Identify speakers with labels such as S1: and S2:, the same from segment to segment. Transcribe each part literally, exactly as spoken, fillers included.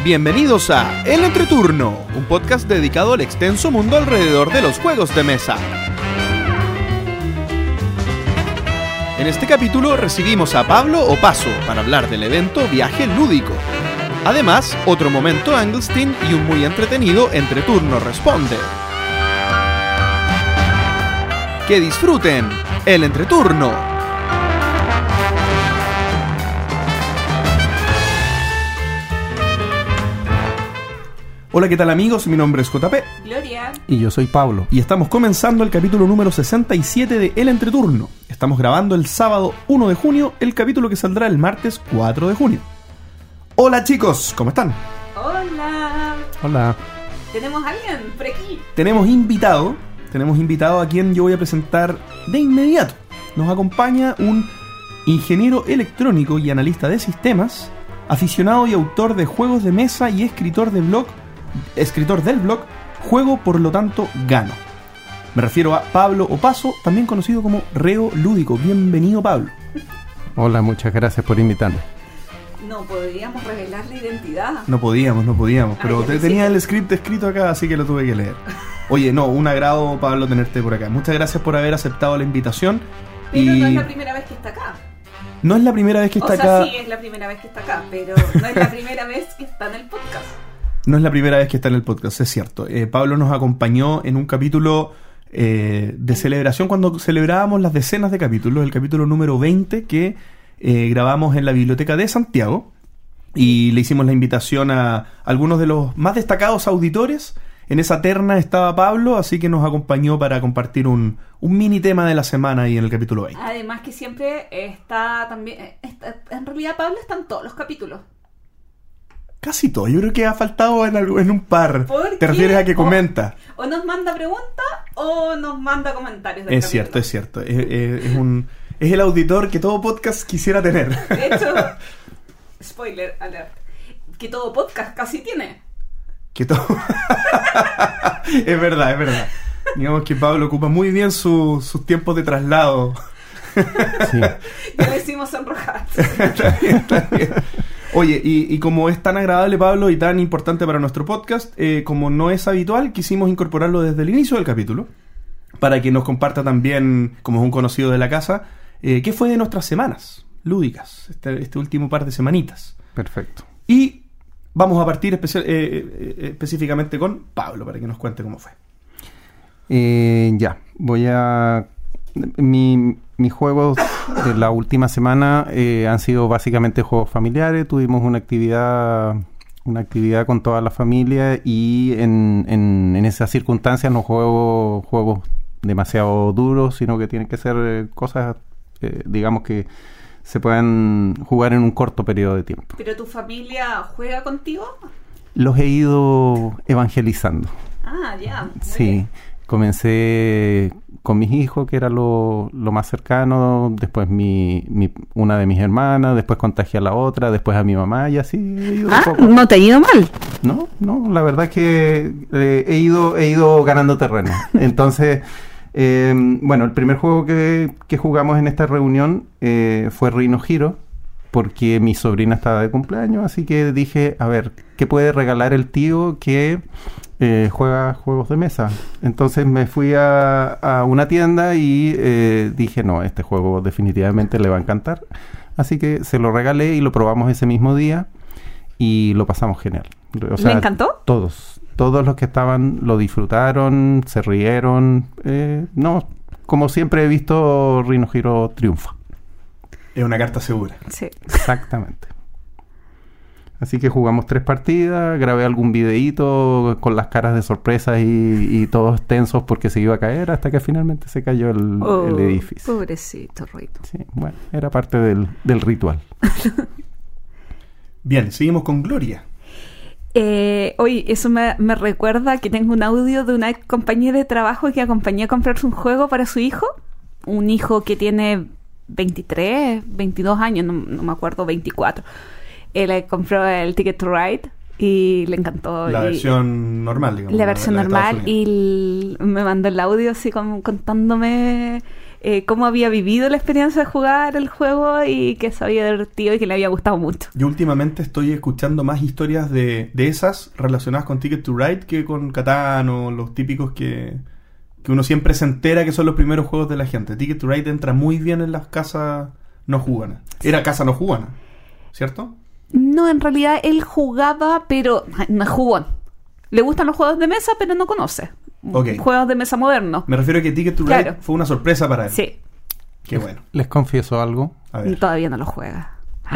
S1: Bienvenidos a El Entreturno, un podcast dedicado al extenso mundo alrededor de los juegos de mesa. En este capítulo recibimos a Pablo Opaso para hablar del evento Viaje Lúdico. Además, otro momento Anglestein y un muy entretenido Entreturno Responde. ¡Que disfruten El Entreturno! Hola, ¿qué tal amigos? Mi nombre es J P.
S2: Gloria.
S3: Y yo soy Pablo.
S1: Y estamos comenzando el capítulo número sesenta y siete de El Entreturno. Estamos grabando el sábado uno de junio, el capítulo que saldrá el martes cuatro de junio. Hola chicos, ¿cómo están?
S2: Hola.
S3: Hola.
S2: ¿Tenemos a alguien por aquí?
S1: Tenemos invitado, tenemos invitado a quien yo voy a presentar de inmediato. Nos acompaña un ingeniero electrónico y analista de sistemas, aficionado y autor de juegos de mesa y escritor de blog escritor del blog Juego por lo tanto gano. Me refiero a Pablo Opaso, también conocido como Reo Lúdico. Bienvenido, Pablo.
S3: Hola, muchas gracias por invitarme.
S2: No podríamos revelar la identidad.
S1: No podíamos, no podíamos, pero
S2: Ay,
S1: te, tenía el script escrito acá, así que lo tuve que leer. Oye, no, un agrado, Pablo, tenerte por acá. Muchas gracias por haber aceptado la invitación.
S2: Pero
S1: y...
S2: no es la primera vez que está acá.
S1: No es la primera vez que está
S2: o sea,
S1: acá.
S2: sí es la primera vez que está acá, pero no es la primera vez que está en el podcast.
S1: No es la primera vez que está en el podcast, es cierto. Eh, Pablo nos acompañó en un capítulo eh, de celebración cuando celebrábamos las decenas de capítulos, el capítulo número veinte que eh, grabamos en la Biblioteca de Santiago, y le hicimos la invitación a algunos de los más destacados auditores. En esa terna estaba Pablo, así que nos acompañó para compartir un, un mini tema de la semana ahí en el capítulo veinte.
S2: Además que siempre está también... Está, en realidad Pablo está en todos los capítulos.
S1: Casi todo, yo creo que ha faltado en, algo, en un par.
S2: ¿Por
S1: ¿Te refieres
S2: qué?
S1: a que comenta?
S2: O, o nos manda preguntas o nos manda comentarios del
S1: Es
S2: capítulo.
S1: cierto, es cierto. Es, es, es, un, es el auditor que todo podcast quisiera tener.
S2: De hecho, spoiler alert, que todo podcast casi tiene.
S1: Que todo... es verdad, es verdad. Digamos que Pablo ocupa muy bien su, sus tiempos de traslado.
S3: Sí.
S2: Ya le hicimos sonrojar.
S1: Está bien, está bien. Oye, y, y como es tan agradable, Pablo, y tan importante para nuestro podcast, eh, como no es habitual, quisimos incorporarlo desde el inicio del capítulo, para que nos comparta también, como es un conocido de la casa, eh, qué fue de nuestras semanas lúdicas, este, este último par de semanitas.
S3: Perfecto.
S1: Y vamos a partir especial, eh, eh, específicamente con Pablo, para que nos cuente cómo fue.
S3: Eh, ya, voy a... Mi, mis juegos de la última semana eh, han sido básicamente juegos familiares. Tuvimos una actividad una actividad con toda la familia y en, en, en esas circunstancias no juego juegos demasiado duros, sino que tienen que ser eh, cosas, eh, digamos, que se puedan jugar en un corto periodo de tiempo.
S2: ¿Pero tu familia juega contigo?
S3: Los he ido evangelizando.
S2: Ah, ya. Muy
S3: Sí,
S2: bien.
S3: comencé con mis hijos, que era lo, lo más cercano, después mi, mi una de mis hermanas, después contagié a la otra, después a mi mamá y así he ido
S4: Ah,
S3: un poco.
S4: no te ha ido mal.
S3: No, no, la verdad es que eh, he ido he ido ganando terreno. Entonces, eh, bueno, el primer juego que, que jugamos en esta reunión eh, fue Rhino Hero, porque mi sobrina estaba de cumpleaños, así que dije, a ver, ¿qué puede regalar el tío que eh, juega juegos de mesa? Entonces me fui a, a una tienda y eh, dije, no, este juego definitivamente le va a encantar. Así que se lo regalé y lo probamos ese mismo día y lo pasamos genial. O sea,
S4: ¿Le encantó?
S3: Todos, todos los que estaban lo disfrutaron, se rieron. Eh, no, como siempre he visto, Rhino Hero triunfa.
S1: Es una carta segura.
S4: Sí.
S3: Exactamente. Así que jugamos tres partidas, grabé algún videíto con las caras de sorpresa y, y todos tensos porque se iba a caer hasta que finalmente se cayó el,
S4: Oh,
S3: el edificio.
S4: pobrecito, Rito.
S3: Sí, bueno, era parte del, del ritual.
S1: Bien, seguimos con Gloria.
S4: Eh, oye, eso me, me recuerda que tengo un audio de una compañera de trabajo que acompañé a comprarse un juego para su hijo. Un hijo que tiene veintitrés, veintidós años, no, no me acuerdo, veinticuatro. Él eh, compró el Ticket to Ride y le encantó.
S1: La
S4: y,
S1: versión normal, digamos.
S4: La versión
S1: la de
S4: normal
S1: Estados Unidos.
S4: y el, me mandó el audio así como contándome eh, cómo había vivido la experiencia de jugar el juego y que se había divertido y que le había gustado mucho.
S1: Yo últimamente estoy escuchando más historias de, de esas relacionadas con Ticket to Ride que con Catán o los típicos que, que uno siempre se entera que son los primeros juegos de la gente. Ticket to Ride entra muy bien en las casas no juganas. Era casa no jugana, ¿cierto?
S4: No, en realidad él jugaba, pero no es jugón. Le gustan los juegos de mesa, pero no conoce.
S1: Okay.
S4: Juegos de mesa modernos.
S1: Me refiero a que Ticket to Ride
S4: Claro.
S1: fue una sorpresa para él.
S4: Sí.
S1: Qué bueno.
S3: Les confieso algo.
S1: A
S4: Y
S1: ver.
S4: todavía no lo juega.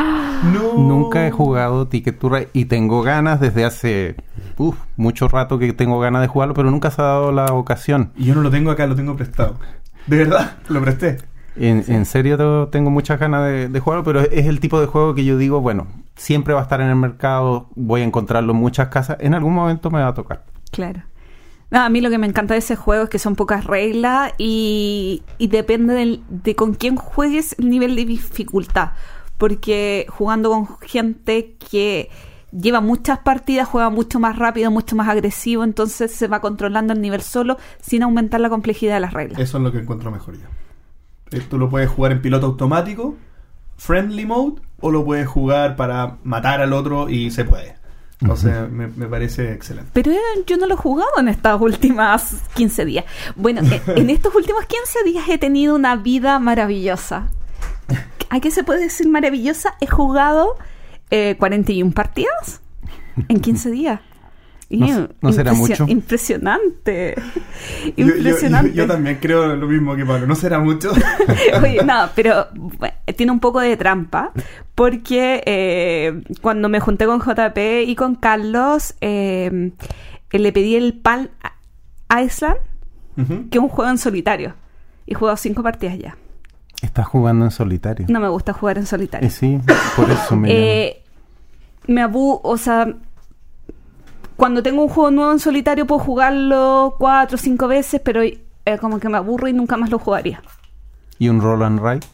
S1: No.
S3: Nunca he jugado Ticket to Ride y tengo ganas desde hace uf, mucho rato que tengo ganas de jugarlo, pero nunca se ha dado la ocasión.
S1: Y yo no lo tengo acá, lo tengo prestado. ¿De verdad? Lo presté.
S3: En, en serio te- tengo muchas ganas de, de jugarlo, pero es el tipo de juego que yo digo, bueno, siempre va a estar en el mercado, voy a encontrarlo en muchas casas, en algún momento me va a tocar.
S4: Claro. No, a mí lo que me encanta de ese juego es que son pocas reglas y, y depende del- de con quién juegues el nivel de dificultad. Porque jugando con gente que lleva muchas partidas, juega mucho más rápido, mucho más agresivo, entonces se va controlando el nivel solo sin aumentar la complejidad de las reglas.
S1: Eso es lo que encuentro mejor yo. Eh, Tú lo puedes jugar en piloto automático, friendly mode, o lo puedes jugar para matar al otro y se puede. Entonces me, me parece excelente.
S4: Pero eh, yo no lo he jugado en estas últimas quince días. Bueno, eh, en estos últimos quince días he tenido una vida maravillosa. ¿A qué se puede decir maravillosa? He jugado eh, cuarenta y una partidas en quince días. Y,
S3: No se- no será mucho.
S4: Impresionante.
S1: Yo, yo-
S4: Impresionante.
S1: yo- yo también creo lo mismo que Pablo. No será mucho.
S4: Oye, no, pero bueno, tiene un poco de trampa porque eh, cuando me junté con J P y con Carlos eh, le pedí el Palm Island,
S1: Ujú.
S4: que es un juego en solitario, y he jugado cinco partidas ya.
S3: Estás jugando en solitario.
S4: No me gusta jugar en solitario.
S3: Eh, sí, por eso me...
S4: Eh, me abu... O sea, cuando tengo un juego nuevo en solitario puedo jugarlo cuatro o cinco veces, pero eh, como que me aburro y nunca más lo jugaría.
S3: ¿Y un roll and ride?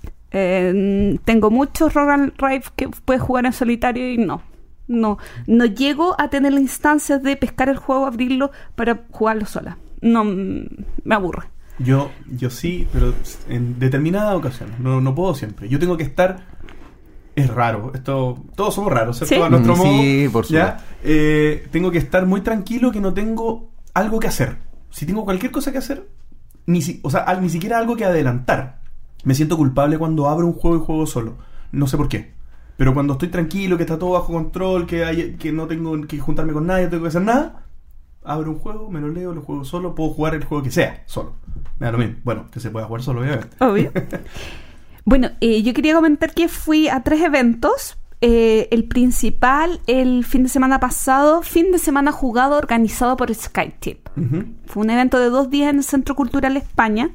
S4: Eh, tengo muchos roll and ride que puedes jugar en solitario y no. No, no llego a tener las instancias de pescar el juego, abrirlo para jugarlo sola. No, mm, me aburre.
S1: Yo, yo sí, pero en determinadas ocasiones. No, no puedo siempre. Yo tengo que estar... Es raro. Esto, todos somos raros, ¿cierto?
S4: Sí.
S1: A nuestro
S3: Mm,
S1: modo.
S3: sí, por
S1: ¿ya?
S3: supuesto.
S1: Eh, tengo que estar muy tranquilo que no tengo algo que hacer. Si tengo cualquier cosa que hacer, ni si, o sea, al- ni siquiera algo que adelantar. Me siento culpable cuando abro un juego y juego solo. No sé por qué. Pero cuando estoy tranquilo, que está todo bajo control, que, hay, que no tengo que juntarme con nadie, no tengo que hacer nada, abro un juego, me lo leo, lo juego solo, puedo jugar el juego que sea, solo. Me da lo mismo. Bueno, que se pueda jugar solo, obviamente.
S4: Obvio. Bueno, eh, yo quería comentar que fui a tres eventos. Eh, el principal, el fin de semana pasado, fin de semana jugado organizado por Skytip.
S1: Ujú.
S4: Fue un evento de dos días en el Centro Cultural España.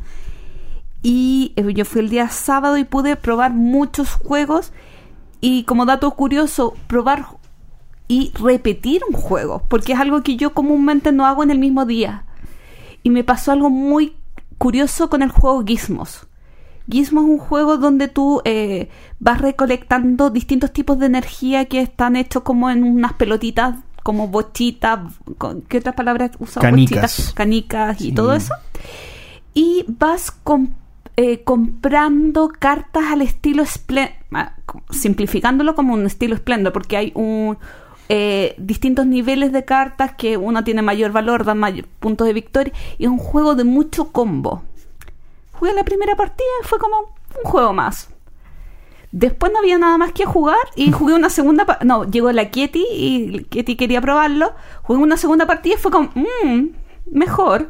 S4: Y eh, yo fui el día sábado y pude probar muchos juegos. Y como dato curioso, probar y repetir un juego. Porque es algo que yo comúnmente no hago en el mismo día. Y me pasó algo muy curioso con el juego Gizmos. Gizmos es un juego donde tú eh, vas recolectando distintos tipos de energía que están hechos como en unas pelotitas, como bochitas, con- ¿qué otras palabras usamos?
S1: Canicas.
S4: Bochitas, canicas y
S1: Sí.
S4: todo eso. Y vas com- eh, comprando cartas al estilo Splendor, simplificándolo como un estilo Splendor, porque hay un eh, distintos niveles de cartas que uno tiene mayor valor, da mayor puntos de victoria, y es un juego de mucho combo. Jugué la primera partida y fue como un juego más. Después no había nada más que jugar y jugué una segunda partida. No, llegó la Kieti y Kieti quería probarlo. Jugué una segunda partida y fue como, mmm, mejor.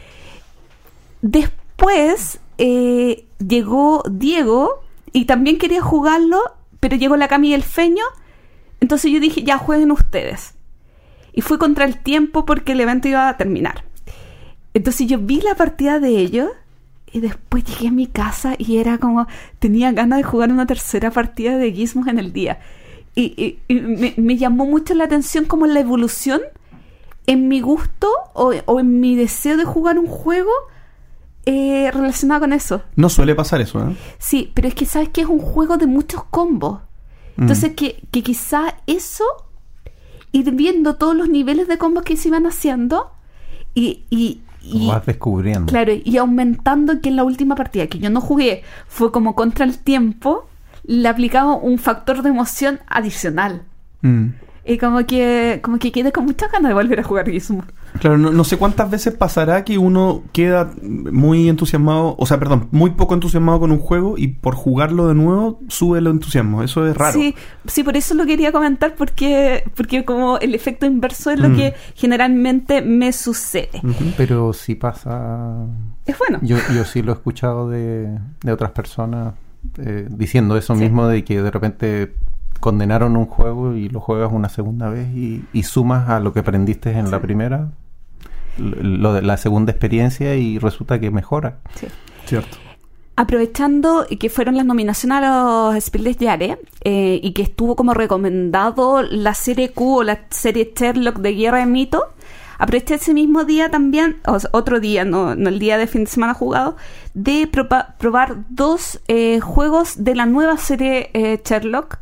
S4: Después eh, llegó Diego y también quería jugarlo, pero llegó la Cami y el Feño. Entonces yo dije, ya jueguen ustedes. Y fui contra el tiempo porque el evento iba a terminar. Entonces yo vi la partida de ellos. Y después llegué a mi casa y era como... Tenía ganas de jugar una tercera partida de Gizmos en el día. Y, y- y me, me llamó mucho la atención como la evolución en mi gusto o, o en mi deseo de jugar un juego eh, relacionado con eso.
S1: No suele pasar eso, ¿eh?
S4: Sí, pero es que sabes que es un juego de muchos combos. Entonces que, que quizá eso... Ir viendo todos los niveles de combos que se iban haciendo y... y Y,
S3: vas descubriendo.
S4: Claro, y aumentando que en la última partida, que yo no jugué, fue como contra el tiempo, le aplicaba un factor de emoción adicional.
S1: Mm.
S4: Y como que como que quedé con muchas ganas de volver a jugar Gizmo.
S1: Claro, no, no sé cuántas veces pasará que uno queda muy entusiasmado, o sea, perdón, muy poco entusiasmado con un juego y por jugarlo de nuevo sube el entusiasmo. Eso es raro.
S4: Sí, sí, por eso lo quería comentar, porque porque como el efecto inverso es lo
S1: Mm.
S4: que generalmente me sucede.
S1: Ujú.
S3: Pero sí pasa...
S4: Es bueno.
S3: Yo, yo sí lo he escuchado de, de otras personas eh, diciendo eso
S4: Sí.
S3: mismo, de que de repente condenaron un juego y lo juegas una segunda vez y, y sumas a lo que aprendiste en
S4: Sí.
S3: la primera, lo de la segunda experiencia, y resulta que mejora.
S4: Sí.
S1: Cierto.
S4: Aprovechando que fueron las nominaciones a los Spiel des Jahres eh, y que estuvo como recomendado la serie Q o la serie Sherlock de Guerra de Mito, aproveché ese mismo día también, o sea, otro día, no, no el día de fin de semana jugado, de propa- probar dos eh, juegos de la nueva serie eh, Sherlock,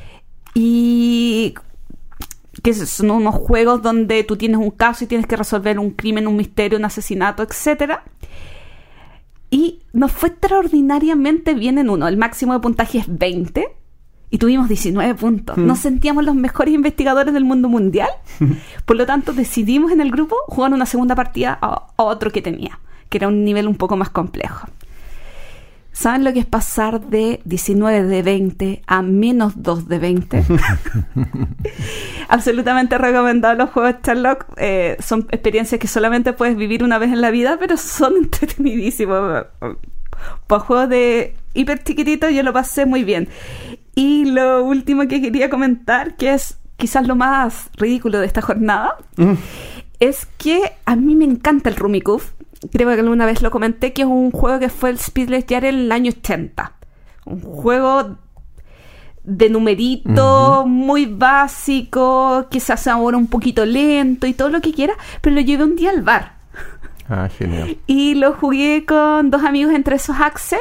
S4: y que son unos juegos donde tú tienes un caso y tienes que resolver un crimen, un misterio, un asesinato, etcétera. Y nos fue extraordinariamente bien en uno. El máximo de puntaje es veinte y tuvimos diecinueve puntos.
S1: Mm.
S4: Nos sentíamos los mejores investigadores del mundo mundial. Por lo tanto, decidimos en el grupo jugar una segunda partida a, a otro que tenía, que era un nivel un poco más complejo. ¿Saben lo que es pasar de diecinueve de veinte a menos dos de veinte? Absolutamente recomendado los juegos Sherlock. Eh, son experiencias que solamente puedes vivir una vez en la vida, pero son entretenidísimos. Por juegos de hiper chiquititos yo lo pasé muy bien. Y lo último que quería comentar, que es quizás lo más ridículo de esta jornada,
S1: Mm.
S4: es que a mí me encanta el Rummikub. Creo que alguna vez lo comenté, que es un juego que fue el Spiel des Jahres en el año ochenta. Un juego de numerito,
S3: Ujú.
S4: muy básico, quizás ahora un poquito lento y todo lo que quiera, pero lo llevé un día al bar.
S3: Ah, genial.
S4: Y lo jugué con dos amigos, entre esos Axel.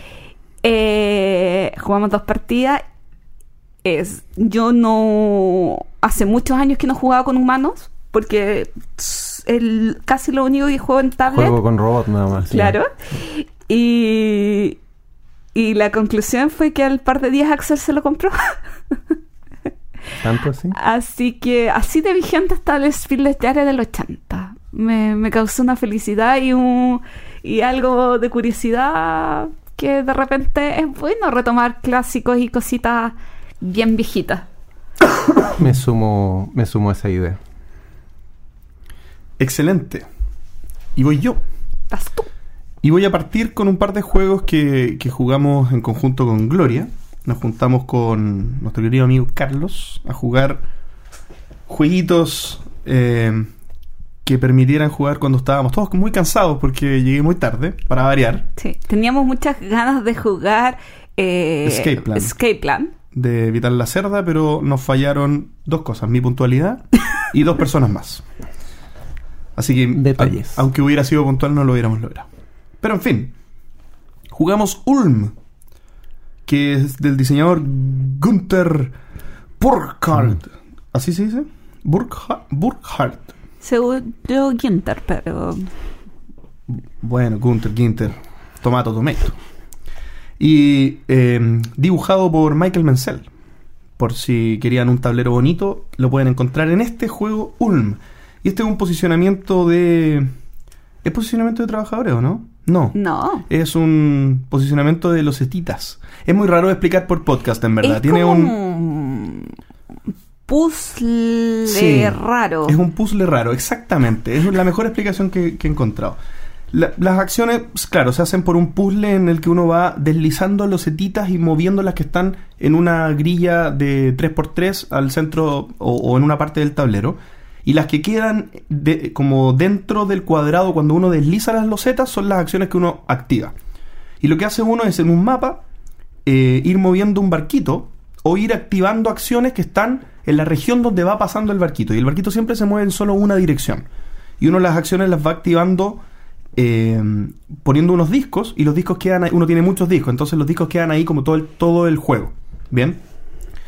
S4: Eh, jugamos dos partidas. Es, yo no... Hace muchos años que no jugaba con humanos, porque el, casi lo único que juego en tablet.
S3: Juego con robot nada más. sí.
S4: Claro. Y, y la conclusión fue que al par de días Axel se lo compró.
S3: ¿Tanto así?
S4: Así que así de vigente está el Spiel des Jahres del ochenta. Me, me causó una felicidad y, un, y algo de curiosidad, que de repente es bueno retomar clásicos y cositas bien viejitas.
S3: Me sumo, me sumo a esa idea.
S1: Excelente. Y voy yo.
S4: Vas tú.
S1: Y voy a partir con un par de juegos que, que jugamos en conjunto con Gloria. Nos juntamos con nuestro querido amigo Carlos a jugar jueguitos eh, que permitieran jugar cuando estábamos todos muy cansados, porque llegué muy tarde, para variar,
S4: Sí, teníamos muchas ganas de jugar eh,
S1: Escape Plan.
S4: Escape Plan.
S1: de evitar la cerda, pero nos fallaron dos cosas: mi puntualidad y dos personas más. Así que,
S3: Detalles.
S1: a- aunque hubiera sido puntual, no lo hubiéramos logrado. Pero en fin, jugamos Ulm, que es del diseñador Günther Burkhardt. ¿Así se dice? Burkhardt. Burkhardt.
S4: Según yo, Ginter, pero...
S1: Bueno, Günther, Ginter, Tomato, Tomato. Y eh, dibujado por Michael Menzel. Por si querían un tablero bonito, lo pueden encontrar en este juego Ulm. Y este es un posicionamiento de... ¿Es posicionamiento de trabajadores o no? No.
S4: No.
S1: Es un posicionamiento de los etitas. Es muy raro de explicar por podcast, en verdad.
S4: Es
S1: Tiene
S4: como
S1: un...
S4: un puzzle
S1: Sí,
S4: raro.
S1: Es un puzzle raro, exactamente. Es la mejor explicación que, que he encontrado. La- las acciones, claro, se hacen por un puzzle en el que uno va deslizando los setitas y moviendo las que están en una grilla de tres por tres al centro o, o en una parte del tablero. Y las que quedan de- como dentro del cuadrado cuando uno desliza las losetas son las acciones que uno activa. Y lo que hace uno es en un mapa eh, ir moviendo un barquito o ir activando acciones que están en la región donde va pasando el barquito. Y el barquito siempre se mueve en solo una dirección. Y uno las acciones las va activando eh, poniendo unos discos, y los discos quedan ahí. Uno tiene muchos discos, entonces los discos quedan ahí como todo el, todo el juego. ¿Bien?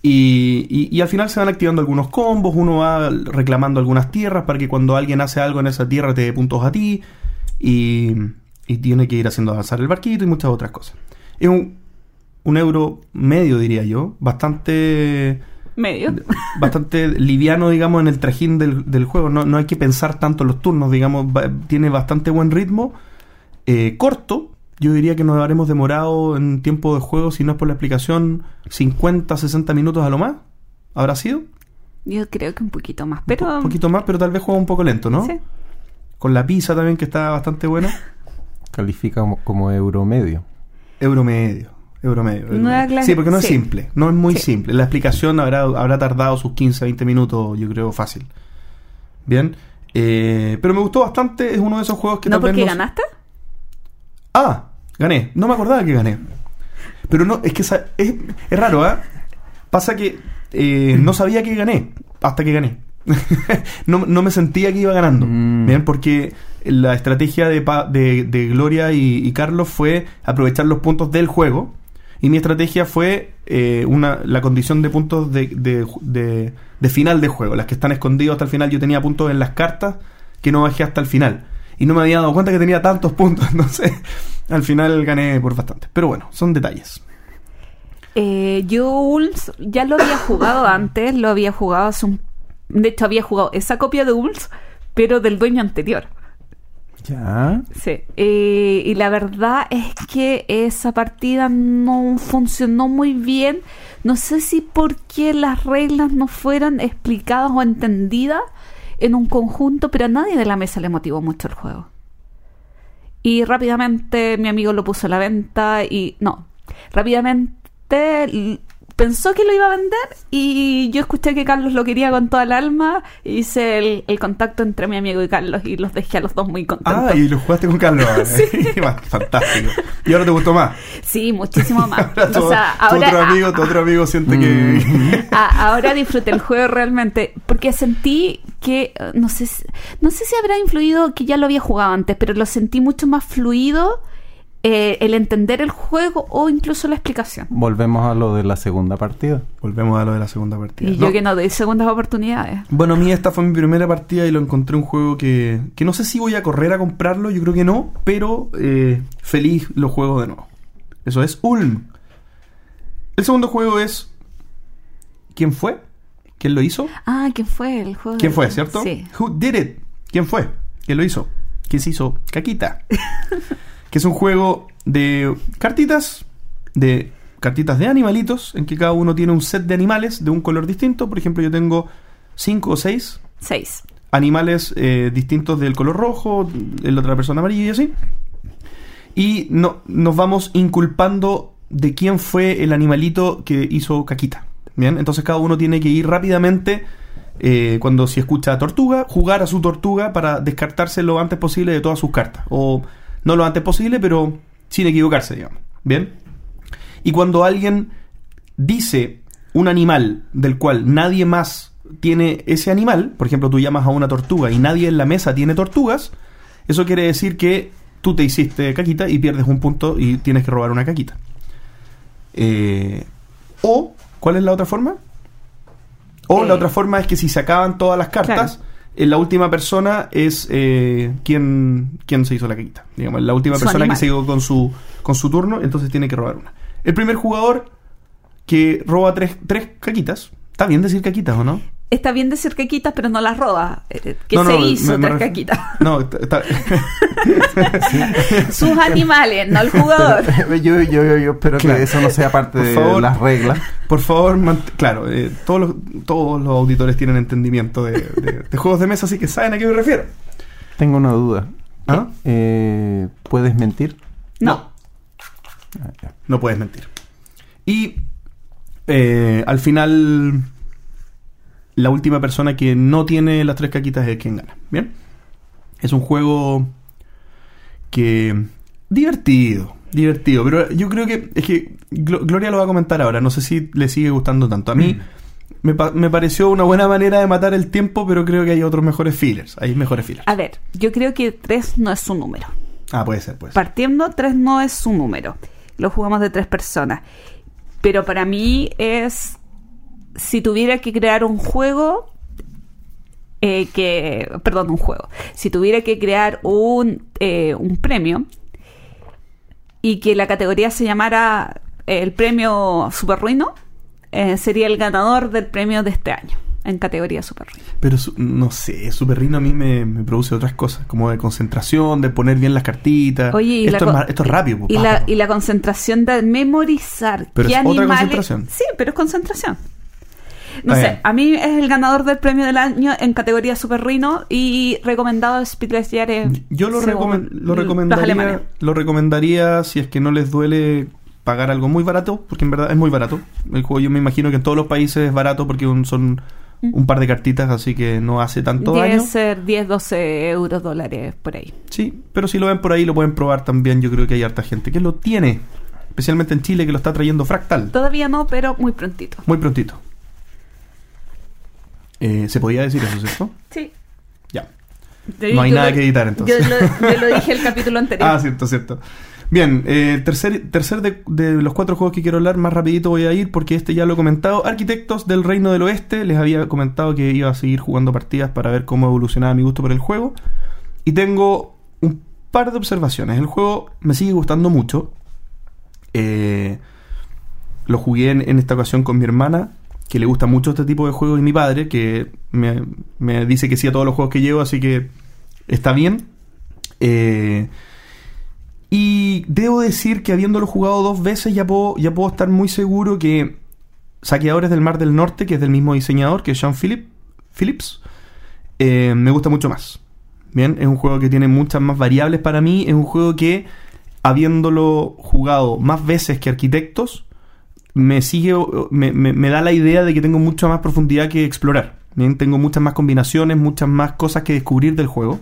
S1: Y, y, y al final se van activando algunos combos, uno va reclamando algunas tierras para que cuando alguien hace algo en esa tierra te dé puntos a ti, y, y tiene que ir haciendo avanzar el barquito y muchas otras cosas. Es un, un euro medio, diría yo, bastante...
S4: Medio.
S1: Bastante liviano, digamos, en el trajín del, del juego. No, no hay que pensar tanto en los turnos, digamos, va, tiene bastante buen ritmo. Eh, corto, yo diría que nos habremos demorado en tiempo de juego, si no es por la explicación, cincuenta, sesenta minutos a lo más. ¿Habrá sido?
S4: Yo creo que un poquito más, pero...
S1: Un poquito más, pero tal vez juega un poco lento, ¿no?
S4: Sí.
S1: Con la pizza también, que está bastante buena.
S3: Califica como, como euro medio.
S1: Euro medio. Euro medio. Euro
S4: Nueva
S1: medio.
S4: clase-
S1: Sí, porque no es
S4: sí.
S1: simple. No es muy
S4: Sí.
S1: simple. La explicación habrá, habrá tardado sus quince, veinte minutos, yo creo, fácil. Bien. Eh, pero me gustó bastante. Es uno de esos juegos que
S4: ¿No
S1: tal vez
S4: porque
S1: no-
S4: ganaste?
S1: Ah, gané. No me acordaba que gané. Pero no, es que esa- es, es raro, ¿ah? Pasa que eh, no sabía que gané hasta que gané. no, no me sentía que iba ganando.
S3: Mm.
S1: Bien, porque la estrategia de, Pa- de, de Gloria y, y Carlos fue aprovechar los puntos del juego. Y mi estrategia fue eh, una, la condición de puntos de, de, de, de final de juego. Las que están escondidos hasta el final. Yo tenía puntos en las cartas que no bajé hasta el final. Y no me había dado cuenta que tenía tantos puntos. Entonces, al final gané por bastante. Pero bueno, son detalles.
S4: Eh, yo Ulms ya lo había jugado antes, lo había jugado hace un... De hecho, había jugado esa copia de Ulms, pero del dueño anterior.
S3: Ya.
S4: Sí. Eh, y la verdad es que esa partida no funcionó muy bien. No sé si porque las reglas no fueron explicadas o entendidas en un conjunto, pero a nadie de la mesa le motivó mucho el juego. Y rápidamente mi amigo lo puso a la venta y... No, rápidamente l- pensó que lo iba a vender y yo escuché que Carlos lo quería con toda el alma. Hice el, el contacto entre mi amigo y Carlos y los dejé a los dos muy contentos.
S1: Ah, y lo jugaste con Carlos.
S4: Sí.
S1: Fantástico. ¿Y ahora te gustó más?
S4: Sí, muchísimo más.
S1: Ahora tu,
S4: O sea,
S1: tu
S4: ahora,
S1: otro amigo, tu otro amigo siente
S3: Mm.
S1: que...
S4: a- ahora disfruté el juego realmente porque sentí que eh, no sé si- no sé si habrá influido que ya lo había jugado antes, pero lo sentí mucho más fluido, eh, el entender el juego o incluso la explicación.
S3: Volvemos a lo de la segunda partida.
S1: Volvemos a lo de la segunda partida.
S4: Y
S1: No.
S4: yo que no doy segundas oportunidades.
S1: Bueno, a mí esta fue mi primera partida y lo encontré un juego que, que no sé si voy a correr a comprarlo, yo creo que no, pero eh, feliz lo juego de nuevo. Eso es Ulm. El segundo juego es... ¿Quién fue? ¿Quién lo hizo?
S4: Ah, ¿quién fue el juego?
S1: ¿Quién
S4: de-
S1: fue, cierto?
S4: Sí.
S1: Who did it? ¿Quién fue? ¿Quién lo hizo? ¿Quién se hizo? Caquita. Que es un juego de cartitas, de cartitas de animalitos, en que cada uno tiene un set de animales de un color distinto. Por ejemplo, yo tengo cinco o seis
S4: Seis.
S1: animales eh, distintos del color rojo, la otra persona amarillo y así. Y no, nos vamos inculpando de quién fue el animalito que hizo caquita. Bien, entonces cada uno tiene que ir rápidamente, eh, cuando si escucha a tortuga, jugar a su tortuga para descartarse lo antes posible de todas sus cartas. O no lo antes posible, pero sin equivocarse, digamos. Bien. Y cuando alguien dice un animal del cual nadie más tiene ese animal, por ejemplo, tú llamas a una tortuga y nadie en la mesa tiene tortugas, eso quiere decir que tú te hiciste caquita y pierdes un punto y tienes que robar una caquita. Eh, o, ¿cuál es la otra forma? O
S4: Eh.
S1: la otra forma es que si se acaban todas las cartas,
S4: Claro.
S1: eh, la última persona es eh, quien, quien se hizo la caquita. Digamos, la última
S4: Su
S1: persona
S4: animal.
S1: que se quedó con su, con su turno, entonces tiene que robar una. El primer jugador que roba tres, tres caquitas. ¿Está bien decir caquitas o no?
S4: Está bien decir caquitas, pero no las roba. Eh, ¿Qué
S1: No,
S4: se
S1: no,
S4: hizo
S1: me- me
S4: tres
S1: ref-
S4: caquitas?
S1: No, está- está-
S4: Sus animales, no el jugador.
S3: yo, yo, yo, yo espero
S1: Claro.
S3: que eso no sea parte
S1: Por
S3: de
S1: favor.
S3: las reglas.
S1: Por favor, mant- claro, eh, todos, los, todos los auditores tienen entendimiento de, de- de juegos de mesa, así que saben a qué me refiero.
S3: Tengo una duda.
S1: ¿Ah?
S3: Eh, ¿Puedes mentir?
S4: No.
S3: Ah, ya.
S1: No puedes mentir. Y eh, al final, la última persona que no tiene las tres caquitas es quien gana. ¿Bien? Es un juego que... divertido, divertido. Pero yo creo que... Es que Glo- Gloria lo va a comentar ahora. No sé si le sigue gustando tanto. A mí me, pa- me pareció una buena manera de matar el tiempo, pero creo que hay otros mejores fillers. Hay mejores fillers.
S4: A ver, yo creo que tres no es un número.
S1: Ah, puede ser, puede ser.
S4: Partiendo, tres no es un número. Lo jugamos de tres personas. Pero para mí es si tuviera que crear un juego, eh, que, perdón, un juego, si tuviera que crear un, eh, un premio y que la categoría se llamara eh, el premio Super Ruino, eh, sería el ganador del premio de este año en categoría Super Ruino.
S1: Pero su- no sé, Super Rino a mí me, me produce otras cosas, como de concentración, de poner bien las cartitas.
S4: Oye, y
S1: esto,
S4: la
S1: es,
S4: co-
S1: ma- esto es rápido.
S4: Y
S1: pa,
S4: la,
S1: pa, pa.
S4: y la concentración de memorizar
S1: Pero
S4: qué
S1: es otra
S4: animales...
S1: concentración.
S4: Sí, pero es concentración. No
S1: Ah,
S4: sé,
S1: bien.
S4: a mí es el ganador del premio del año en categoría Super Rhino y recomendado Speedless Yare.
S1: Yo lo,
S4: según
S1: recomen- lo
S4: los
S1: recomendaría
S4: alemanes.
S1: lo recomendaría si es que no les duele pagar algo muy barato, porque en verdad es muy barato. El juego yo me imagino que en todos los países es barato porque un- son un par de cartitas, así que no hace tanto
S4: Debe
S1: daño.
S4: ser diez, doce euros, dólares por ahí.
S1: Sí, pero si lo ven por ahí lo pueden probar también. Yo creo que hay harta gente que lo tiene, especialmente en Chile, que lo está trayendo Fractal.
S4: Todavía no, pero muy prontito.
S1: Muy prontito. Eh, ¿Se podía decir eso, cierto?
S4: Sí.
S1: Ya. No hay nada que editar, entonces.
S4: Yo lo, yo lo dije el capítulo anterior.
S1: Ah, cierto, cierto. Bien, eh, tercer, tercer de, de los cuatro juegos que quiero hablar, más rapidito voy a ir porque este ya lo he comentado. Arquitectos del Reino del Oeste. Les había comentado que iba a seguir jugando partidas para ver cómo evolucionaba mi gusto por el juego. Y tengo un par de observaciones. El juego me sigue gustando mucho. Eh, lo jugué en, en esta ocasión con mi hermana, que le gusta mucho este tipo de juegos, y mi padre, que me, me dice que sí a todos los juegos que llevo, así que está bien. Eh, y debo decir que habiéndolo jugado dos veces ya puedo, ya puedo estar muy seguro que Saqueadores del Mar del Norte, que es del mismo diseñador, que es Sean Phillip, Phillips, eh, me gusta mucho más. Bien, es un juego que tiene muchas más variables para mí. Es un juego que, habiéndolo jugado más veces que Arquitectos, me sigue, me, me, me da la idea de que tengo mucha más profundidad que explorar. Bien, tengo muchas más combinaciones, muchas más cosas que descubrir del juego.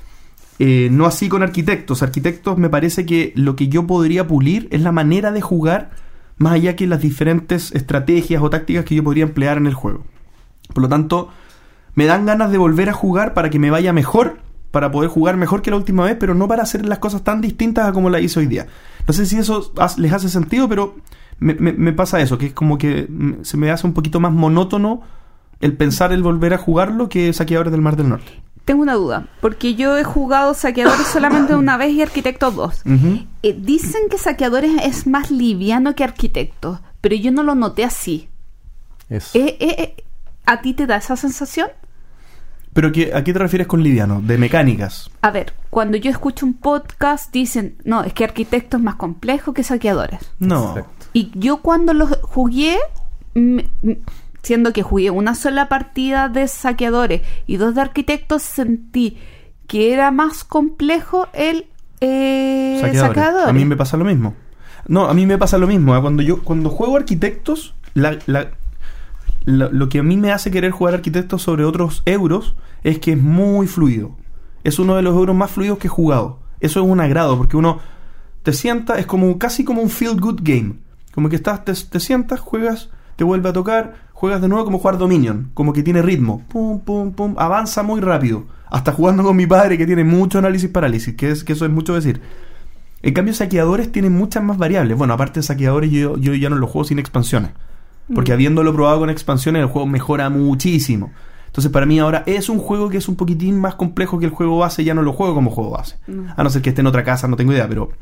S1: Eh, no así con Arquitectos. Arquitectos me parece que lo que yo podría pulir es la manera de jugar, más allá que las diferentes estrategias o tácticas que yo podría emplear en el juego. Por lo tanto, me dan ganas de volver a jugar para que me vaya mejor, para poder jugar mejor que la última vez, pero no para hacer las cosas tan distintas a como las hice hoy día. No sé si eso les hace sentido, pero me, me, me pasa eso, que es como que se me hace un poquito más monótono el pensar el volver a jugarlo que Saqueadores del Mar del Norte.
S4: Tengo una duda, porque yo he jugado Saqueadores solamente una vez y Arquitectos dos.
S1: Uh-huh.
S4: Eh, dicen que Saqueadores es más liviano que Arquitectos, pero yo no lo noté así.
S3: Eso.
S4: Eh, eh, eh, ¿A ti te da esa sensación?
S1: ¿Pero qué, a qué te refieres con liviano? ¿De mecánicas?
S4: A ver, cuando yo escucho un podcast dicen, no, es que Arquitectos es más complejo que Saqueadores.
S1: No.
S3: Exacto.
S4: Y yo cuando lo jugué, m- m- siendo que jugué una sola partida de Saqueadores y dos de Arquitectos, sentí que era más complejo el eh,
S1: Saqueadores.
S4: Saqueadores.
S1: A mí me pasa lo mismo. No, a mí me pasa lo mismo. ¿eh? Cuando yo cuando juego Arquitectos, la, la, la- lo que a mí me hace querer jugar Arquitectos sobre otros euros es que es muy fluido. Es uno de los euros más fluidos que he jugado. Eso es un agrado, porque uno te sienta, es como casi como un feel good game. Como que estás, te, te sientas, juegas, te vuelve a tocar, juegas de nuevo, como jugar Dominion, como que tiene ritmo, pum, pum, pum, avanza muy rápido. Hasta jugando con mi padre, que tiene mucho análisis parálisis, que, es, que eso es mucho decir. En cambio, Saqueadores tienen muchas más variables. Bueno, aparte de Saqueadores, yo, yo ya no lo juego sin expansiones, porque
S4: Mm.
S1: habiéndolo probado con expansiones, el juego mejora muchísimo. Entonces, para mí ahora es un juego que es un poquitín más complejo que el juego base. Ya no lo juego como juego base,
S4: Mm.
S1: a no ser que esté en otra casa, no tengo idea, pero...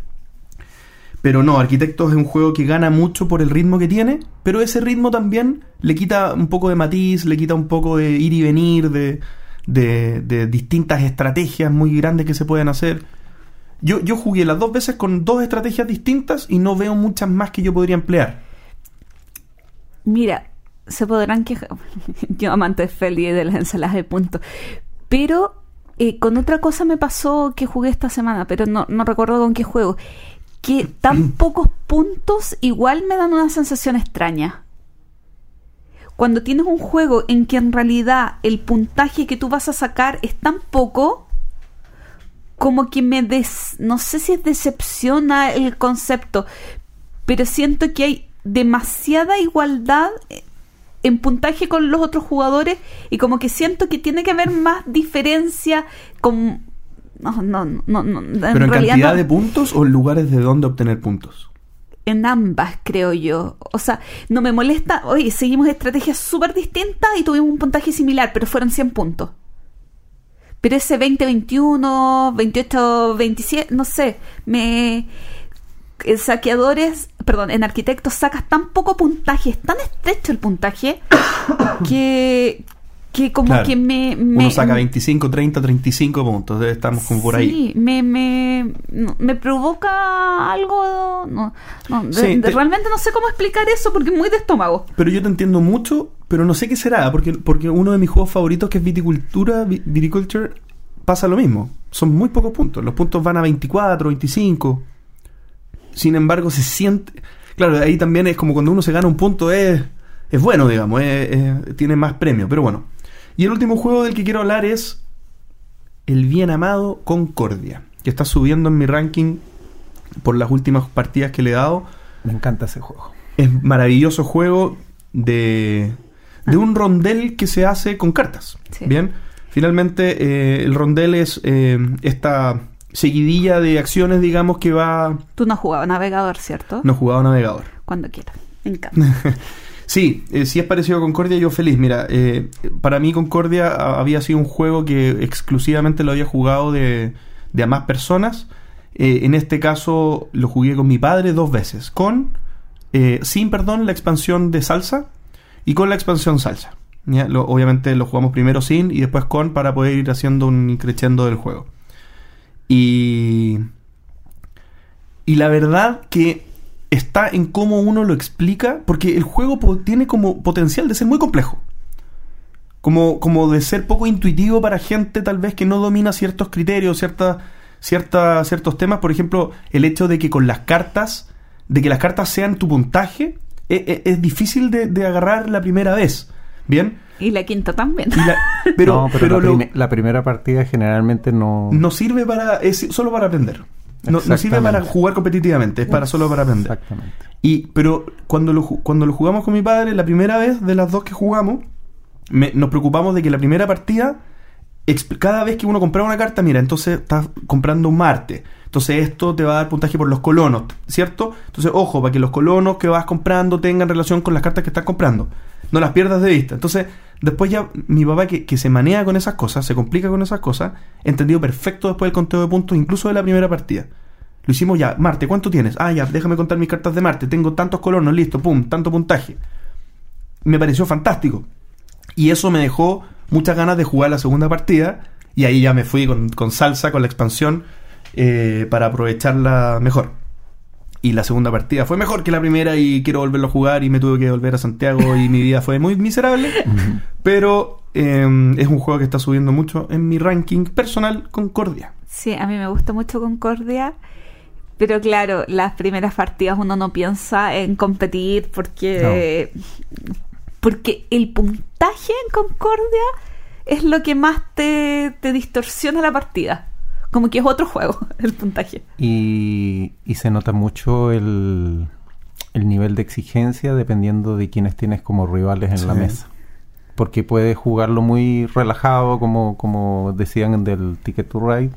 S1: Pero no, Arquitectos es un juego que gana mucho por el ritmo que tiene, pero ese ritmo también le quita un poco de matiz, le quita un poco de ir y venir, de, de, de distintas estrategias muy grandes que se pueden hacer. Yo, yo jugué las dos veces con dos estrategias distintas y no veo muchas más que yo podría emplear.
S4: Mira, se podrán quejar. Yo amante feliz de las ensaladas de punto. Pero eh, con otra cosa me pasó que jugué esta semana, pero no, no recuerdo con qué juego. Que tan pocos puntos igual me dan una sensación extraña. Cuando tienes un juego en que en realidad el puntaje que tú vas a sacar es tan poco, como que me des... no sé si es decepciona el concepto, pero siento que hay demasiada igualdad en puntaje con los otros jugadores y como que siento que tiene que haber más diferencia con... No, no, no, no, en
S1: ¿Pero en
S4: realidad
S1: cantidad
S4: no.
S1: de puntos o en lugares de dónde obtener puntos?
S4: en ambas, creo yo. O sea, no me molesta. Oye, seguimos estrategias súper distintas y tuvimos un puntaje similar, pero fueron cien puntos. Pero ese veinte veintiuno, veintiocho veintisiete, no sé, me... En saqueadores, perdón, en arquitectos sacas tan poco puntaje, es tan estrecho el puntaje que, que como
S1: claro.
S4: que me, me...
S1: Uno saca veinticinco, treinta, treinta y cinco puntos, estamos como por
S4: sí,
S1: ahí.
S4: Sí, me, me, no, me provoca algo... No, no, de,
S1: Sí,
S4: de,
S1: te...
S4: realmente no sé cómo explicar eso porque es muy de estómago.
S1: Pero yo te entiendo mucho, pero no sé qué será, porque, porque uno de mis juegos favoritos, que es Viticultura, Viticulture, pasa lo mismo. Son muy pocos puntos, los puntos van a veinticuatro, veinticinco... Sin embargo, se siente... Claro, ahí también es como cuando uno se gana un punto, es, es bueno, digamos, es, es, tiene más premio, pero bueno. Y el último juego del que quiero hablar es el bien amado Concordia, que está subiendo en mi ranking por las últimas partidas que le he dado.
S3: Me encanta ese juego.
S1: Es maravilloso juego de, de un rondel que se hace con cartas.
S4: Sí.
S1: Bien, finalmente eh, el rondel es eh, esta... seguidilla de acciones, digamos, que va...
S4: Tú no has jugado navegador, ¿cierto?
S1: No he jugado navegador.
S4: Cuando quieras. Me encanta.
S1: Sí, eh, si es parecido a Concordia, yo feliz. Mira, eh, para mí Concordia a, había sido un juego que exclusivamente lo había jugado de, de a más personas. Eh, en este caso lo jugué con mi padre dos veces. Con, eh, sin, perdón, la expansión de Salsa y con la expansión Salsa. ¿Ya? Lo, obviamente lo jugamos primero sin y después con, para poder ir haciendo un increciendo del juego. Y, y la verdad que está en cómo uno lo explica, porque el juego po- tiene como potencial de ser muy complejo, como, como de ser poco intuitivo para gente tal vez que no domina ciertos criterios, cierta, cierta, ciertos temas. Por ejemplo, el hecho de que con las cartas, de que las cartas sean tu puntaje, es, es, es difícil de, de agarrar la primera vez. ¿Bien?
S4: Y la quinta también.
S1: Y la, pero
S3: no, pero,
S1: pero
S3: la,
S1: lo,
S3: prime- la primera partida generalmente no...
S1: no sirve para... Es solo para aprender. No, no sirve para jugar competitivamente, es para solo para aprender.
S3: Exactamente.
S1: Y, pero cuando lo, cuando lo jugamos con mi padre, la primera vez de las dos que jugamos, me, nos preocupamos de que la primera partida, exp- cada vez que uno compraba una carta, mira, entonces estás comprando un Marte. Entonces esto te va a dar puntaje por los colonos, ¿cierto? Entonces, ojo, para que los colonos que vas comprando tengan relación con las cartas que estás comprando. No las pierdas de vista. Entonces, después ya mi papá, que, que se maneja con esas cosas, se complica con esas cosas, entendió perfecto después el conteo de puntos, incluso de la primera partida. Lo hicimos ya. Marte, ¿cuánto tienes? Ah, ya, déjame contar mis cartas de Marte. Tengo tantos colonos, listo, pum, tanto puntaje. Me pareció fantástico. Y eso me dejó muchas ganas de jugar la segunda partida. Y ahí ya me fui con, con Salsa, con la expansión, eh, para aprovecharla mejor. Y la segunda partida fue mejor que la primera y quiero volverlo a jugar y me tuve que volver a Santiago y mi vida fue muy miserable. Uh-huh. Pero eh, es un juego que está subiendo mucho en mi ranking personal, Concordia.
S4: Sí, a mí me gusta mucho Concordia. Pero claro, las primeras partidas uno no piensa en competir porque, no. porque el puntaje en Concordia es lo que más te, te distorsiona la partida. Como que es otro juego, el puntaje.
S3: Y, y se nota mucho el, el nivel de exigencia dependiendo de quiénes tienes como rivales en sí. la mesa. Porque puedes jugarlo muy relajado, como, como decían del Ticket to Ride,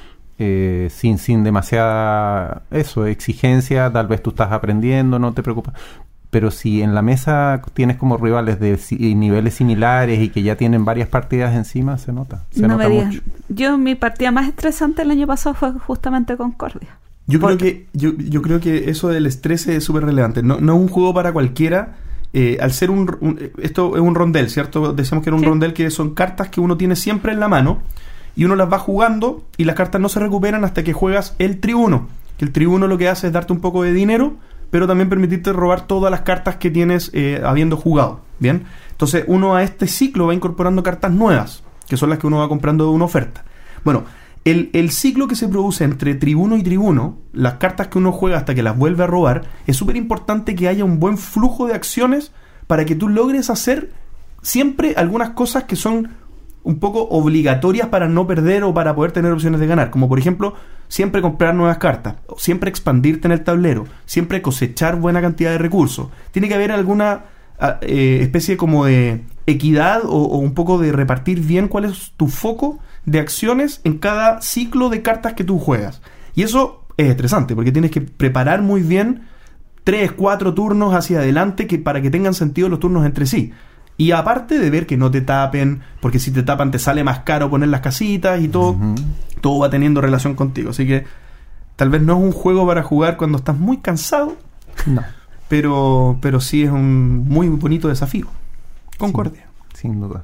S3: eh, sin, sin demasiada eso, exigencia. Tal vez tú estás aprendiendo, no te preocupas. Pero si en la mesa tienes como rivales de si, niveles similares y que ya tienen varias partidas encima, se nota. Se
S4: no
S3: nota
S4: me digas.
S3: mucho.
S4: Yo, mi partida más estresante el año pasado fue justamente Concordia.
S1: Yo creo que yo, yo creo que eso del estrés es súper relevante. No, no es un juego para cualquiera. Eh, al ser un, un... Esto es un rondel, ¿cierto? Decíamos que era un sí. rondel que son cartas que uno tiene siempre en la mano y uno las va jugando y las cartas no se recuperan hasta que juegas el tribuno. Que el tribuno lo que hace es darte un poco de dinero, pero también permitirte robar todas las cartas que tienes eh, habiendo jugado, ¿bien? Entonces uno a este ciclo va incorporando cartas nuevas, que son las que uno va comprando de una oferta. Bueno, el, el ciclo que se produce entre tribuno y tribuno, las cartas que uno juega hasta que las vuelve a robar, es súper importante que haya un buen flujo de acciones para que tú logres hacer siempre algunas cosas que son un poco obligatorias para no perder o para poder tener opciones de ganar, como por ejemplo siempre comprar nuevas cartas, siempre expandirte en el tablero, siempre cosechar buena cantidad de recursos. Tiene que haber alguna eh, especie como de equidad o, o un poco de repartir bien cuál es tu foco de acciones en cada ciclo de cartas que tú juegas. Y eso es estresante porque tienes que preparar muy bien tres, cuatro turnos hacia adelante que para que tengan sentido los turnos entre sí. Y aparte de ver que no te tapen, porque si te tapan te sale más caro poner las casitas y todo, uh-huh. todo va teniendo relación contigo. Así que tal vez no es un juego para jugar cuando estás muy cansado,
S3: no.
S1: pero, pero sí es un muy bonito desafío. Concordia.
S3: Sí, sin duda.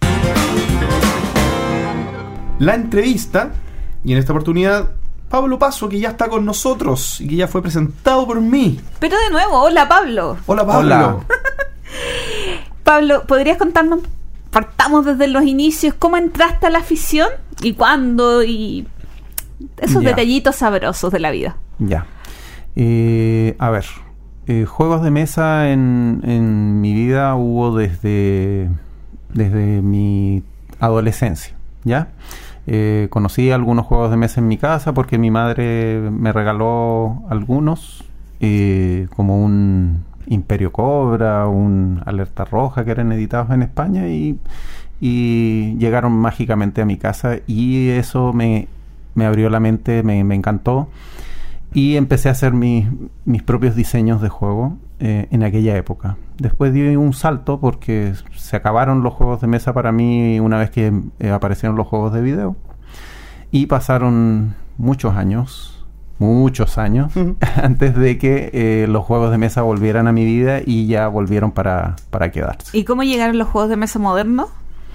S1: La entrevista, y en esta oportunidad Pablo Paso, que ya está con nosotros y que ya fue presentado por mí.
S4: Pero de nuevo, hola Pablo.
S1: Hola Pablo.
S3: Hola.
S4: Pablo, ¿podrías contarnos, partamos desde los inicios, cómo entraste a la afición y cuándo y esos
S3: ya.
S4: detallitos sabrosos de la vida?
S3: Ya. Eh, a ver, eh, juegos de mesa en, en mi vida hubo desde, desde mi adolescencia, ¿ya? Eh, conocí algunos juegos de mesa en mi casa porque mi madre me regaló algunos, eh, como un Imperio Cobra, un Alerta Roja, que eran editados en España y, y llegaron mágicamente a mi casa y eso me, me abrió la mente, me, me encantó y empecé a hacer mis, mis propios diseños de juego eh, en aquella época. Después di un salto porque se acabaron los juegos de mesa para mí una vez que eh, aparecieron los juegos de video y pasaron muchos años muchos años uh-huh. antes de que eh, los juegos de mesa volvieran a mi vida y ya volvieron para, para quedarse.
S4: ¿Y cómo llegaron los juegos de mesa modernos?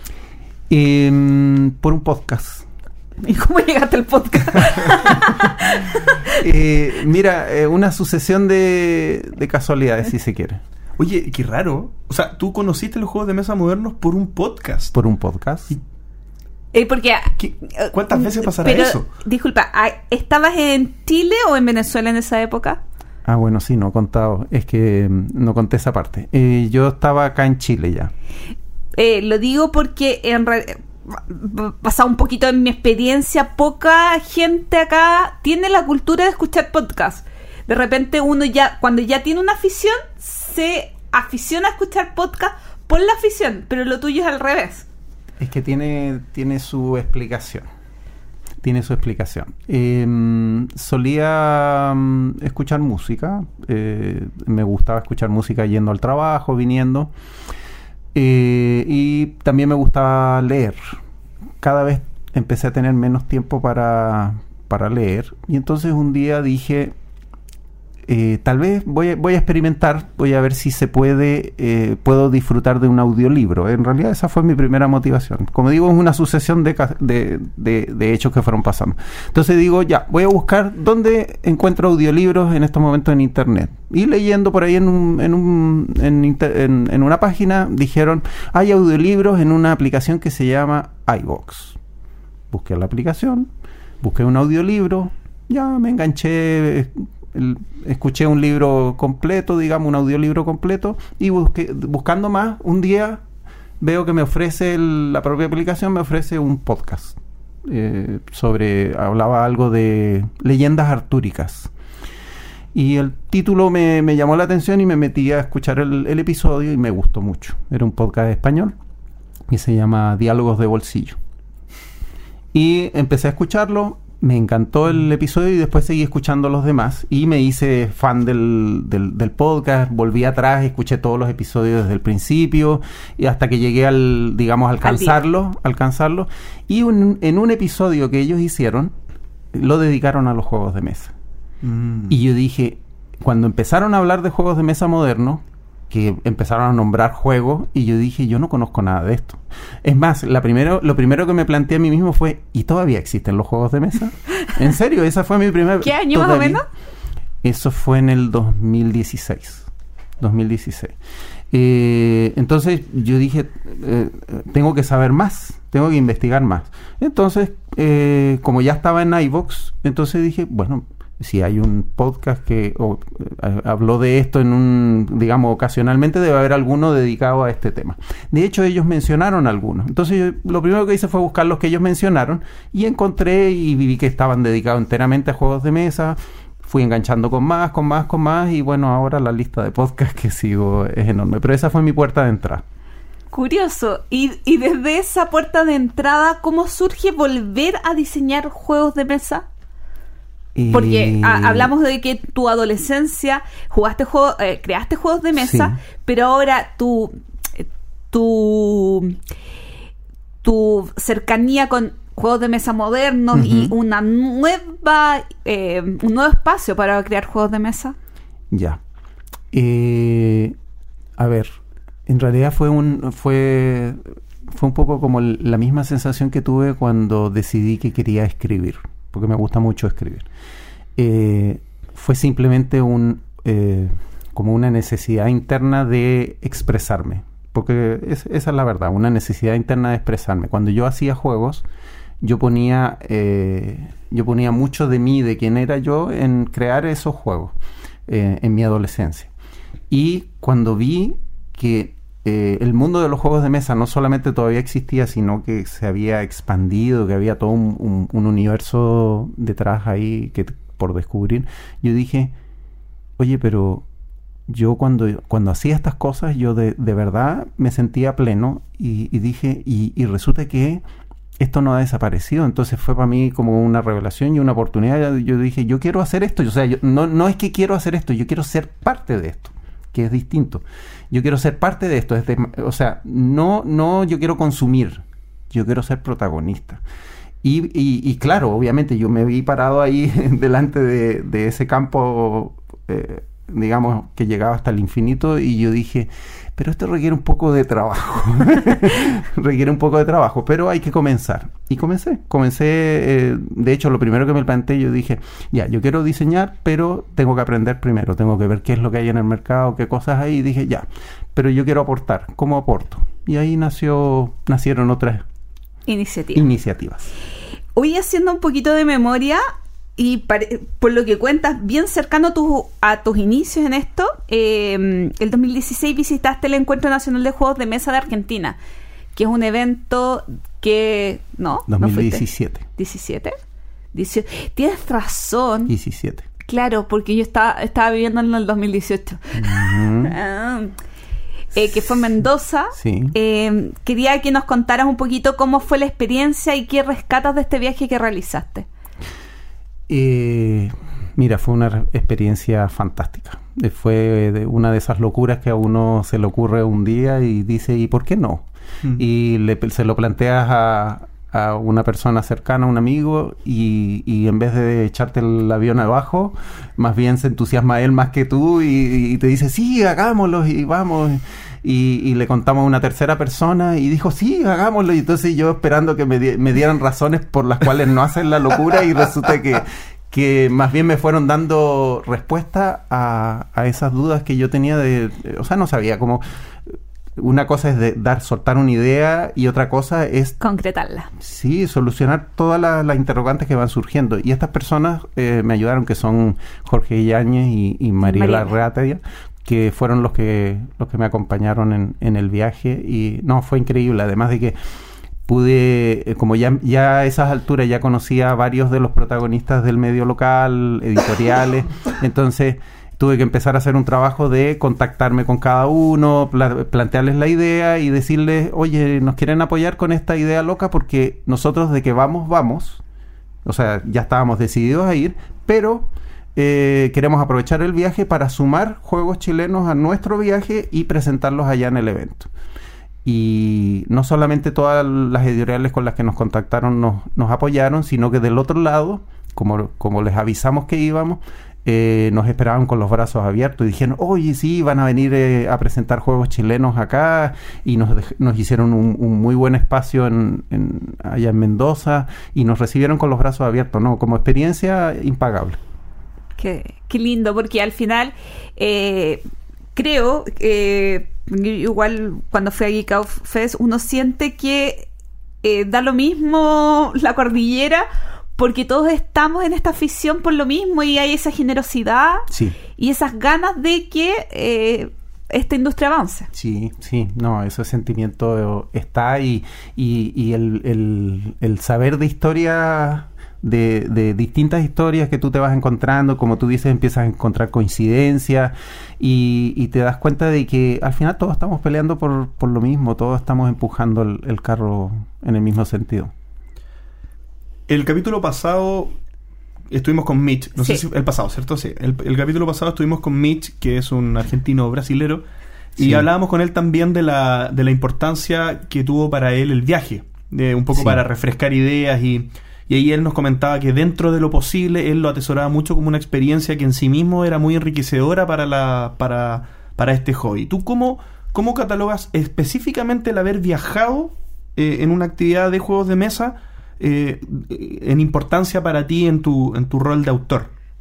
S3: Eh, por un podcast.
S4: ¿Y cómo llegaste al podcast?
S3: eh, mira, eh, una sucesión de, de casualidades, si se quiere.
S1: Oye, qué raro. O sea, tú conociste los juegos de mesa modernos por un podcast.
S3: Por un podcast.
S1: Y
S4: Eh, porque,
S1: ¿Qué? ¿Cuántas veces pasará
S4: pero,
S1: eso?
S4: Disculpa, ¿estabas en Chile o en Venezuela en esa época?
S3: Ah, bueno, sí, no he contado. Es que no conté esa parte. Eh, yo estaba acá en Chile ya.
S4: Eh, lo digo porque, en re- basado un poquito en mi experiencia, poca gente acá tiene la cultura de escuchar podcast. De repente uno ya, cuando ya tiene una afición, se aficiona a escuchar podcast por la afición, pero lo tuyo es al revés.
S3: Es que tiene, tiene su explicación. Tiene su explicación. Eh, solía um, escuchar música. Eh, me gustaba escuchar música yendo al trabajo, viniendo. Eh, y también me gustaba leer. Cada vez empecé a tener menos tiempo para, para leer. Y entonces un día dije... Eh, tal vez voy a, voy a experimentar, voy a ver si se puede, eh, puedo disfrutar de un audiolibro. En realidad esa fue mi primera motivación. Como digo, es una sucesión de, de, de, de hechos que fueron pasando. Entonces digo, ya, voy a buscar dónde encuentro audiolibros en estos momentos en internet. Y leyendo por ahí en, un, en, un, en, inter, en, en una página, dijeron, hay audiolibros en una aplicación que se llama iVoox. Busqué la aplicación, busqué un audiolibro, ya me enganché... El, escuché un libro completo, digamos, un audiolibro completo, y busqué, buscando más, un día veo que me ofrece el, la propia aplicación, me ofrece un podcast eh, sobre, hablaba algo de leyendas artúricas. Y el título me, me llamó la atención y me metí a escuchar el, el episodio y me gustó mucho. Era un podcast español y se llama Diálogos de Bolsillo. Y empecé a escucharlo. Me encantó el episodio y después seguí escuchando los demás y me hice fan del, del, del podcast, volví atrás, escuché todos los episodios desde el principio y hasta que llegué al, digamos, alcanzarlo, alcanzarlo y un, en un episodio que ellos hicieron lo dedicaron a los juegos de mesa. Mm. Y yo dije, cuando empezaron a hablar de juegos de mesa modernos, que empezaron a nombrar juegos y yo dije, yo no conozco nada de esto. Es más, la primero, lo primero que me planteé a mí mismo fue, ¿y todavía existen los juegos de mesa? ¿En serio? Esa fue mi primera...
S4: ¿Qué año más o menos?
S3: Eso fue en el dos mil dieciséis. dos mil dieciséis. Eh, entonces yo dije, eh, tengo que saber más, tengo que investigar más. Entonces, eh, como ya estaba en iVoox, entonces dije, bueno... Si hay un podcast que o, eh, habló de esto en un, digamos, ocasionalmente, debe haber alguno dedicado a este tema. De hecho, ellos mencionaron algunos. Entonces, yo, lo primero que hice fue buscar los que ellos mencionaron y encontré y vi que estaban dedicados enteramente a juegos de mesa. Fui enganchando con más, con más, con más y bueno, ahora la lista de podcasts que sigo es enorme. Pero esa fue mi puerta de entrada.
S4: Curioso. Y, y desde esa puerta de entrada, ¿cómo surge volver a diseñar juegos de mesa?
S3: Y...
S4: Porque a, hablamos de que tu adolescencia jugaste juegos, eh, creaste juegos de mesa,
S3: Sí.
S4: pero ahora tu, tu, tu cercanía con juegos de mesa modernos
S3: Ujú.
S4: y una nueva, eh, un nuevo espacio para crear juegos de mesa.
S3: Ya. Eh, a ver, en realidad fue un fue fue un poco como el- la misma sensación que tuve cuando decidí que quería escribir, porque me gusta mucho escribir. Eh, fue simplemente un eh, como una necesidad interna de expresarme, porque es- esa es la verdad, una necesidad interna de expresarme. Cuando yo hacía juegos, yo ponía eh, yo ponía mucho de mí, de quién era yo, en crear esos juegos eh, en mi adolescencia. Y cuando vi que eh, el mundo de los juegos de mesa no solamente todavía existía, sino que se había expandido, que había todo un, un- un universo detrás ahí que por descubrir, yo dije, oye, pero yo cuando, cuando hacía estas cosas, yo de, de verdad me sentía pleno y, y dije, y, y resulta que esto no ha desaparecido. Entonces fue para mí como una revelación y una oportunidad. Yo dije, yo quiero hacer esto. O sea, yo, no, no es que quiero hacer esto, yo quiero ser parte de esto, que es distinto. Yo quiero ser parte de esto. Es de- o sea, no, no yo quiero consumir, yo quiero ser protagonista. Y, y, y claro, obviamente yo me vi parado ahí delante de, de ese campo, eh, digamos, que llegaba hasta el infinito, y yo dije, pero esto requiere un poco de trabajo. Requiere un poco de trabajo, pero hay que comenzar. Y comencé, comencé, eh, de hecho, lo primero que me planteé, yo dije, ya, yo quiero diseñar, pero tengo que aprender primero, tengo que ver qué es lo que hay en el mercado, qué cosas hay, y dije, ya, pero yo quiero aportar, ¿cómo aporto? Y ahí nació, nacieron otras
S4: Iniciativa.
S3: iniciativas.
S4: Hoy haciendo un poquito de memoria y pare- por lo que cuentas, bien cercano a, tu- a tus inicios en esto, eh, el dos mil dieciséis visitaste el Encuentro Nacional de Juegos de Mesa de Argentina, que es un evento que... ¿No? ¿No
S3: dos mil
S4: fuiste?
S3: diecisiete.
S4: ¿diecisiete? dieciocho. Tienes razón.
S3: diecisiete.
S4: Claro, porque yo estaba, estaba viviendo en el dos mil dieciocho.
S3: Ujú.
S4: Ah. Eh, que fue en Mendoza.
S3: Sí.
S4: Eh, quería que nos contaras un poquito cómo fue la experiencia y qué rescatas de este viaje que realizaste.
S3: Eh, mira, fue una re- experiencia fantástica. Eh, Fue de una de esas locuras que a uno se le ocurre un día y dice, ¿y por qué no?
S1: Mm.
S3: Y le, se lo planteas a, a una persona cercana, a un amigo, y, y en vez de echarte el avión abajo, más bien se entusiasma él más que tú y, y te dice, sí, hagámoslo y vamos. Y, y le contamos a una tercera persona y dijo, sí, hagámoslo. Y entonces yo esperando que me, di- me dieran razones por las cuales no hacer la locura, y resulta que, que más bien me fueron dando respuesta a, a esas dudas que yo tenía de... O sea, no sabía cómo... Una cosa es de dar, soltar una idea, y otra cosa es,
S4: Concretarla.
S3: sí, solucionar todas la- las interrogantes que van surgiendo. Y estas personas eh, me ayudaron, que son Jorge Yáñez y, y Mariela
S4: Mariela.
S3: Reatea, que fueron los que los que me acompañaron en, en el viaje. Y no, fue increíble. Además de que pude, eh, como ya, ya a esas alturas ya conocía a varios de los protagonistas del medio local, editoriales, entonces tuve que empezar a hacer un trabajo de contactarme con cada uno, pla- plantearles la idea y decirles, oye, ¿nos quieren apoyar con esta idea loca? Porque nosotros de que vamos, vamos. O sea, ya estábamos decididos a ir, pero eh, queremos aprovechar el viaje para sumar juegos chilenos a nuestro viaje y presentarlos allá en el evento. Y no solamente todas las editoriales con las que nos contactaron nos, nos apoyaron, sino que del otro lado, como, como les avisamos que íbamos, eh, nos esperaban con los brazos abiertos y dijeron, oye, sí, van a venir eh, a presentar juegos chilenos acá, y nos, dej- nos hicieron un, un muy buen espacio en, en- allá en Mendoza, y nos recibieron con los brazos abiertos, ¿no? Como experiencia impagable.
S4: Qué, qué lindo, porque al final eh, creo, eh, igual cuando fui a Geek Out Fest, uno siente que eh, da lo mismo la cordillera, porque todos estamos en esta afición por lo mismo, y hay esa generosidad
S3: Sí.
S4: y esas ganas de que eh, esta industria avance.
S3: Sí, sí, no, ese sentimiento está, y, y, y el, el, el saber de historia, de, de distintas historias que tú te vas encontrando, como tú dices, empiezas a encontrar coincidencias, y, y te das cuenta de que al final todos estamos peleando por, por lo mismo, todos estamos empujando el, el carro en el mismo sentido.
S1: El capítulo pasado estuvimos con Mitch, no
S4: Sí.
S1: sé si el pasado, ¿cierto? Sí, el, el capítulo pasado estuvimos con Mitch, que es un argentino brasilero, y
S3: Sí.
S1: hablábamos con él también de la, de la importancia que tuvo para él el viaje, de un poco
S3: Sí.
S1: para refrescar ideas, y, y ahí él nos comentaba que dentro de lo posible él lo atesoraba mucho como una experiencia que en sí mismo era muy enriquecedora para, la, para, para este hobby. ¿Tú cómo, cómo catalogas específicamente el haber viajado eh, en una actividad de juegos de mesa Eh, en importancia para ti en tu en tu rol de autor?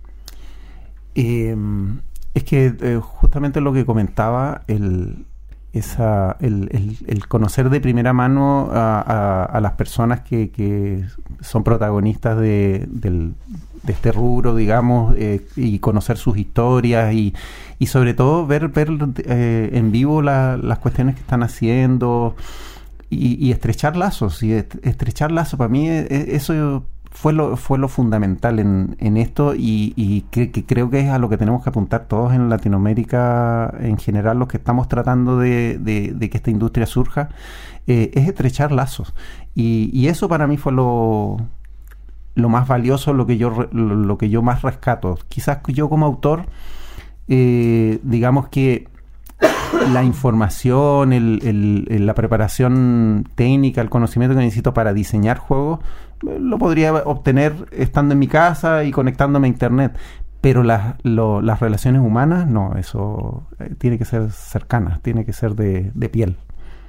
S3: Eh, es que eh, justamente lo que comentaba, el, esa, el, el, el conocer de primera mano a, a, a las personas que, que son protagonistas de, del, de este rubro, digamos, eh, y conocer sus historias y, y sobre todo ver, ver eh, en vivo la, las cuestiones que están haciendo. Y, y estrechar lazos, y est- estrechar lazos, para mí eh, eso fue lo fue lo fundamental en, en esto y, y que, que creo que es a lo que tenemos que apuntar todos en Latinoamérica en general, los que estamos tratando de, de, de que esta industria surja, eh, es estrechar lazos. Y, y eso para mí fue lo, lo más valioso, lo que yo re- lo, lo que yo más rescato. Quizás yo como autor, eh, digamos que la información, el, el, el, la preparación técnica, el conocimiento que necesito para diseñar juegos, eh, lo podría obtener estando en mi casa y conectándome a internet. Pero las, lo, las relaciones humanas, no, eso eh, tiene que ser cercanas, tiene que ser de, de piel.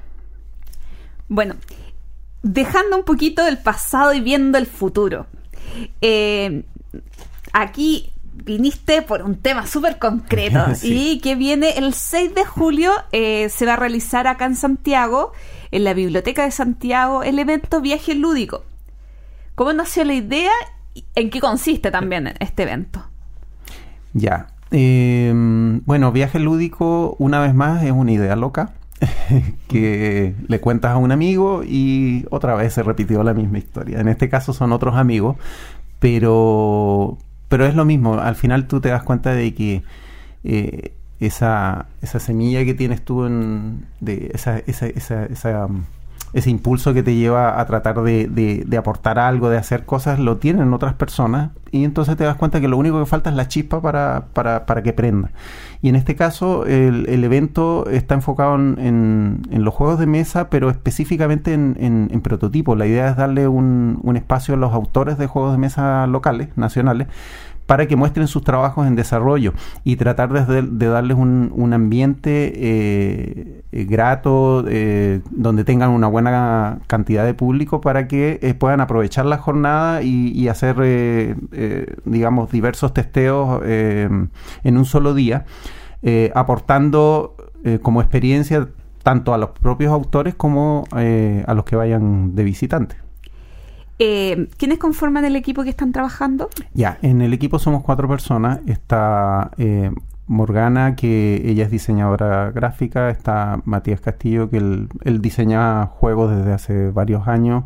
S4: Bueno, dejando un poquito del pasado y viendo el futuro. Eh, aquí viniste por un tema súper concreto. Sí. Y que viene el seis de julio, eh, se va a realizar acá en Santiago, en la Biblioteca de Santiago, el evento Viaje Lúdico. ¿Cómo nació la idea y en qué consiste también este evento?
S3: Ya, eh, bueno, Viaje Lúdico, una vez más, es una idea loca que le cuentas a un amigo y otra vez se repitió la misma historia. En este caso son otros amigos, pero... Pero es lo mismo, al final tú te das cuenta de que eh, esa, esa semilla que tienes tú, en, de esa, esa, esa, esa, um, ese impulso que te lleva a tratar de, de, de aportar algo, de hacer cosas, lo tienen otras personas y entonces te das cuenta que lo único que falta es la chispa para, para, para que prenda. Y en este caso el, el evento está enfocado en, en, en los juegos de mesa, pero específicamente en, en, en prototipos. La idea es darle un, un espacio a los autores de juegos de mesa locales, nacionales, para que muestren sus trabajos en desarrollo y tratar de, de darles un, un ambiente eh, eh, grato, eh, donde tengan una buena cantidad de público para que eh, puedan aprovechar la jornada y, y hacer, eh, eh, digamos, diversos testeos eh, en un solo día, eh, aportando eh, como experiencia tanto a los propios autores como eh, a los que vayan de visitantes.
S4: Eh, ¿Quiénes conforman el equipo que están trabajando?
S3: Ya, en el equipo somos cuatro personas. Está eh, Morgana, que ella es diseñadora gráfica. Está Matías Castillo, que él, él diseña juegos desde hace varios años.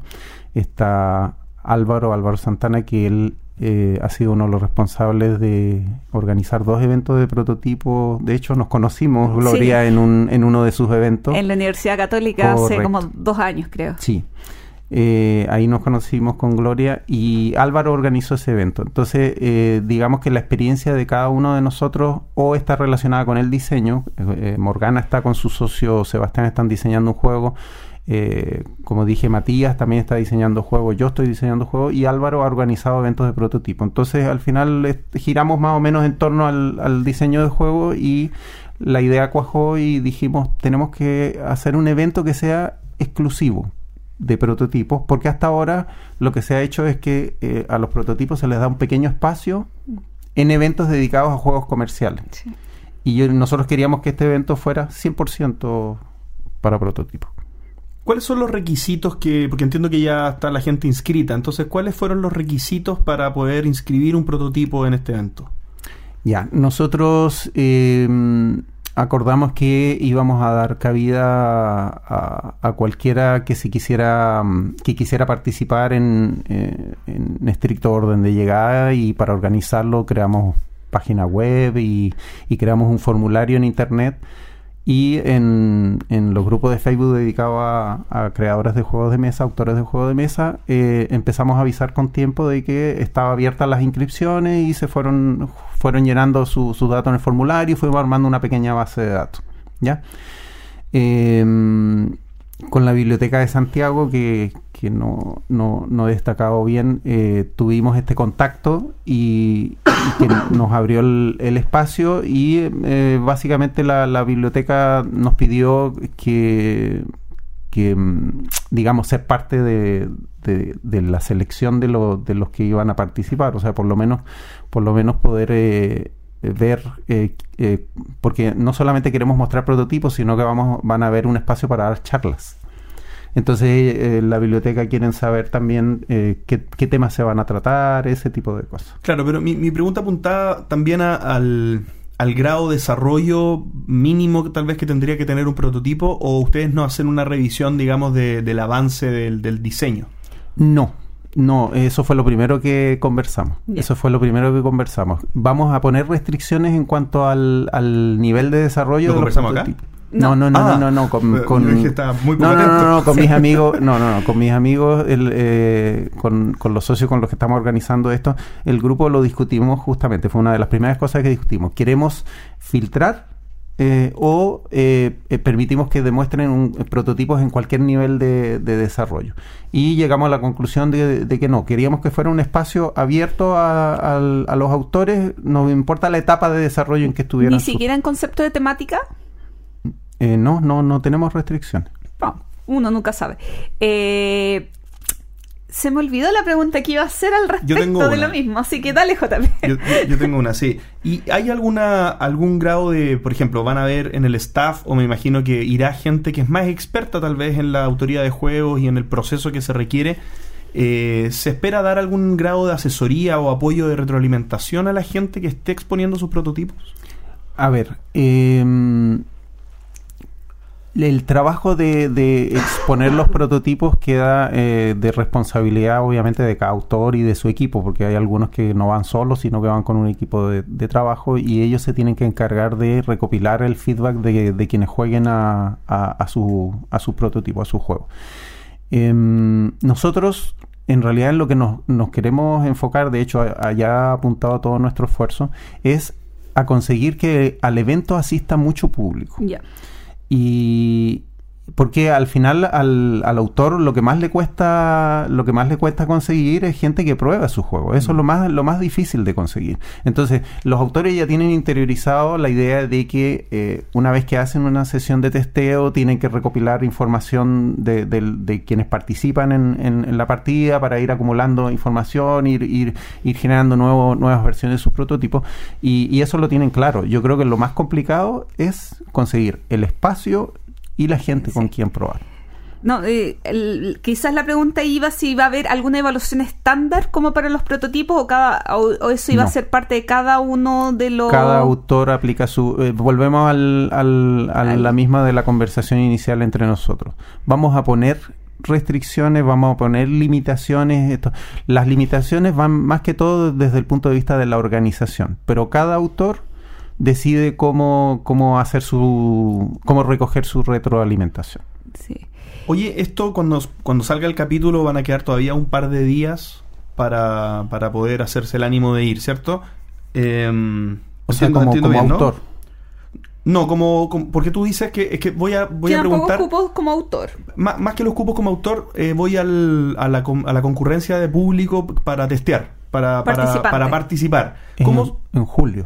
S3: Está Álvaro, Álvaro Santana, que él eh, ha sido uno de los responsables de organizar dos eventos de prototipo. De hecho, nos conocimos, Gloria, sí, en, un, en uno de sus eventos.
S4: En la Universidad Católica. Correcto. Hace como dos años, creo.
S3: Sí. Eh, ahí nos conocimos con Gloria y Álvaro organizó ese evento. Entonces, eh, digamos que la experiencia de cada uno de nosotros o está relacionada con el diseño. Eh, Morgana está con su socio Sebastián, están diseñando un juego. Eh, como dije, Matías también está diseñando juegos, yo estoy diseñando juegos y Álvaro ha organizado eventos de prototipo. Entonces, al final eh, giramos más o menos en torno al, al diseño de juegos y la idea cuajó y dijimos, tenemos que hacer un evento que sea exclusivo de prototipos, porque hasta ahora lo que se ha hecho es que eh, a los prototipos se les da un pequeño espacio en eventos dedicados a juegos comerciales. Sí. Y yo, nosotros queríamos que este evento fuera cien por ciento para prototipos.
S1: ¿Cuáles son los requisitos que, porque entiendo que ya está la gente inscrita, entonces ¿cuáles fueron los requisitos para poder inscribir un prototipo en este evento?
S3: Ya, nosotros eh, acordamos que íbamos a dar cabida a, a cualquiera que se quisiera que quisiera participar en, eh, en estricto orden de llegada, y para organizarlo creamos página web y, y creamos un formulario en internet Y en, en los grupos de Facebook dedicados a, a creadores de juegos de mesa, autores de juegos de mesa, eh, empezamos a avisar con tiempo de que estaban abiertas las inscripciones y se fueron, fueron llenando sus su datos en el formulario y fuimos armando una pequeña base de datos, ¿ya? Eh, con la Biblioteca de Santiago, que, que no, no, no he destacado bien, eh, tuvimos este contacto y, y que nos abrió el, el espacio y eh, básicamente la, la biblioteca nos pidió que, que digamos, ser parte de, de, de la selección de, lo, de los que iban a participar, o sea, por lo menos, por lo menos poder... Eh, ver, eh, eh, porque no solamente queremos mostrar prototipos, sino que vamos van a haber un espacio para dar charlas. Entonces, eh, la biblioteca quieren saber también eh, qué, qué temas se van a tratar, ese tipo de cosas.
S1: Claro, pero mi, mi pregunta apuntaba también a, al, al grado de desarrollo mínimo tal vez que tendría que tener un prototipo, o ustedes no hacen una revisión, digamos, de, del avance del, del diseño.
S3: No. No, eso fue lo primero que conversamos. Yeah. Eso fue lo primero que conversamos. Vamos a poner restricciones en cuanto al, al nivel de desarrollo.
S1: ¿Lo
S3: de
S1: conversamos acá?
S3: No, no, no,
S1: ah,
S3: no, no, no, con,
S1: me,
S3: con
S1: me dije, estaba muy
S3: no, no, no, no, con
S1: sí.
S3: mis amigos, no, no, no, con mis amigos, el, eh, con, con los socios con los que estamos organizando esto, el grupo lo discutimos justamente. Fue una de las primeras cosas que discutimos. Queremos filtrar. Eh, o eh, eh, permitimos que demuestren un, eh, prototipos en cualquier nivel de, de desarrollo. Y llegamos a la conclusión de, de que no, queríamos que fuera un espacio abierto a, a, a los autores, no importa la etapa de desarrollo en que estuvieran.
S4: ¿Ni siquiera en concepto de temática?
S3: Eh, no, no, no tenemos restricciones.
S4: No, uno nunca sabe. Eh... Se me olvidó la pregunta que iba a hacer al respecto de lo mismo, así que dale, J P.
S1: Yo, yo tengo una, sí. ¿Y hay alguna algún grado de, por ejemplo, van a ver en el staff, o me imagino que irá gente que es más experta tal vez en la autoría de juegos y en el proceso que se requiere? Eh, ¿Se espera dar algún grado de asesoría o apoyo de retroalimentación a la gente que esté exponiendo sus prototipos?
S3: A ver, eh... el trabajo de, de exponer los prototipos queda eh, de responsabilidad obviamente de cada autor y de su equipo, porque hay algunos que no van solos, sino que van con un equipo de, de trabajo, y ellos se tienen que encargar de recopilar el feedback de, de quienes jueguen a, a, a su a su prototipo, a su juego. Eh, nosotros en realidad en lo que nos, nos queremos enfocar, de hecho allá ha apuntado todo nuestro esfuerzo, es a conseguir que al evento asista mucho público.
S4: Ya. Yeah.
S3: Y porque al final al, al autor lo que más le cuesta lo que más le cuesta conseguir es gente que prueba su juego. Eso mm. es lo más lo más difícil de conseguir. Entonces los autores ya tienen interiorizado la idea de que eh, una vez que hacen una sesión de testeo tienen que recopilar información de, de, de quienes participan en, en, en la partida para ir acumulando información, ir, ir, ir generando nuevo, nuevas versiones de sus prototipos, y, y eso lo tienen claro. Yo creo que lo más complicado es conseguir el espacio y la gente sí. con quien probar.
S4: No, eh, el, quizás la pregunta iba si va a haber alguna evaluación estándar como para los prototipos, o cada o, o eso iba no. a ser parte de cada uno de los...
S3: Cada autor aplica su... Eh, volvemos al, al, a al... la misma de la conversación inicial entre nosotros. Vamos a poner restricciones, vamos a poner limitaciones. Esto. Las limitaciones van más que todo desde el punto de vista de la organización, pero cada autor decide cómo, cómo hacer su, cómo recoger su retroalimentación.
S4: Sí.
S1: Oye, esto cuando, cuando salga el capítulo van a quedar todavía un par de días para, para poder hacerse el ánimo de ir, ¿cierto? Eh,
S3: o sea, entiendo, como, como bien, autor.
S1: ¿no? No, como, como porque tú dices que es que voy a voy a preguntar.
S4: Pocos cupos como autor.
S1: Más, más que los cupos como autor, eh, voy al, a, la, a la concurrencia de público para testear, para para, para participar. ¿Cómo?
S3: En, en julio.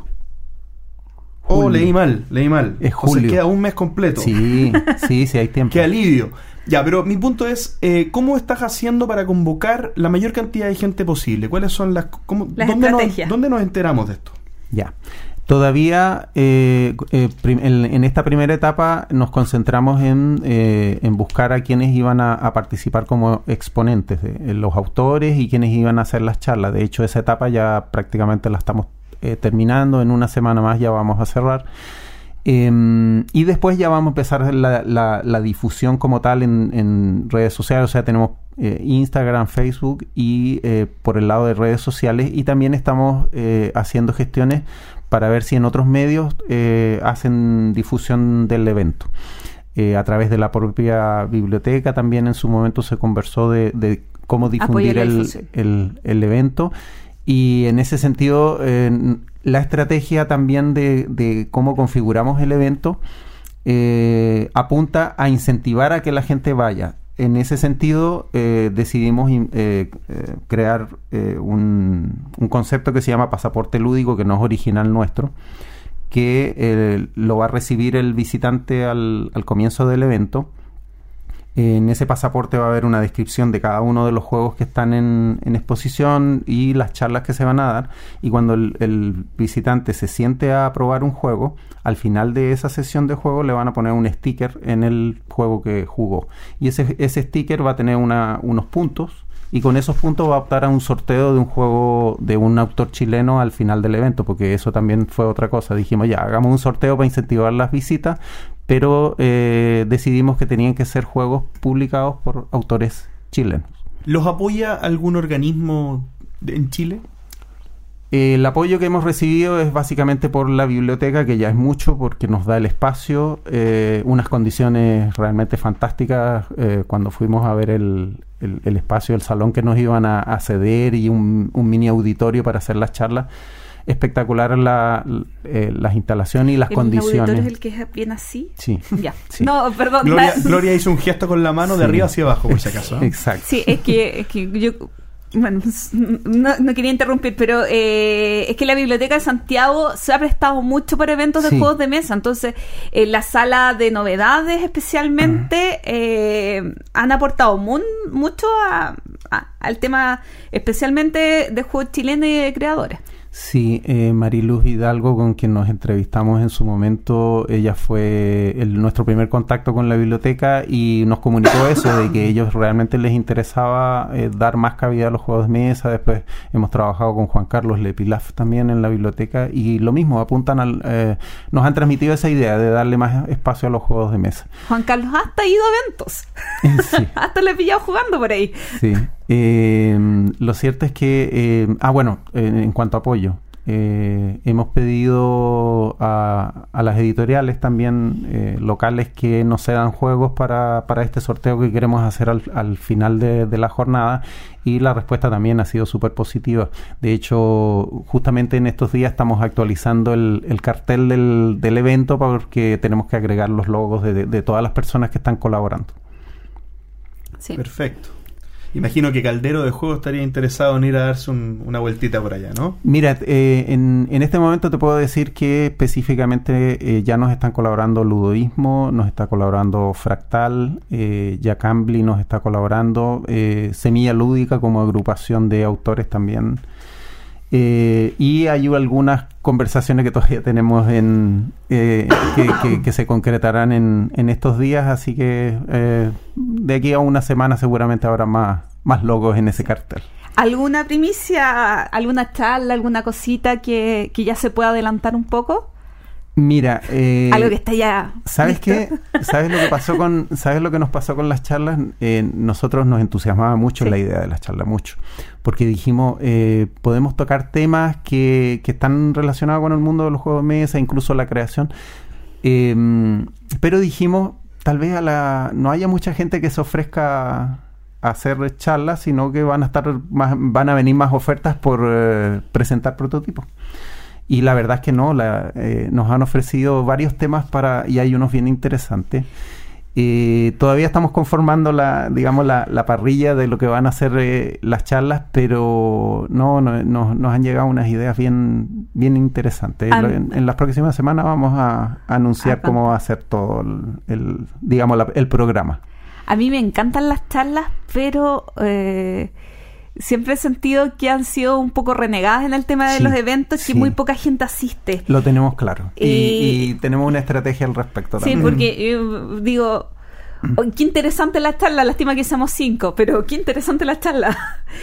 S1: Oh, leí mal, leí mal.
S3: Es julio.
S1: O sea, queda un mes completo.
S3: Sí, sí, sí, hay tiempo.
S1: Qué alivio. Ya, pero mi punto es, eh, ¿cómo estás haciendo para convocar la mayor cantidad de gente posible? ¿Cuáles son las... Cómo,
S4: las
S1: ¿dónde
S4: estrategias?
S1: Nos, ¿Dónde nos enteramos de esto?
S3: Ya. Todavía eh, eh, prim- en, en esta primera etapa nos concentramos en, eh, en buscar a quienes iban a, a participar como exponentes, de, los autores y quienes iban a hacer las charlas. De hecho, esa etapa ya prácticamente la estamos Eh, terminando, en una semana más ya vamos a cerrar, Eh, y después ya vamos a empezar la, la, la difusión como tal en, en redes sociales. O sea, tenemos eh, Instagram, Facebook y eh, por el lado de redes sociales. Y también estamos eh, haciendo gestiones para ver si en otros medios eh, hacen difusión del evento. Eh, a través de la propia biblioteca también en su momento se conversó de, de cómo difundir el, el, el evento. Y en ese sentido, eh, la estrategia también de, de cómo configuramos el evento eh, apunta a incentivar a que la gente vaya. En ese sentido, eh, decidimos eh, eh, crear eh, un, un concepto que se llama pasaporte lúdico, que no es original nuestro, que eh, lo va a recibir el visitante al, al comienzo del evento. En ese pasaporte va a haber una descripción de cada uno de los juegos que están en, en exposición y las charlas que se van a dar. Y cuando el, el visitante se siente a probar un juego, al final de esa sesión de juego le van a poner un sticker en el juego que jugó. Y ese, ese sticker va a tener una, unos puntos, y con esos puntos va a optar a un sorteo de un juego de un autor chileno al final del evento, porque eso también fue otra cosa. Dijimos, ya, hagamos un sorteo para incentivar las visitas, pero eh, decidimos que tenían que ser juegos publicados por autores chilenos.
S1: ¿Los apoya algún organismo de, en Chile?
S3: Eh, el apoyo que hemos recibido es básicamente por la biblioteca, que ya es mucho porque nos da el espacio, eh, unas condiciones realmente fantásticas eh, cuando fuimos a ver el, el, el espacio, el salón que nos iban a, a ceder y un, un mini auditorio para hacer las charlas. Espectacular la, eh, las instalaciones y las
S4: ¿El
S3: condiciones.
S4: auditorio es el que es bien así?
S3: Sí.
S4: Ya.
S3: Sí.
S4: No, perdón.
S1: Gloria,
S4: la-
S1: Gloria hizo un gesto con la mano
S3: Sí.
S1: de arriba hacia abajo, por si acaso. ¿eh?
S3: Exacto.
S4: Sí, es que, es que yo... Bueno, no, no quería interrumpir, pero eh, es que la Biblioteca de Santiago se ha prestado mucho para eventos de
S3: Sí.
S4: juegos de mesa. Entonces, en la sala de novedades especialmente eh, han aportado mun- mucho a- a- al tema, especialmente de juegos chilenos y de creadores.
S3: Sí, eh, Mariluz Hidalgo, con quien nos entrevistamos en su momento, ella fue el, nuestro primer contacto con la biblioteca y nos comunicó eso, de que ellos realmente les interesaba eh, dar más cabida a los juegos de mesa. Después hemos trabajado con Juan Carlos Lepilaf también en la biblioteca y lo mismo, apuntan al, eh, nos han transmitido esa idea de darle más espacio a los juegos de mesa.
S4: Juan Carlos hasta ha ido a eventos.
S3: Sí.
S4: Hasta le he pillado jugando por ahí.
S3: Sí, eh, lo cierto es que, eh, ah bueno, eh, en cuanto a apoyo, eh, hemos pedido a, a las editoriales también eh, locales que nos cedan juegos para, para este sorteo que queremos hacer al, al final de, de la jornada, y la respuesta también ha sido súper positiva. De hecho, justamente en estos días estamos actualizando el, el cartel del, del evento porque tenemos que agregar los logos de, de, de todas las personas que están colaborando.
S4: Sí.
S1: Perfecto. Imagino que Caldero de Juego estaría interesado en ir a darse un- una vueltita por allá, ¿no?
S3: Mira, eh, en, en este momento te puedo decir que específicamente eh, ya nos están colaborando Ludoísmo, nos está colaborando Fractal, eh, Jack Ambly nos está colaborando, eh, Semilla Lúdica como agrupación de autores también. Eh, y hay algunas conversaciones que todavía tenemos en eh, que, que- que se concretarán en, en estos días, así que eh, de aquí a una semana seguramente habrá más, más logos en ese cartel.
S4: ¿Alguna primicia, alguna charla, alguna cosita que, que ya se pueda adelantar un poco?
S3: Mira, eh,
S4: Algo que está ya...
S3: ¿sabes
S4: listo.
S3: qué? ¿Sabes lo que pasó con, ¿sabes lo que nos pasó con las charlas? Eh, nosotros nos entusiasmaba mucho
S4: Sí.
S3: la idea de las charlas, mucho. Porque dijimos, eh, podemos tocar temas que, que están relacionados con el mundo de los juegos de mesa, incluso la creación. Eh, pero dijimos, tal vez a la, no haya mucha gente que se ofrezca a hacer charlas, sino que van a estar más, van a venir más ofertas por eh, presentar prototipos. Y la verdad es que no, la, eh, nos han ofrecido varios temas para, y hay unos bien interesantes. Eh, todavía estamos conformando la, digamos, la, la parrilla de lo que van a ser eh, las charlas, pero no, no, no- nos han llegado unas ideas bien, bien interesantes.
S4: An-
S3: Lo- en, en las próximas semanas vamos a, a anunciar
S4: Ah,
S3: cómo va a ser todo el, el, digamos, la- el programa.
S4: A mí me encantan las charlas, pero eh, siempre he sentido que han sido un poco renegadas en el tema de
S3: Sí,
S4: los eventos, que
S3: sí.
S4: muy poca gente asiste.
S3: Lo tenemos claro. Y,
S4: Y-
S3: y tenemos una estrategia al respecto
S4: Sí,
S3: también.
S4: porque yo digo, Oh, qué interesante la charla, lástima que seamos cinco, pero qué interesante la charla.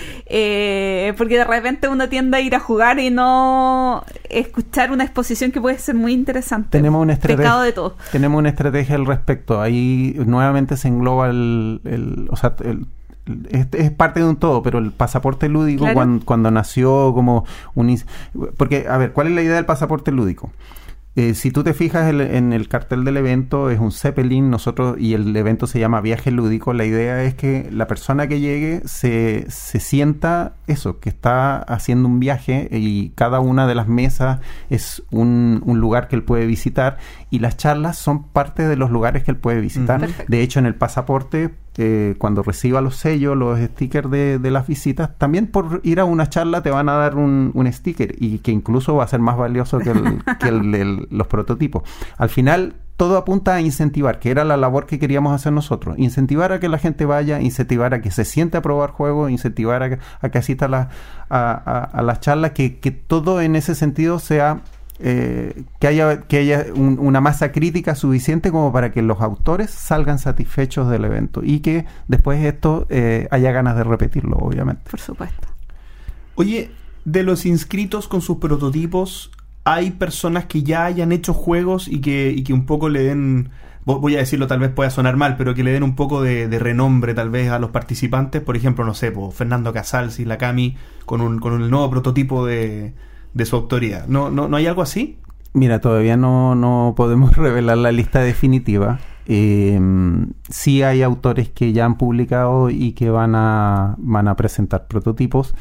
S4: Eh, porque de repente uno tiende a ir a jugar y no escuchar una exposición que puede ser muy interesante.
S3: Tenemos una estrategia,
S4: Pecado de todo.
S3: Tenemos una estrategia al respecto. Ahí nuevamente se engloba el, el o sea, el, Es, es parte de un todo, pero el pasaporte lúdico,
S4: claro.
S3: cuando, cuando nació como un... Porque, a ver, ¿cuál es la idea del pasaporte lúdico? Eh, si tú te fijas el, en el cartel del evento, es un Zeppelin, nosotros, y el evento se llama Viaje Lúdico. La idea es que la persona que llegue se, se sienta eso, que está haciendo un viaje, y cada una de las mesas es un, un lugar que él puede visitar, y las charlas son parte de los lugares que él puede visitar.
S4: Perfecto.
S3: De hecho, en el pasaporte, eh, cuando reciba los sellos, los stickers de, de las visitas, también por ir a una charla te van a dar un, un sticker, y que incluso va a ser más valioso que, el, que el, el, los prototipos. Al final, todo apunta a incentivar, que era la labor que queríamos hacer nosotros. Incentivar a que la gente vaya, incentivar a que se siente a probar juegos, incentivar a que, a que asista a, la, a, a, a las charlas, que, que todo en ese sentido sea... Eh, que haya, que haya un, una masa crítica suficiente como para que los autores salgan satisfechos del evento y que después esto eh, haya ganas de repetirlo, obviamente.
S4: Por supuesto.
S1: Oye, de los inscritos con sus prototipos, ¿hay personas que ya hayan hecho juegos y que, y que un poco le den, voy a decirlo, tal vez pueda sonar mal, pero que le den un poco de, de renombre tal vez a los participantes? Por ejemplo, no sé, pues, Fernando Casals y la Cami con un, con un nuevo prototipo de... de su autoría. ¿No, no, ¿No hay algo así?
S3: Mira, todavía no, no podemos revelar la lista definitiva. Eh, sí hay autores que ya han publicado y que van a, van a presentar prototipos.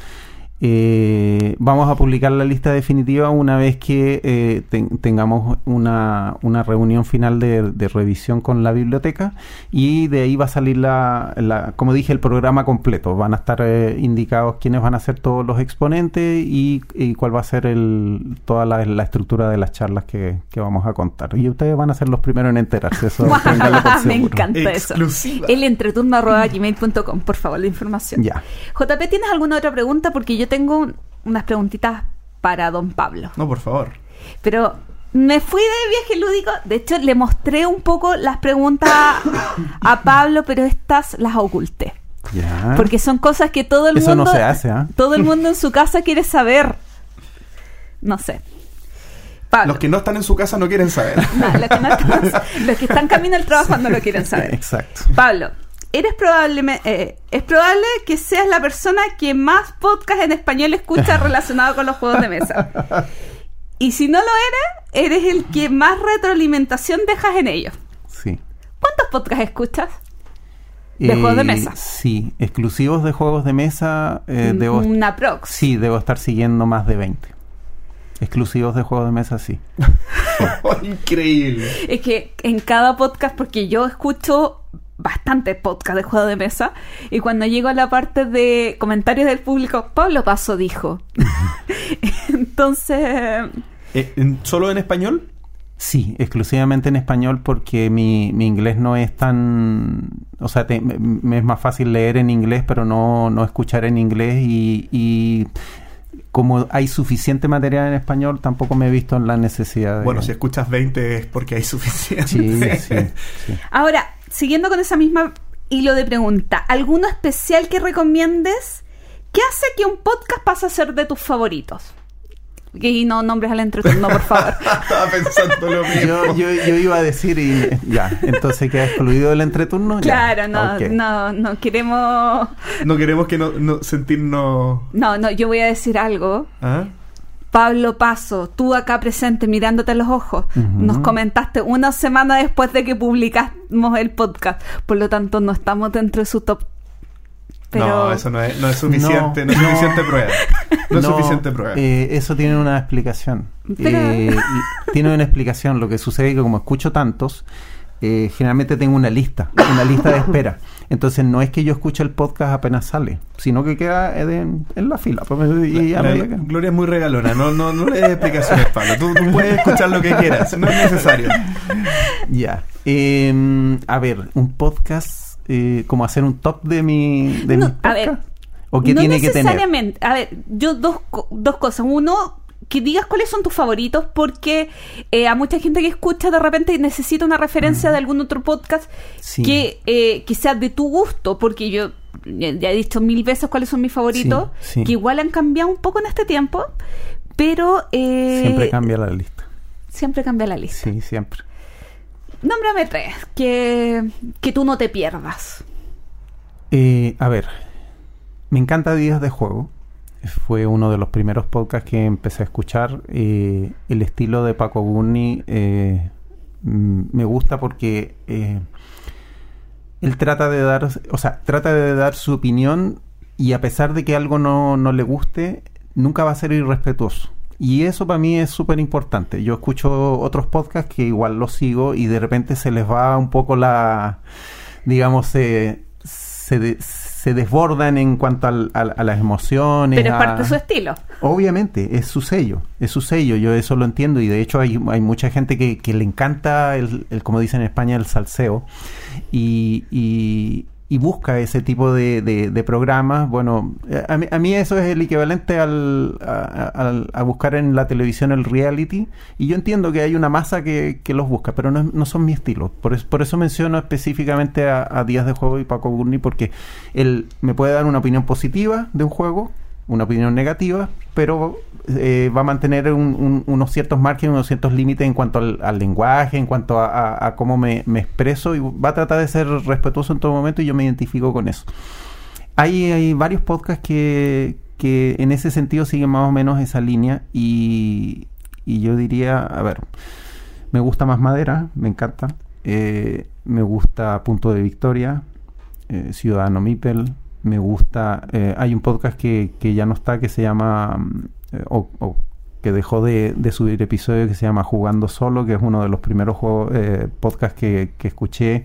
S3: Eh, vamos a publicar la lista definitiva una vez que eh, ten, tengamos una, una reunión final de, de revisión con la biblioteca, y de ahí va a salir la, la como dije, el programa completo. Van a estar eh, indicados quiénes van a ser todos los exponentes y, y cuál va a ser el, toda la, la estructura de las charlas que, que vamos a contar. Y ustedes van a ser los primeros en enterarse. Eso ténganlo por
S4: Me
S3: seguro.
S4: encanta eso.
S1: Exclusiva.
S4: El entreturno arroba gmail punto com, por favor, la información.
S3: Ya.
S4: J P, ¿tienes alguna otra pregunta? Porque yo tengo un- unas preguntitas para don Pablo.
S1: No, por favor.
S4: Pero me fui de viaje lúdico. De hecho, le mostré un poco las preguntas a, a Pablo, pero estas las oculté.
S3: Ya.
S4: Porque son cosas que todo el
S3: Eso
S4: mundo...
S3: no se hace, ¿ah?
S4: Todo el mundo en su casa quiere saber. No sé. Pablo.
S1: Los que no están en su casa no quieren saber.
S4: No, los, que no están, los que están camino al trabajo no lo quieren saber.
S3: Exacto.
S4: Pablo, eres probablemente, eh, es probable que seas la persona que más podcast en español escucha relacionado con los juegos de mesa. Y si no lo eres, eres el que más retroalimentación dejas en ellos.
S3: Sí.
S4: ¿Cuántos podcasts escuchas? De juegos de mesa.
S3: Sí, exclusivos de juegos de mesa. Eh, debo,
S4: Una prox.
S3: sí, debo estar siguiendo más de veinte. Exclusivos de juegos de mesa, sí.
S1: Oh, increíble.
S4: Es que en cada podcast, porque yo escucho bastante podcast de juegos de mesa, y cuando llego a la parte de comentarios del público, Pablo Paso dijo. Entonces...
S1: Eh, ¿en- ¿Solo en español?
S3: Sí, exclusivamente en español, porque mi, mi inglés no es tan... O sea, te- me, me es más fácil leer en inglés, pero no, no escuchar en inglés. Y, y como hay suficiente material en español, tampoco me he visto en la necesidad de...
S1: Bueno, si escuchas veinte es porque hay suficiente.
S3: Sí, sí, sí.
S4: Ahora, siguiendo con esa misma hilo de pregunta, ¿alguno especial que recomiendes? ¿Qué hace que un podcast pase a ser de tus favoritos? Y no nombres al entreturno, por favor.
S1: Estaba pensando lo mismo.
S3: Yo, yo, yo iba a decir, y ya, entonces queda excluido del entreturno. Ya.
S4: Claro, no,
S3: Ok.
S4: no, no queremos...
S1: No queremos que no, no sentirnos...
S4: No, no, yo voy a decir algo.
S1: ¿Ah?
S4: Pablo Paso, tú acá presente mirándote a los ojos,
S3: Ujú.
S4: nos comentaste una semana después de que publicamos el podcast, por lo tanto no estamos dentro de su top. Pero
S1: No, eso no es, no es suficiente, no,
S3: No,
S1: es
S3: no.
S1: suficiente prueba. No, es suficiente prueba.
S3: eh, eso tiene una explicación.
S4: Pero-
S3: Eh, y- tiene una explicación. Lo que sucede es que como escucho tantos, eh, generalmente tengo una lista, una lista de espera. Entonces no es que yo escuche el podcast apenas sale, sino que queda en, en la fila. Pues, y ya
S1: La-
S3: me-
S1: la- Gloria es muy regalona, no, no, no le des explicaciones, Pablo. Tú, tú puedes escuchar lo que quieras, no es necesario.
S3: Ya. Eh, a ver, un podcast, eh, como hacer un top de mi, de
S4: No,
S3: mi
S4: a ver,
S3: podcast. ¿O qué
S4: no
S3: tiene que tener?
S4: necesariamente. A ver, yo dos, co- dos cosas. Uno, que digas cuáles son tus favoritos, porque eh, a mucha gente que escucha de repente necesita una referencia mm. de algún otro podcast sí. que, eh, que sea de tu gusto, porque yo ya he dicho mil veces cuáles son mis favoritos, sí, sí. que igual han cambiado un poco en este tiempo, pero... Eh,
S3: siempre cambia la lista.
S4: Siempre cambia la lista.
S3: Sí, siempre.
S4: Nómbrame tres, que, que tú no te pierdas.
S3: Eh, a ver, me encanta Días de Juego. Fue uno de los primeros podcasts que empecé a escuchar. Eh, el estilo de Paco Gurney eh, me gusta porque eh, él trata de dar, o sea, trata de dar su opinión y a pesar de que algo no, no le guste, nunca va a ser irrespetuoso. Y eso para mí es súper importante. Yo escucho otros podcasts que igual los sigo y de repente se les va un poco la, digamos, eh, se... De, se desbordan en cuanto al, al, a las emociones.
S4: Pero es
S3: a...
S4: parte de su estilo.
S3: Obviamente, es su sello, es su sello, yo eso lo entiendo y de hecho hay, hay mucha gente que, que le encanta, el, el como dicen en España, el salseo y, y, y busca ese tipo de, de, de programas. Bueno, a mí, a mí eso es el equivalente al, a, a, a buscar en la televisión el reality y yo entiendo que hay una masa que, que los busca, pero no, no son mi estilo. Por, es, por eso menciono específicamente a, a Días de Juego y Paco Gurney, porque él me puede dar una opinión positiva de un juego, una opinión negativa, pero eh, va a mantener un, un, unos ciertos márgenes, unos ciertos límites en cuanto al, al lenguaje, en cuanto a, a, a cómo me, me expreso y va a tratar de ser respetuoso en todo momento y yo me identifico con eso. Hay, hay varios podcasts que, que en ese sentido siguen más o menos esa línea y, y yo diría, a ver, me gusta Más Madera, me encanta, eh, me gusta Punto de Victoria, eh, Ciudadano Mipel, me gusta, eh, hay un podcast que, que ya no está, que se llama, eh, o, o que dejó de, de subir episodio, que se llama Jugando Solo, que es uno de los primeros juegos, eh, podcasts que, que escuché,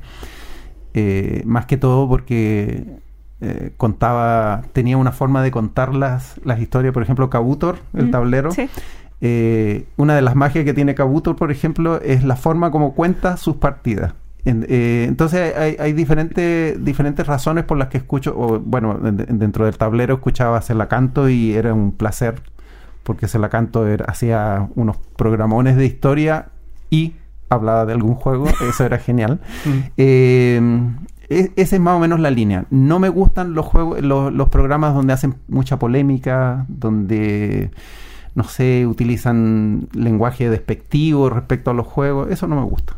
S3: eh, más que todo porque eh, contaba, tenía una forma de contar las, las historias, por ejemplo, Kabutor, el mm, tablero. Sí. Eh, una de las magias que tiene Kabutor, por ejemplo, es la forma como cuenta sus partidas. En, eh, entonces hay, hay diferentes diferentes razones por las que escucho, o bueno, de, dentro del tablero escuchaba Celacanto y era un placer, porque Celacanto era, hacía unos programones de historia y hablaba de algún juego, eso era genial. Mm. Eh, es, esa es más o menos la línea. No me gustan los juegos, los, los programas donde hacen mucha polémica, donde, no sé, utilizan lenguaje despectivo respecto a los juegos, eso no me gusta.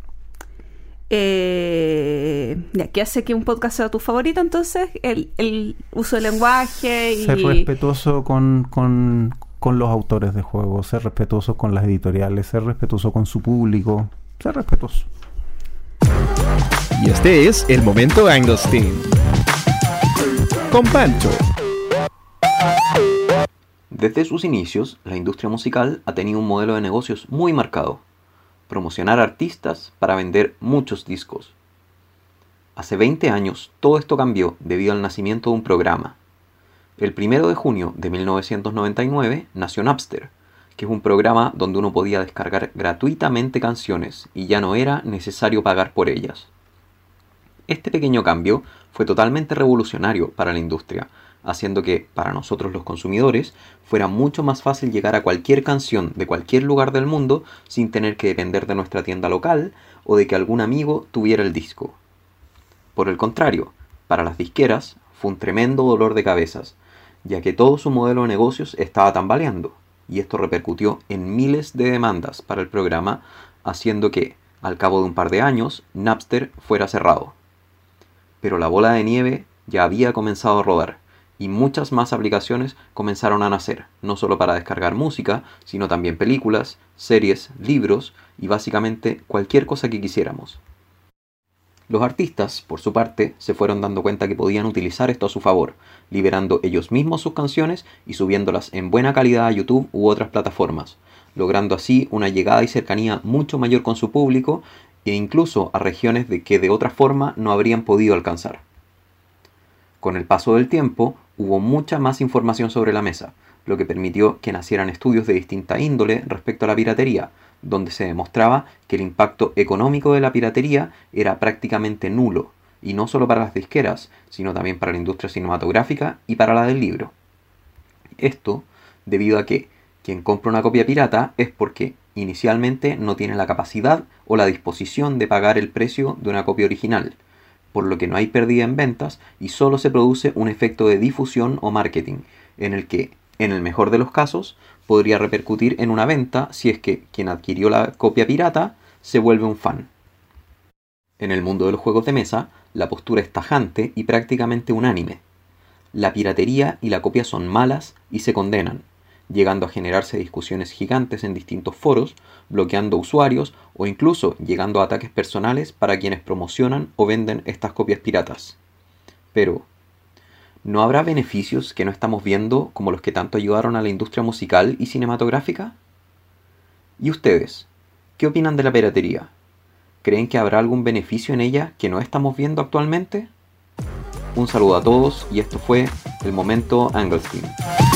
S4: Eh, ya, ¿qué hace que un podcast sea tu favorito entonces? El, el uso del lenguaje y...
S3: Ser respetuoso con, con, con los autores de juegos, ser respetuoso con las editoriales, ser respetuoso con su público, ser respetuoso.
S5: Y este es el momento Angostín. Con Pancho.
S6: Desde sus inicios, la industria musical ha tenido un modelo de negocios muy marcado. Promocionar artistas para vender muchos discos. Hace veinte años todo esto cambió debido al nacimiento de un programa. El primero de junio de mil novecientos noventa y nueve nació Napster, que es un programa donde uno podía descargar gratuitamente canciones y ya no era necesario pagar por ellas. Este pequeño cambio fue totalmente revolucionario para la industria, haciendo que, para nosotros los consumidores, fuera mucho más fácil llegar a cualquier canción de cualquier lugar del mundo sin tener que depender de nuestra tienda local o de que algún amigo tuviera el disco. Por el contrario, para las disqueras fue un tremendo dolor de cabezas, ya que todo su modelo de negocios estaba tambaleando, y esto repercutió en miles de demandas para el programa, haciendo que, al cabo de un par de años, Napster fuera cerrado. Pero la bola de nieve ya había comenzado a rodar, y muchas más aplicaciones comenzaron a nacer, no solo para descargar música, sino también películas, series, libros y básicamente cualquier cosa que quisiéramos. Los artistas, por su parte, se fueron dando cuenta que podían utilizar esto a su favor, liberando ellos mismos sus canciones y subiéndolas en buena calidad a YouTube u otras plataformas, logrando así una llegada y cercanía mucho mayor con su público e incluso a regiones de que de otra forma no habrían podido alcanzar. Con el paso del tiempo, hubo mucha más información sobre la mesa, lo que permitió que nacieran estudios de distinta índole respecto a la piratería, donde se demostraba que el impacto económico de la piratería era prácticamente nulo, y no solo para las disqueras, sino también para la industria cinematográfica y para la del libro. Esto debido a que, Quien compra una copia pirata es porque inicialmente no tiene la capacidad o la disposición de pagar el precio de una copia original, por lo que no hay pérdida en ventas y solo se produce un efecto de difusión o marketing, en el que, en el mejor de los casos, podría repercutir en una venta si es que quien adquirió la copia pirata se vuelve un fan. En el mundo de los juegos de mesa, la postura es tajante y prácticamente unánime. La piratería y la copia son malas y se condenan, llegando a generarse discusiones gigantes en distintos foros, bloqueando usuarios o incluso llegando a ataques personales para quienes promocionan o venden estas copias piratas. Pero, ¿no habrá beneficios que no estamos viendo como los que tanto ayudaron a la industria musical y cinematográfica? ¿Y ustedes? ¿Qué opinan de la piratería? ¿Creen que habrá algún beneficio en ella que no estamos viendo actualmente? Un saludo a todos y esto fue el Momento Anglestein.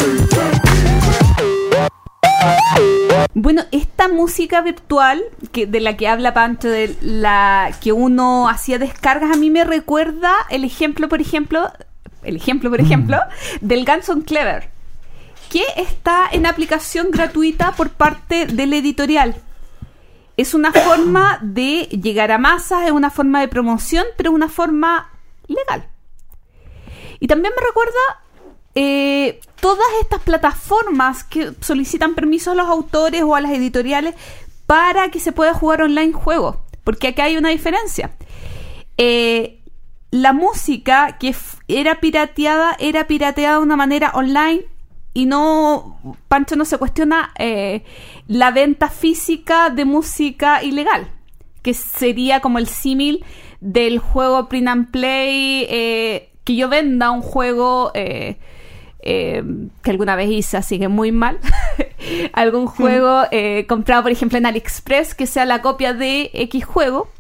S4: Bueno, esta música virtual que, de la que habla Pancho, de la que uno hacía descargas, a mí me recuerda el ejemplo, por ejemplo, el ejemplo, por ejemplo, mm. del Gunson Clever, que está en aplicación gratuita por parte de la editorial. Es una forma de llegar a masas, es una forma de promoción, pero es una forma legal. Y también me recuerda eh, todas estas plataformas que solicitan permisos a los autores o a las editoriales para que se pueda jugar online juegos, porque acá hay una diferencia. Eh, la música que f- era pirateada, era pirateada de una manera online y no, Pancho no se cuestiona eh, la venta física de música ilegal, que sería como el símil del juego print and play, eh, que yo venda un juego eh, eh, que alguna vez hice, así que muy mal, algún juego eh, comprado por ejemplo en AliExpress que sea la copia de X juego,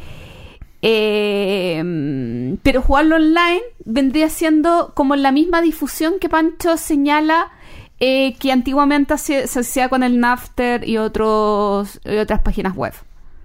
S4: eh, pero jugarlo online vendría siendo como la misma difusión que Pancho señala eh, que antiguamente se, se hacía con el Napster y, otros, y otras páginas web.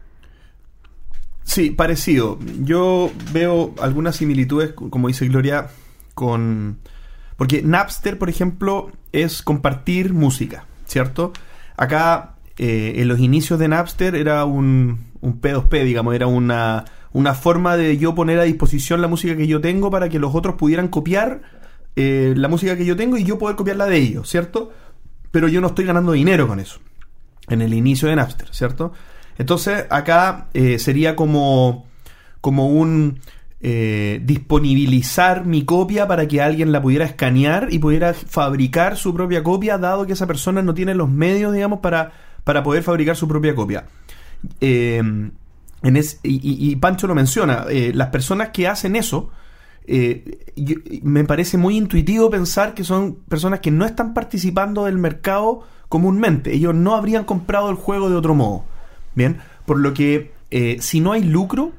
S1: Sí, parecido. Yo veo algunas similitudes, como dice Gloria, con... Porque Napster, por ejemplo, es compartir música, ¿cierto? Acá, eh, en los inicios de Napster era un, un P dos P, digamos, era una, una forma de yo poner a disposición la música que yo tengo para que los otros pudieran copiar eh, la música que yo tengo y yo poder copiar la de ellos, ¿cierto? Pero yo no estoy ganando dinero con eso, en el inicio de Napster, ¿cierto? Entonces, acá eh, sería como, como un eh, disponibilizar mi copia para que alguien la pudiera escanear y pudiera fabricar su propia copia, dado que esa persona no tiene los medios, digamos, para, para poder fabricar su propia copia. Eh, en es, y, y, y Pancho lo menciona, eh, las personas que hacen eso, eh, yo, me parece muy intuitivo pensar que son personas que no están participando del mercado comúnmente. Ellos no habrían comprado el juego de otro modo. Bien, por lo que eh, si no hay lucro,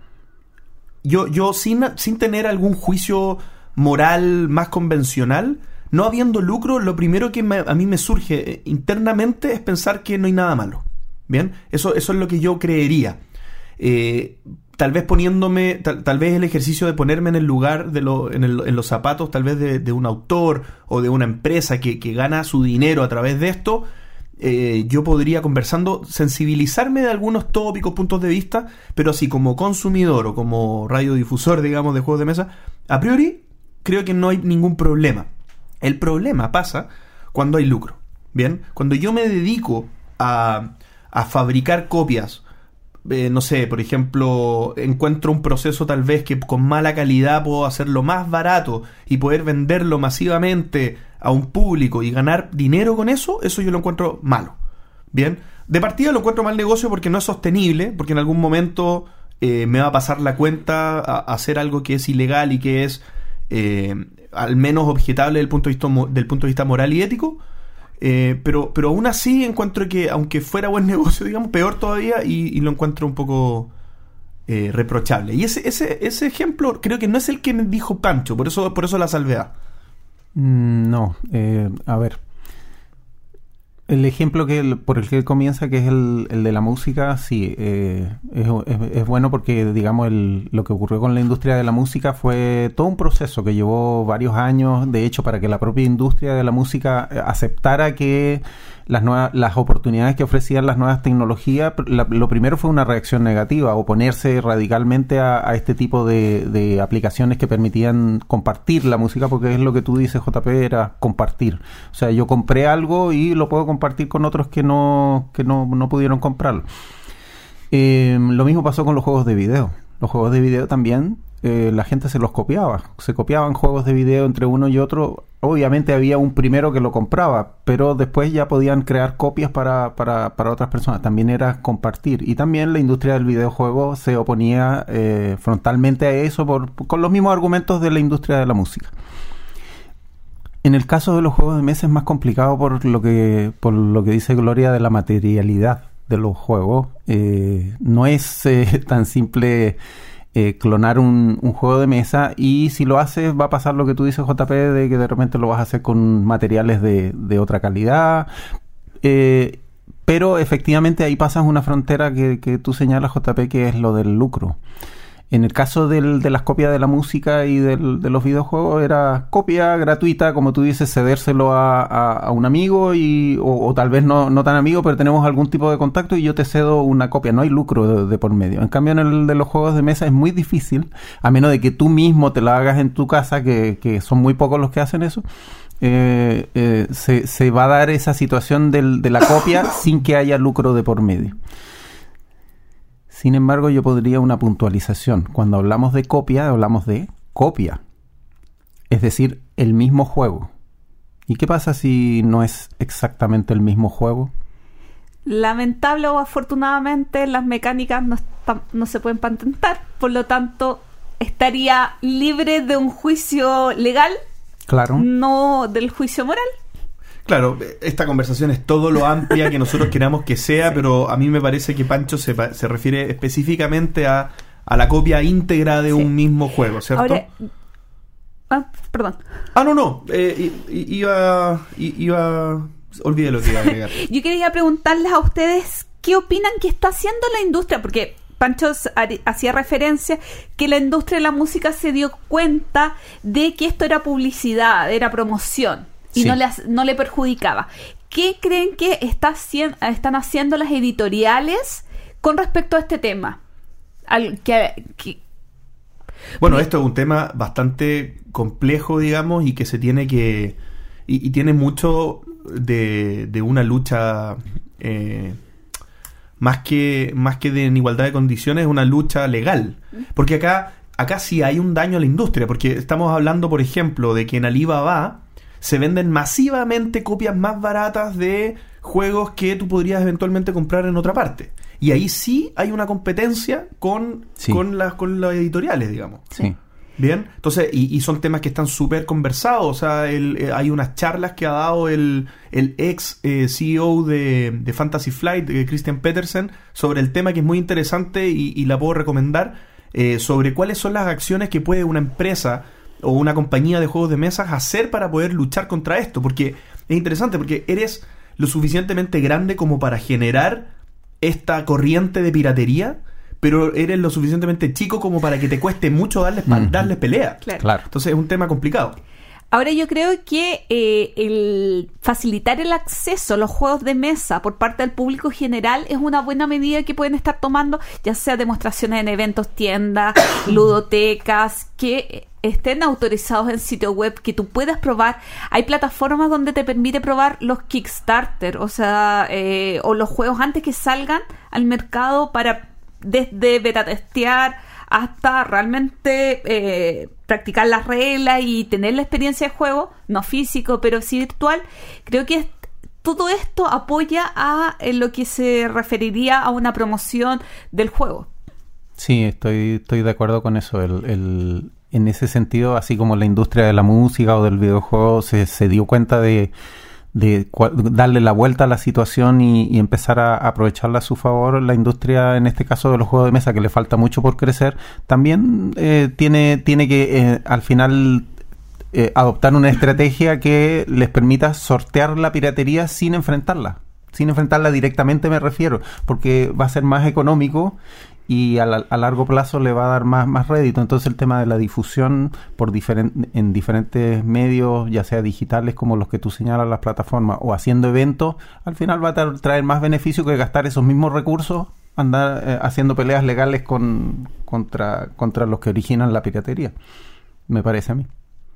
S1: yo, yo sin, sin tener algún juicio moral más convencional, no habiendo lucro, lo primero que me, a mí me surge eh, internamente es pensar que no hay nada malo. Bien, eso, eso es lo que yo creería. Eh, tal vez poniéndome, tal, tal vez el ejercicio de ponerme en el lugar, de lo, en, el, en los zapatos tal vez de, de un autor o de una empresa que, que gana su dinero a través de esto. Eh, yo podría, conversando, sensibilizarme de algunos tópicos, puntos de vista, pero así como consumidor o como radiodifusor, digamos, de juegos de mesa, a priori creo que no hay ningún problema. El problema pasa cuando hay lucro. Bien, cuando yo me dedico a, a fabricar copias, eh, no sé, por ejemplo, encuentro un proceso tal vez que con mala calidad puedo hacerlo más barato y poder venderlo masivamente a un público y ganar dinero con eso, eso yo lo encuentro malo. Bien, de partida lo encuentro mal negocio porque no es sostenible, porque en algún momento eh, me va a pasar la cuenta a, a hacer algo que es ilegal y que es eh, al menos objetable desde el punto de vista, del punto de vista moral y ético. Eh, pero, pero aún así encuentro que, aunque fuera buen negocio, digamos, peor todavía, y, y lo encuentro un poco eh, reprochable. Y ese, ese, ese ejemplo creo que no es el que me dijo Pancho, por eso, por eso la salvedad.
S3: No, eh, a ver. El ejemplo que el, por el que él comienza, que es el, el de la música, sí, eh, es, es, es bueno porque, digamos, el, lo que ocurrió con la industria de la música fue todo un proceso que llevó varios años, de hecho, para que la propia industria de la música aceptara que las nuevas, las oportunidades que ofrecían las nuevas tecnologías, la, lo primero fue una reacción negativa, oponerse radicalmente a, a este tipo de, de aplicaciones que permitían compartir la música, porque es lo que tú dices, J P, era compartir. O sea, yo compré algo y lo puedo compartir con otros que no, que no, no pudieron comprarlo. Eh, lo mismo pasó con los juegos de video. Los juegos de video también, eh, la gente se los copiaba. Se copiaban juegos de video entre uno y otro. Obviamente había un primero que lo compraba, pero después ya podían crear copias para, para, para otras personas. También era compartir. Y también la industria del videojuego se oponía eh, frontalmente a eso por, con los mismos argumentos de la industria de la música. En el caso de los juegos de mesa es más complicado por lo que, por lo que dice Gloria de la materialidad de los juegos. Eh, no es eh, tan simple eh, clonar un, un juego de mesa, y si lo haces va a pasar lo que tú dices, J P, de que de repente lo vas a hacer con materiales de, de otra calidad, eh, pero efectivamente ahí pasas una frontera que, que tú señalas, J P, que es lo del lucro. En el caso del, de las copias de la música y del, de los videojuegos, era copia gratuita, como tú dices, cedérselo a, a, a un amigo, y o, o tal vez no, no tan amigo, pero tenemos algún tipo de contacto y yo te cedo una copia. No hay lucro de, de por medio. En cambio, en el de los juegos de mesa es muy difícil, a menos de que tú mismo te la hagas en tu casa, que, que son muy pocos los que hacen eso. Eh, eh, se, se va a dar esa situación del, de la copia sin que haya lucro de por medio. Sin embargo, yo podría una puntualización. Cuando hablamos de copia, hablamos de copia. Es decir, el mismo juego. ¿Y qué pasa si no es exactamente el mismo juego?
S4: Lamentable o afortunadamente, las mecánicas no, está, no se pueden patentar. Por lo tanto, estaría libre de un juicio legal,
S3: claro,
S4: no del juicio moral.
S1: Claro, esta conversación es todo lo amplia que nosotros queramos que sea, sí. Pero a mí me parece que Pancho se, se refiere específicamente a, a la copia íntegra de sí. un mismo juego, ¿cierto?
S4: Ahora, ah, perdón.
S1: Ah, no, no, eh, iba, iba... Olvidé lo que iba a agregar.
S4: Yo quería preguntarles a ustedes qué opinan que está haciendo la industria, porque Pancho hacía referencia que la industria de la música se dio cuenta de que esto era publicidad, era promoción. Y sí. no, le, no le perjudicaba. ¿Qué creen que está haciendo, están haciendo las editoriales con respecto a este tema? Al, que, que...
S1: Bueno, esto es un tema bastante complejo, digamos, y que se tiene que... Y, y tiene mucho de, de una lucha... Eh, más que, más que de en igualdad de condiciones, una lucha legal. Porque acá, acá sí hay un daño a la industria, porque estamos hablando, por ejemplo, de que en Alibaba se venden masivamente copias más baratas de juegos que tú podrías eventualmente comprar en otra parte. Y ahí sí hay una competencia con, sí. con, las, con las editoriales, digamos.
S3: Sí.
S1: Bien, entonces, y, y son temas que están súper conversados. O sea, el, eh, hay unas charlas que ha dado el, el ex eh, C E O de, de Fantasy Flight, eh, Christian Petersen, sobre el tema, que es muy interesante y, y la puedo recomendar, eh, sobre cuáles son las acciones que puede una empresa o una compañía de juegos de mesas hacer para poder luchar contra esto, porque es interesante, porque eres lo suficientemente grande como para generar esta corriente de piratería, pero eres lo suficientemente chico como para que te cueste mucho darles, uh-huh. darles pelea.
S4: Claro.
S3: Claro.
S1: Entonces es un tema complicado.
S4: Ahora yo creo que eh, el facilitar el acceso a los juegos de mesa por parte del público general es una buena medida que pueden estar tomando, ya sea demostraciones en eventos, tiendas, ludotecas, que estén autorizados en sitio web, que tú puedas probar. Hay plataformas donde te permite probar los Kickstarter, o sea, eh, o los juegos antes que salgan al mercado, para desde beta testear hasta realmente eh, practicar las reglas y tener la experiencia de juego, no físico, pero sí virtual. Creo que todo esto apoya a en lo que se referiría a una promoción del juego. Sí,
S3: estoy, estoy de acuerdo con eso. El, el, en ese sentido, así como la industria de la música o del videojuego se, se dio cuenta de de cu- darle la vuelta a la situación y, y empezar a, a aprovecharla a su favor, la industria, en este caso de los juegos de mesa, que le falta mucho por crecer, también eh, tiene, tiene que eh, al final eh, adoptar una estrategia que les permita sortear la piratería sin enfrentarla. Sin enfrentarla directamente, me refiero, porque va a ser más económico y a, la, a largo plazo le va a dar más, más rédito. Entonces el tema de la difusión por diferen, en diferentes medios, ya sea digitales como los que tú señalas, las plataformas, o haciendo eventos, al final va a tra- traer más beneficio que gastar esos mismos recursos, andar eh, haciendo peleas legales con contra, contra los que originan la piratería, me parece a mí.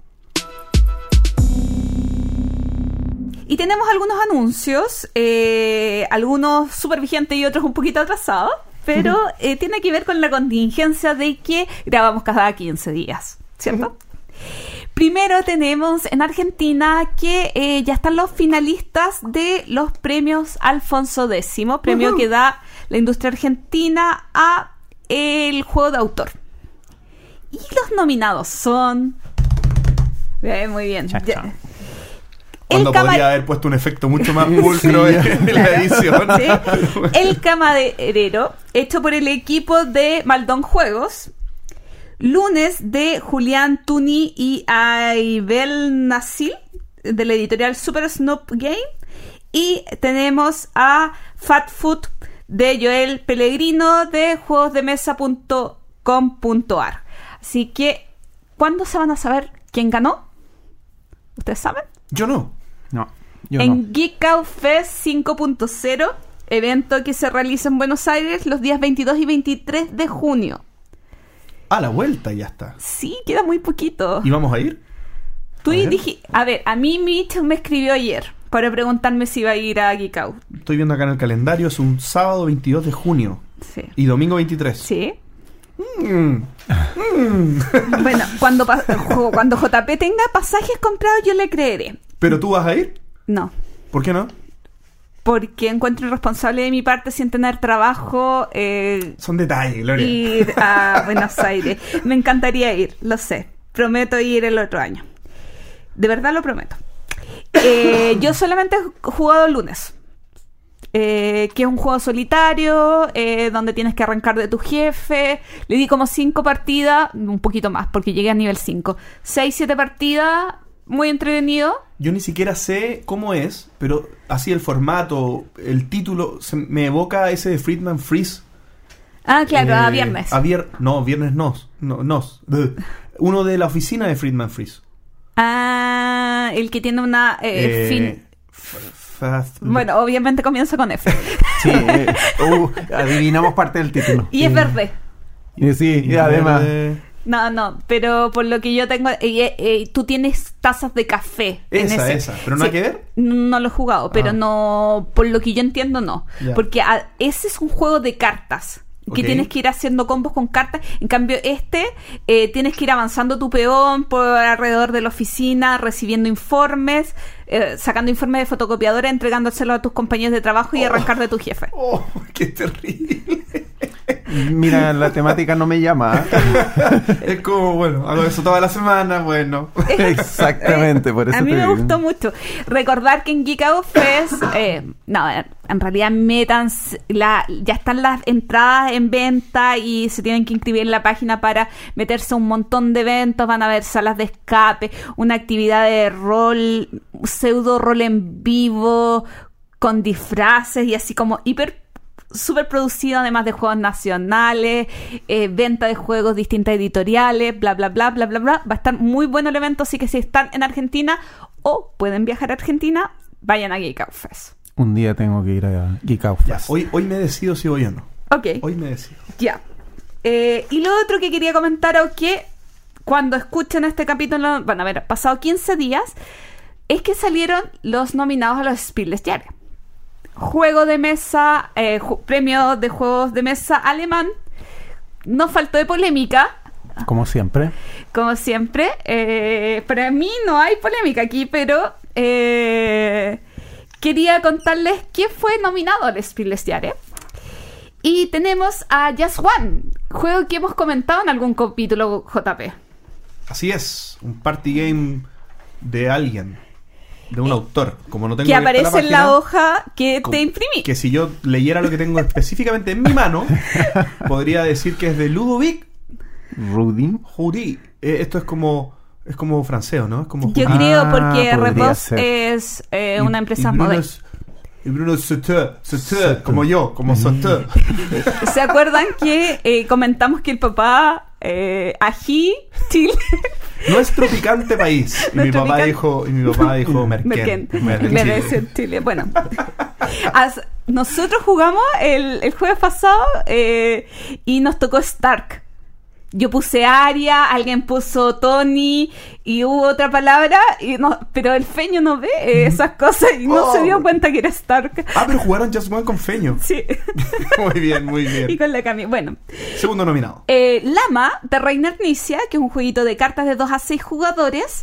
S4: Y tenemos algunos anuncios, eh, algunos súper vigentes y otros un poquito atrasados, pero eh, tiene que ver con la contingencia de que grabamos cada quince días, ¿cierto? Primero tenemos en Argentina que eh, ya están los finalistas de los premios Alfonso X, premio uh-huh. que da la industria argentina a el juego de autor. Y los nominados son... Eh, muy bien.
S3: Cha, cha.
S1: Cuando
S4: cama...
S1: podría haber puesto un efecto mucho más pulcro sí, en la edición.
S4: ¿Sí? El Camarero, hecho por el equipo de Maldón Juegos. Lunes, de Julián Tuni y Aibel Nasil, de la editorial Super Snoop Game. Y tenemos a Fat Food, de Joel Pellegrino, de juegos de mesa punto com punto a r. Así que, ¿cuándo se van a saber quién ganó? ¿Ustedes saben?
S1: Yo no.
S3: No. Yo
S4: en
S3: no.
S4: Geek Out Fest cinco punto cero, evento que se realiza en Buenos Aires los días veintidós y veintitrés de junio.
S1: A la vuelta ya está.
S4: Sí, queda muy poquito.
S1: ¿Y vamos a ir?
S4: Tú
S1: a ver.
S4: dije, a ver, a mí Mitch me escribió ayer para preguntarme si iba a ir a Geek Out.
S1: Estoy viendo acá en el calendario, es un sábado veintidós de junio.
S4: Sí.
S1: Y domingo veintitrés.
S4: Sí.
S1: Mm. Mm.
S4: Bueno, cuando, pa- cuando J P tenga pasajes comprados, yo le creeré.
S1: ¿Pero tú vas a ir?
S4: No.
S1: ¿Por qué no?
S4: Porque encuentro irresponsable de mi parte, sin tener trabajo, eh,
S1: Son detalles, Gloria.
S4: ir a Buenos Aires. Me encantaría ir, lo sé. Prometo ir el otro año. De verdad lo prometo. Eh, yo solamente he jugado el lunes. Eh, que es un juego solitario, eh, donde tienes que arrancar de tu jefe. Le di como cinco partidas, un poquito más, porque llegué a nivel cinco. Seis, siete partidas, muy entretenido.
S1: Yo ni siquiera sé cómo es, pero así el formato, el título, se me evoca ese de Friedman Freeze.
S4: Ah, claro,
S1: Eh,
S4: a viernes.
S1: A vier- no, viernes no. no, no. Uno de la oficina de Friedman Freeze.
S4: Ah, el que tiene una... Eh,
S1: Eh,
S4: fin...
S1: Fast-
S4: Bueno, obviamente comienza con F.
S3: Sí, eh, uh, adivinamos parte del título.
S4: Y es verde.
S3: Y sí, y además.
S1: Verde.
S4: No, no, pero por lo que yo tengo, eh, eh, tú tienes tazas de café. en
S1: Esa,
S4: ese.
S1: esa. ¿Pero nada que ver?
S4: No lo he jugado, pero
S1: Ah.
S4: no, por lo que yo entiendo, no.
S1: Ya.
S4: Porque a- ese es un juego de cartas. Que
S1: Ok.
S4: tienes que ir haciendo combos con cartas. En cambio, este, eh, tienes que ir avanzando tu peón por alrededor de la oficina, recibiendo informes, eh, sacando informes de fotocopiadora, entregándoselo a tus compañeros de trabajo y
S1: Oh.
S4: arrancar de tu jefe.
S1: Oh, qué terrible.
S3: Mira, la temática no me llama.
S1: Es como, bueno, hago eso toda la semana, bueno.
S3: Exactamente, por eso
S4: A mí
S3: te
S4: me
S3: digo.
S4: gustó mucho. Recordar que en Geek Out Fest, eh, no, en realidad metan, la, ya están las entradas en venta y se tienen que inscribir en la página para meterse a un montón de eventos. Van a haber salas de escape, una actividad de rol, pseudo rol en vivo, con disfraces y así como hiper súper producido, además de juegos nacionales, eh, venta de juegos, distintas editoriales, bla, bla, bla, bla, bla, bla. Va a estar muy bueno el evento, así que si están en Argentina o pueden viajar a Argentina, vayan a Geek Out Fest.
S3: Un día tengo que ir a Geek Out
S1: Ya,
S3: Fest.
S1: hoy, hoy me decido si voy o no.
S4: Ok,
S1: Hoy me decido.
S4: ya. Eh, y lo otro que quería comentar es que cuando escuchen este capítulo, van a haber pasado quince días, es que salieron los nominados a los Spiel Jahres. Juego de mesa, eh, ju- premio de juegos de mesa alemán. No faltó de polémica,
S3: Como siempre.
S4: como siempre. Eh, para mí no hay polémica aquí, pero eh, quería contarles quién fue nominado al Spiel des Jahres. Y tenemos a Just One, juego que hemos comentado en algún capítulo, J P.
S1: Así es, un party game de alguien, de un autor. Como no tengo
S4: Que
S1: abierta
S4: aparece en la
S1: página,
S4: hoja que
S1: como-
S4: te imprimí.
S1: Que si yo leyera lo que tengo específicamente en mi mano, podría decir que es de Ludovic
S3: Rudy.
S1: Judy. Eh, esto es como es como francés, ¿no? Es como
S4: Yo
S1: Judy.
S4: creo
S3: Ah,
S4: porque
S3: podría
S4: Repos
S3: ser.
S4: es eh,
S1: Y-
S4: una empresa
S1: y Bruno
S4: moderna.
S1: es Y Bruno, Sauter, Sauter, como yo, como Sauter.
S4: ¿Se acuerdan que eh, comentamos que el papá eh, ají, chile?
S1: Nuestro picante país. Y mi
S4: Nuestro
S1: papá
S4: picante-
S1: dijo, y mi papá dijo Merquén.
S4: Merquén.
S1: Merquén,
S4: Le
S1: Chile.
S4: decía Chile. Bueno, As- nosotros jugamos el, el jueves pasado eh, y nos tocó Stark. Yo puse Aria, alguien puso Tony y hubo otra palabra, y no, pero el feño no ve eh, esas cosas y no
S1: Oh.
S4: se dio cuenta que era Stark.
S1: Ah, pero jugaron Just One con Feño.
S4: Sí,
S1: Muy bien, muy
S4: y
S1: bien.
S4: con la cami. Bueno,
S1: Segundo nominado.
S4: eh, Lama de Reiner Nicia, que es un jueguito de cartas de dos a seis jugadores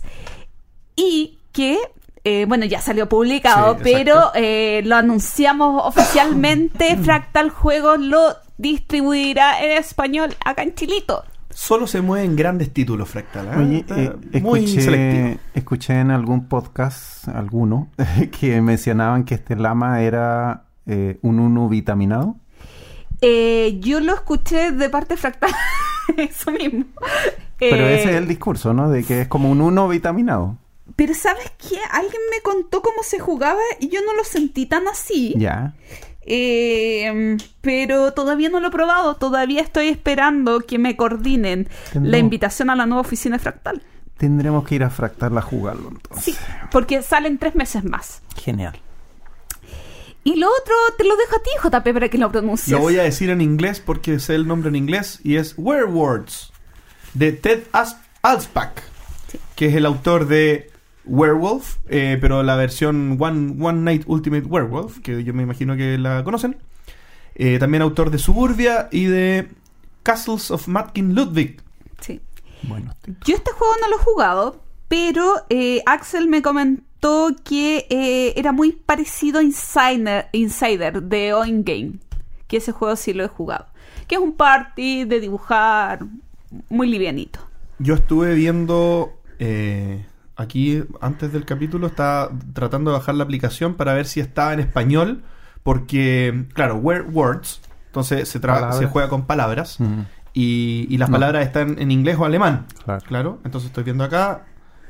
S4: y que, eh, bueno, ya salió publicado,
S1: Sí,
S4: pero
S1: exacto.
S4: eh, lo anunciamos oficialmente. Fractal Juegos lo distribuirá en español acá en Chilito.
S1: Solo se mueven grandes títulos, Fractal. ¿eh?
S3: Oye,
S1: Está
S3: eh,
S1: muy
S3: escuché,
S1: selectivo.
S3: escuché en algún podcast, alguno, que mencionaban que este Lama era eh, un uno vitaminado.
S4: Eh, yo lo escuché de parte Fractal, eso mismo.
S3: Pero
S4: Eh,
S3: ese es el discurso, ¿no? De que es como un uno vitaminado.
S4: Pero ¿sabes qué? Alguien me contó cómo se jugaba y yo no lo sentí tan así.
S3: Ya.
S4: Eh, pero todavía no lo he probado. Todavía estoy esperando que me coordinen
S3: Tendremos-
S4: la invitación a la nueva oficina de Fractal.
S3: Tendremos que ir a Fractal a jugarlo entonces.
S4: Sí, porque salen tres meses más.
S3: Genial.
S4: Y lo otro te lo dejo a ti, J P, para que lo pronuncies.
S1: Lo voy a decir en inglés porque sé el nombre en inglés y es Werewolves de Ted As- Alspach,
S4: Sí.
S1: que es el autor de Werewolf, eh, pero la versión One, One Night Ultimate Werewolf, que yo me imagino que la conocen. Eh, también autor de Suburbia y de Castles of Matkin Ludwig.
S4: Sí.
S3: Bueno,
S4: Yo este juego no lo he jugado, pero eh, Axel me comentó que eh, era muy parecido a Insider, Insider de Oin Game, que ese juego sí lo he jugado, que es un party de dibujar muy livianito.
S1: Yo estuve viendo eh, aquí antes del capítulo, estaba tratando de bajar la aplicación para ver si estaba en español, porque, claro, Werewolves, entonces se, tra-
S3: Palabras.
S1: se juega con palabras
S3: mm,
S1: y, y las
S3: No.
S1: palabras están en inglés o alemán.
S3: claro.
S1: Claro, entonces estoy viendo acá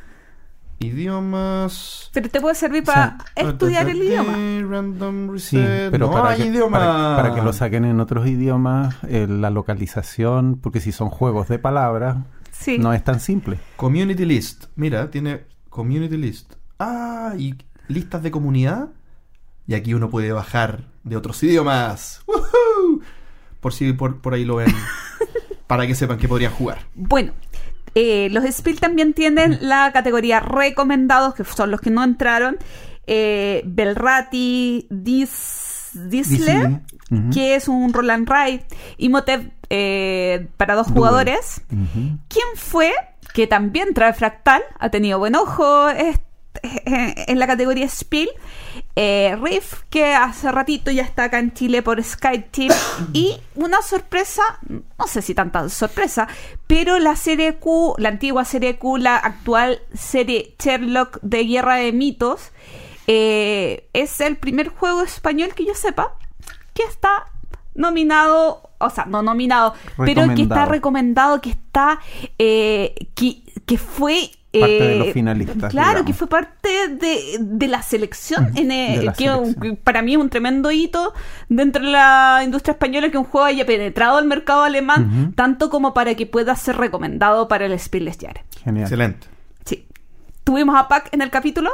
S1: idiomas.
S4: Pero te puede servir para estudiar el idioma.
S1: Random
S3: Sí,
S1: reset.
S3: pero
S1: no
S3: para,
S1: hay
S3: que,
S1: idioma.
S3: para, para que lo saquen en otros idiomas, eh, la localización, porque si son juegos de palabras,
S4: Sí.
S3: no es tan simple.
S1: Community list. Mira, tiene community list. Ah, y listas de comunidad. Y aquí uno puede bajar de otros idiomas. ¡Woohoo! Por si por, por ahí lo ven. Para que sepan que podrían jugar.
S4: Bueno, eh, los Spiel también tienen la categoría recomendados, que son los que no entraron. Eh, Belrati, Dis, Disler,
S3: Ujú.
S4: que es un roll and ride, Imhotep eh, para dos
S3: Duel.
S4: jugadores.
S3: Ujú.
S4: ¿Quién fue? Que también trae Fractal, ha tenido buen ojo es- eh, en la categoría Spiel. Eh, Riff, que hace ratito ya está acá en Chile por SkyTeam. Y una sorpresa, no sé si tanta sorpresa, pero la serie Q, la antigua serie Q, la actual serie Sherlock de Guerra de Mitos, eh, es el primer juego español que yo sepa que está nominado, o sea, no nominado, pero que está
S3: Recomendado.
S4: recomendado, que está, eh, que, que fue...
S3: Parte de
S4: eh,
S3: los finalistas,
S4: Claro,
S3: digamos.
S4: que fue parte de, de la selección, en, eh,
S3: de la
S4: que un-
S3: selección.
S4: para mí es un tremendo hito dentro de la industria española que un juego haya penetrado al mercado alemán,
S3: Ujú.
S4: tanto como para que pueda ser recomendado para el Spiel des Jahres.
S3: Genial.
S1: Excelente.
S4: Sí. ¿Tuvimos a Pac en el capítulo?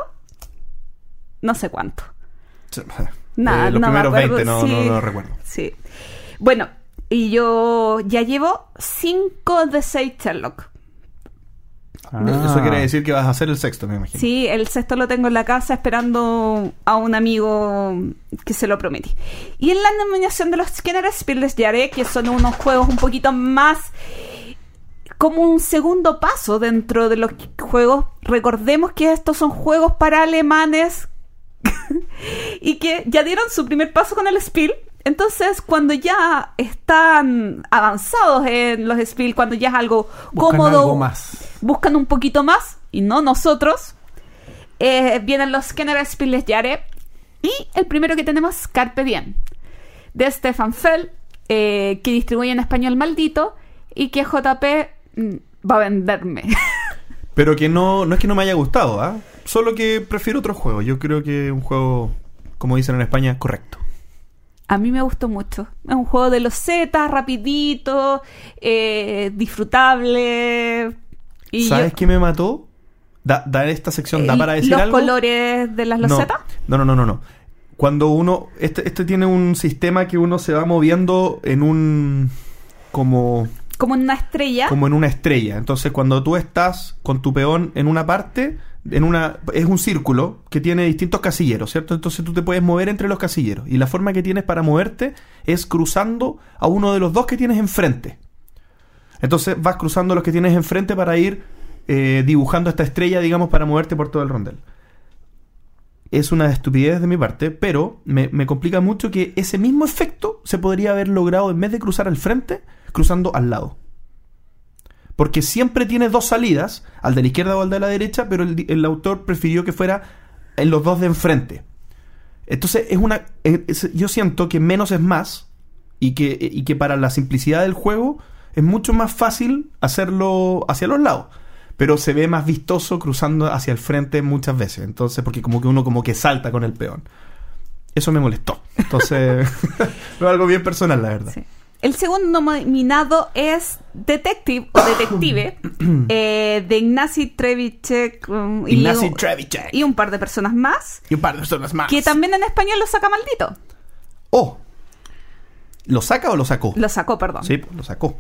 S4: No sé cuánto. Nada,
S1: Eh, los
S4: no me
S1: primeros
S4: acuerdo,
S1: veinte, no,
S4: sí.
S1: no, no recuerdo.
S4: Sí. Bueno, y yo ya llevo cinco de seis Sherlock.
S3: Ah.
S1: Eso quiere decir que vas a hacer el sexto, me imagino.
S4: Sí, el sexto lo tengo en la casa esperando a un amigo que se lo prometí. Y en la nominación de los Skinner Spiel des Jahres, que son unos juegos un poquito más como un segundo paso dentro de los juegos. Recordemos que estos son juegos para alemanes y que ya dieron su primer paso con el Spiel. Entonces, cuando ya están avanzados en los Spiel, cuando ya es algo
S3: Buscan
S4: cómodo,
S3: algo más.
S4: buscan un poquito más, y no nosotros, eh, vienen los Skinner Spiel des Jahres. Y el primero que tenemos, Carpe Diem, de Stefan Fell, eh, que distribuye en español Maldito, y que J P mm, va a venderme.
S1: Pero que no, no es que no me haya gustado, ¿ah? Solo que prefiero otro juego. Yo creo que un juego como dicen en España, correcto.
S4: A mí me gustó mucho. Es un juego de los Z, rapidito, eh, disfrutable. Y
S1: ¿Sabes
S4: yo-
S1: qué me mató? Da, da esta sección, ¿da
S4: el-
S1: para decir
S4: los
S1: algo?
S4: colores de las
S1: no,
S4: losetas?
S1: no, no, no, no, no. Cuando uno... Este, este tiene un sistema que uno se va moviendo en un... como...
S4: Como en una estrella.
S1: como en una estrella. Entonces, cuando tú estás con tu peón en una parte, en una es un círculo que tiene distintos casilleros, ¿cierto? Entonces tú te puedes mover entre los casilleros. Y la forma que tienes para moverte es cruzando a uno de los dos que tienes enfrente. Entonces vas cruzando los que tienes enfrente para ir eh, dibujando esta estrella, digamos, para moverte por todo el rondel. Es una estupidez de mi parte, pero me, me complica mucho que ese mismo efecto se podría haber logrado, en vez de cruzar al frente, cruzando al lado. Porque siempre tiene dos salidas, al de la izquierda o al de la derecha, pero el, el autor prefirió que fuera en los dos de enfrente. Entonces, es una es, yo siento que menos es más, y que, y que para la simplicidad del juego es mucho más fácil hacerlo hacia los lados. Pero se ve más vistoso cruzando hacia el frente muchas veces. Entonces, porque como que uno como que salta con el peón. Eso me molestó. Entonces, es algo bien personal, la verdad.
S4: Sí. El segundo nominado es Detective o Detective eh, de Ignacy Trzewiczek um, y,
S1: Ignacy
S4: un-
S1: Trzewiczek.
S4: y un par de personas más,
S1: Y un par de personas más.
S4: que también en español lo saca maldito.
S1: Oh. ¿Lo saca o lo sacó?
S4: Lo sacó, perdón.
S1: Sí, lo sacó.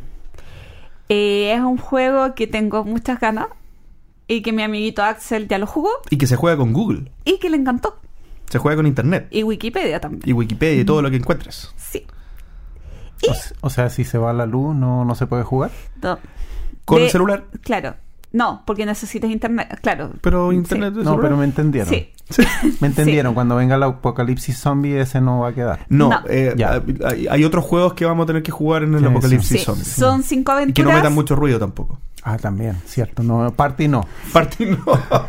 S4: Eh, es un juego que tengo muchas ganas y que mi amiguito Axel ya lo jugó
S1: Y que se juega con Google.
S4: y que le encantó.
S1: Se juega con Internet.
S4: Y Wikipedia también.
S1: Y Wikipedia y todo lo que encuentres.
S4: Sí.
S3: O, se- o sea, si se va la luz, no, no se puede jugar.
S4: No.
S1: ¿Con
S4: De-
S1: el celular?
S4: Claro. No, porque necesitas internet. Claro.
S1: Pero Internet
S4: Sí.
S1: de
S3: No,
S1: celular.
S3: pero me entendieron.
S4: Sí.
S3: Me entendieron. Cuando venga el apocalipsis zombie, ese no va a quedar.
S1: No,
S4: No.
S1: eh,
S3: Ya.
S1: hay, hay otros juegos que vamos a tener que jugar en el
S3: Sí,
S1: apocalipsis
S4: Sí.
S1: zombie.
S4: Son cinco
S1: Y
S4: aventuras.
S1: que no metan mucho ruido tampoco.
S3: Ah, también, cierto. No, party no.
S1: Party no.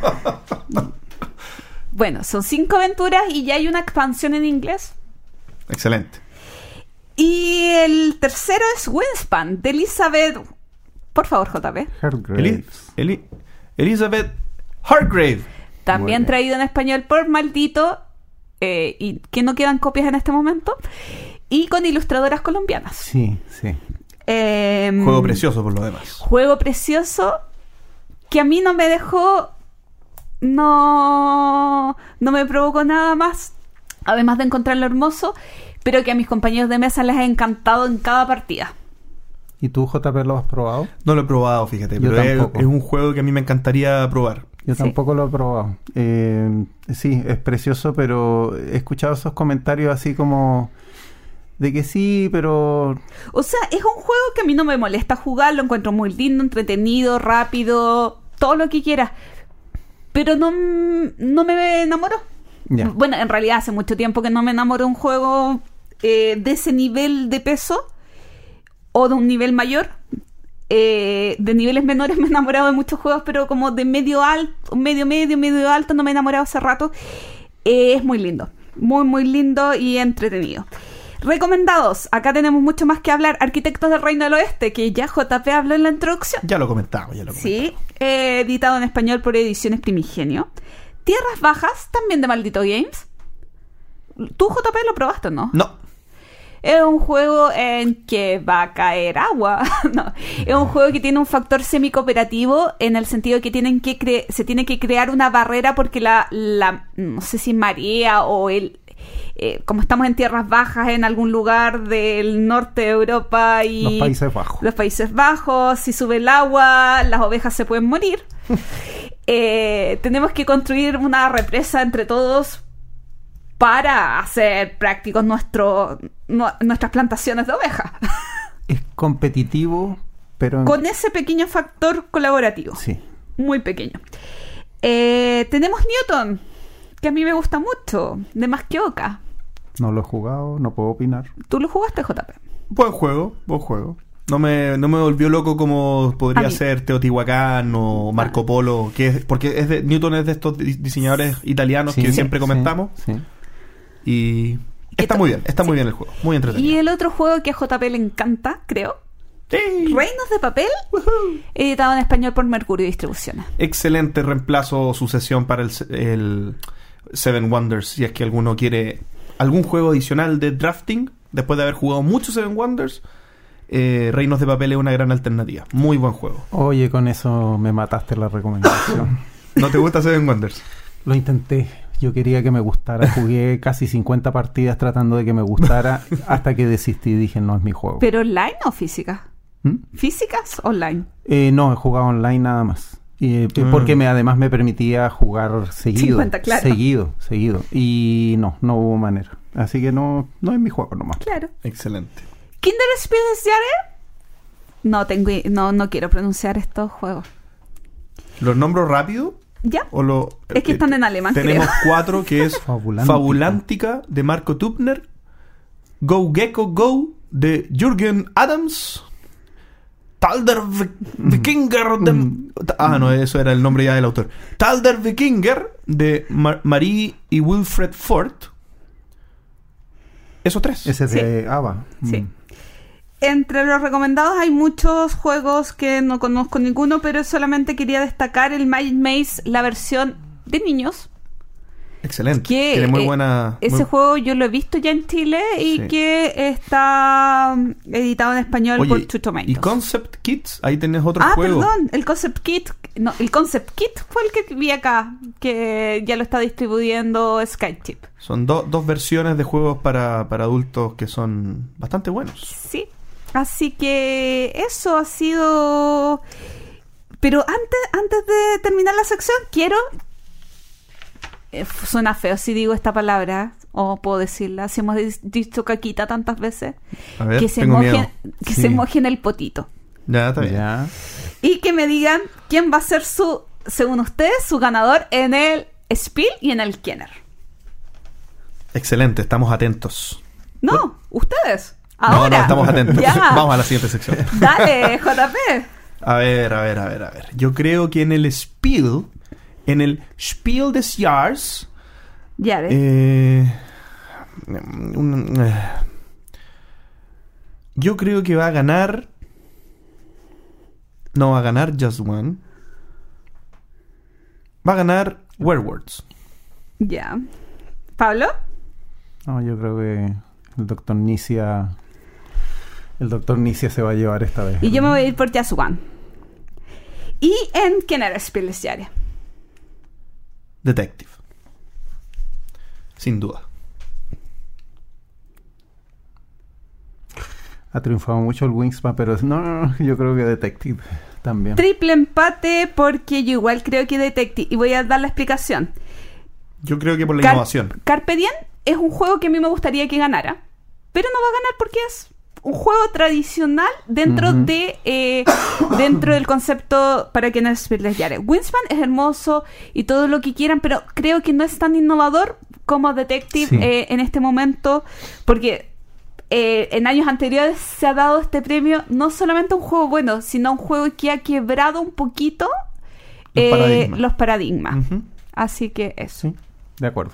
S4: Bueno, son cinco aventuras y ya hay una expansión en inglés.
S1: Excelente.
S4: Y el tercero es Wingspan, de Elizabeth. Por favor, J P.
S1: Eli-
S3: Heartgraves.
S1: Eli- Elizabeth Hargrave.
S4: También
S3: bien.
S4: traído en español por Maldito. eh, y que no quedan copias en este momento. Y con ilustradoras colombianas.
S3: Sí, sí.
S4: Eh,
S1: Juego precioso por lo demás.
S4: Juego precioso que a mí no me dejó. No. No me provocó nada más. Además de encontrarlo hermoso. Pero que a mis compañeros de mesa les ha encantado en cada partida.
S3: ¿Y tú, J P, lo has probado?
S1: No lo he probado, fíjate,
S3: Yo
S1: pero es,
S3: tampoco.
S1: es un juego que a mí me encantaría probar.
S3: Yo
S4: Sí.
S3: tampoco lo he probado. Eh, sí, es precioso, pero he escuchado esos comentarios así como de que sí, pero
S4: O sea, es un juego que a mí no me molesta jugar, lo encuentro muy lindo, entretenido, rápido, todo lo que quieras. Pero no, m- no me enamoró.
S3: ya.
S4: Bueno, en realidad hace mucho tiempo que no me enamoró un juego eh, de ese nivel de peso o de un nivel mayor. Eh, de niveles menores me he enamorado de muchos juegos, pero como de medio alto, medio medio, medio alto no me he enamorado hace rato. Eh, es muy lindo, muy muy lindo y entretenido. Recomendados, acá tenemos mucho más que hablar. Arquitectos del Reino del Oeste, que ya J P habló en la introducción.
S1: Ya lo comentamos, ya lo comentamos.
S4: Sí, eh, editado en español por Ediciones Primigenio. Tierras Bajas, también de Maldito Games. ¿Tú, J P, lo probaste o no?
S1: No.
S4: Es un juego en que va a caer agua. No, es un juego que tiene un factor semi-cooperativo en el sentido de que tienen que cre- se tiene que crear una barrera porque la, la no sé si marea o el... eh, como estamos en tierras bajas en algún lugar del norte de Europa y...
S3: Los Países Bajos.
S4: Los Países Bajos, si sube el agua, las ovejas se pueden morir. Eh, tenemos que construir una represa entre todos para hacer prácticos nuestro, nu- nuestras plantaciones de ovejas.
S3: Es competitivo, pero...
S4: Con ese pequeño factor colaborativo.
S3: Sí.
S4: Muy pequeño. Eh, tenemos Newton, que a mí me gusta mucho, de Más que Oca.
S3: No lo he jugado, no puedo opinar.
S4: ¿Tú lo jugaste, J P?
S1: Buen juego, buen juego. No me, no me volvió loco como
S4: A
S1: podría
S4: mí.
S1: ser Teotihuacán o Marco Polo, que es, porque es de, Newton es de estos di- diseñadores italianos
S3: Sí,
S1: que siempre
S3: sí,
S1: comentamos.
S3: sí.
S1: Y está
S4: to-
S1: muy bien, está muy
S4: sí.
S1: bien el juego, muy
S4: Y
S1: entretenido.
S4: el otro juego que a J P le encanta, creo,
S1: Sí.
S4: Reinos de Papel, editado en español por Mercurio Distribuciones.
S1: Excelente reemplazo o sucesión para el, el, Seven Wonders, si es que alguno quiere algún juego adicional de drafting, después de haber jugado mucho Seven Wonders, eh, Reinos de Papel es una gran alternativa. Muy buen juego.
S3: Oye, con eso me mataste la recomendación.
S1: ¿No te gusta Seven Wonders?
S3: Lo intenté. Yo quería que me gustara. Jugué casi cincuenta partidas tratando de que me gustara hasta que desistí y dije, no es mi juego.
S4: ¿Pero online o física?
S3: ¿Mm?
S4: ¿Físicas online?
S3: Eh, no, he jugado online nada más. Y, eh,
S1: Mm.
S3: Porque me, además me permitía jugar seguido.
S4: cincuenta, claro.
S3: Seguido, seguido. Y no, no hubo manera. Así que no, no es mi juego nomás.
S4: Claro.
S1: Excelente.
S4: ¿Kinderspieljahre? No tengo, i- no, no quiero pronunciar estos juegos.
S1: ¿Los nombro rápido?
S4: ¿Ya?
S1: O lo,
S4: Es que están en alemán,
S1: Tenemos
S4: creo.
S1: cuatro, que es
S3: Fabulántica.
S1: Fabulántica de Marco Tupner, Go Gecko Go de Jürgen Adams, Talder Vi- Vikinger de...
S3: Mm.
S1: Ah, no, eso era el nombre ya del autor. Talder Vikinger de Mar- Marie y Wilfred Ford. Esos tres.
S3: Ese es
S4: Sí.
S3: de ABBA.
S4: Sí.
S3: Mm.
S4: Entre los recomendados hay muchos juegos que no conozco ninguno, pero solamente quería destacar el Magic Maze, la versión de niños.
S1: Excelente.
S4: Que,
S1: Tiene muy
S4: eh,
S1: buena...
S4: Ese
S1: muy-
S4: juego yo lo he visto ya en Chile y
S1: Sí.
S4: que está mm, editado en español
S1: Oye,
S4: por Two Tomatoes.
S1: y Concept Kits, ahí tenés otro
S4: Ah,
S1: juego.
S4: perdón, el Concept Kit, no, el Concept Kit fue el que vi acá, que ya lo está distribuyendo Skychip.
S1: Son do- dos versiones de juegos para, para adultos que son bastante buenos.
S4: Sí, así que eso ha sido... Pero antes, antes de terminar la sección, quiero... eh, suena feo si digo esta palabra, o puedo decirla, si hemos dis- dicho caquita tantas veces,
S1: A ver,
S4: que, se
S1: tengo
S4: mojen,
S1: miedo.
S4: que
S3: Sí.
S4: se mojen el potito.
S1: Ya, está bien.
S3: Ya.
S4: Y que me digan quién va a ser su, según ustedes, su ganador en el Spiel y en el Kenner.
S1: Excelente, estamos atentos.
S4: No, ustedes.
S1: No,
S4: Ahora.
S1: no, estamos atentos.
S4: Ya.
S1: Vamos a la siguiente sección.
S4: Dale, J P.
S1: A ver, a ver, a ver, a ver. Yo creo que en el Spiel, en el Spiel des Jahres,
S4: Ya ves.
S1: eh, un- eh, yo creo que va a ganar. No va a ganar Just One. Va a ganar Werewolves.
S4: Ya. ¿Pablo?
S3: No, yo creo que el doctor Nicia... El doctor Nicia se va a llevar esta vez.
S4: Y yo me voy a ir por Just One. Y en Kenner Spielesjahre.
S1: Detective. Sin duda.
S3: Ha triunfado mucho el Wingspan, pero no, no, no, yo creo que Detective también.
S4: Triple empate porque yo igual creo que Detective. Y voy a dar la explicación.
S1: Yo creo que por la
S4: Car-
S1: innovación.
S4: Carpe Diem es un juego que a mí me gustaría que ganara, pero no va a ganar porque es un juego tradicional dentro
S3: Ujú.
S4: de eh, dentro del concepto para que no Spielesjahre. Wingspan es hermoso y todo lo que quieran, pero creo que no es tan innovador como Detective
S3: Sí.
S4: eh, en este momento, porque eh, en años anteriores se ha dado este premio no solamente a un juego bueno, sino a un juego que ha quebrado un poquito
S1: Los
S4: eh,
S1: paradigmas.
S4: los paradigmas.
S1: Ujú.
S4: Así que eso.
S3: Sí, de acuerdo.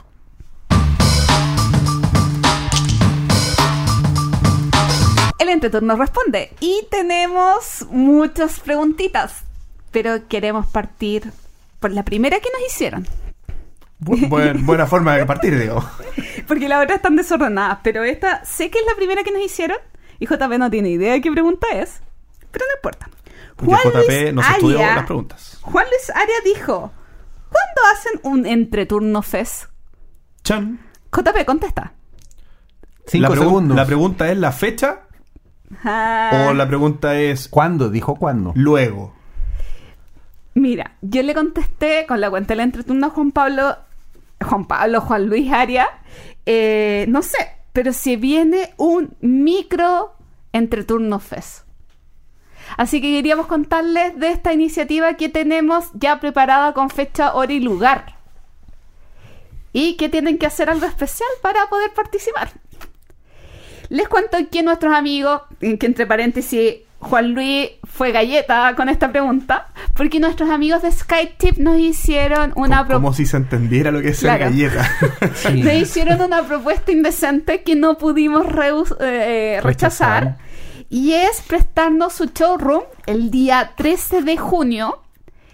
S4: El entreturno responde. Y tenemos muchas preguntitas. Pero queremos partir por la primera que nos hicieron.
S1: Bu- buen- buena forma de partir, digo.
S4: Porque las otras están desordenadas. Pero esta sé que es la primera que nos hicieron. Y J P no tiene idea de qué pregunta es. Pero no importa.
S1: Porque J P
S4: Luis
S1: nos estudió
S4: Aria-
S1: las preguntas.
S4: Juan Luis Aria dijo: ¿cuándo hacen un entreturno fest?
S1: Chan.
S4: J P contesta.
S3: Cinco
S1: la, pregun-
S3: segundos.
S1: la pregunta es la fecha
S4: Ah,
S1: o la pregunta es
S3: ¿Cuándo? Dijo cuándo.
S1: luego.
S4: Mira, yo le contesté con la cuenta del entreturno a Juan Pablo, Juan Pablo, Juan Luis Aria, eh, no sé, pero se viene un micro entreturno fest. Así que queríamos contarles de esta iniciativa que tenemos ya preparada con fecha, hora y lugar. Y que tienen que hacer algo especial para poder participar. Les cuento que nuestros amigos, que entre paréntesis, Juan Luis fue galleta con esta pregunta, porque nuestros amigos de Skytip nos hicieron una
S1: Como,
S4: propuesta.
S1: como si se entendiera lo que es ser
S4: Claro.
S1: galleta.
S3: Sí.
S4: Me hicieron una propuesta indecente que no pudimos reus- eh, rechazar.
S3: Rechazar.
S4: Y es prestarnos su showroom el día trece de junio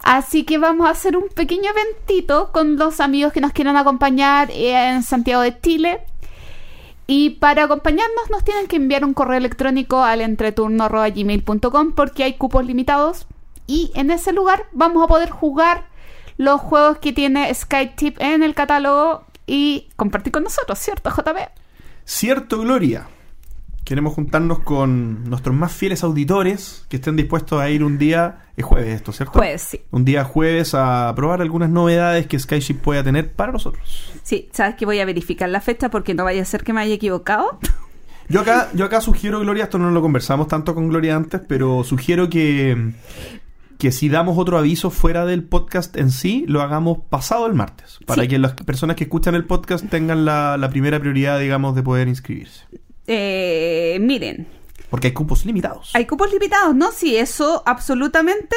S4: Así que vamos a hacer un pequeño eventito con los amigos que nos quieran acompañar en Santiago de Chile. Y para acompañarnos nos tienen que enviar un correo electrónico al entreturno arroba gmail punto com porque hay cupos limitados. Y en ese lugar vamos a poder jugar los juegos que tiene Skytip en el catálogo y compartir con nosotros, ¿cierto, J P?
S1: Cierto, Gloria. Queremos juntarnos con nuestros más fieles auditores que estén dispuestos a ir un día, es jueves esto, ¿cierto?
S4: Jueves, sí.
S1: Un día jueves a probar algunas novedades que Skyship pueda tener para nosotros.
S4: Sí, sabes que voy a verificar la fecha porque no vaya a ser que me haya equivocado.
S1: Yo acá, yo acá sugiero, Gloria, esto no lo conversamos tanto con Gloria antes, pero sugiero que, que si damos otro aviso fuera del podcast en sí, lo hagamos pasado el martes, para
S4: Sí.
S1: que las personas que escuchan el podcast tengan la, la primera prioridad, digamos, de poder inscribirse.
S4: Eh, miren,
S1: Porque hay cupos limitados.
S4: hay cupos limitados, ¿no? Sí, eso absolutamente.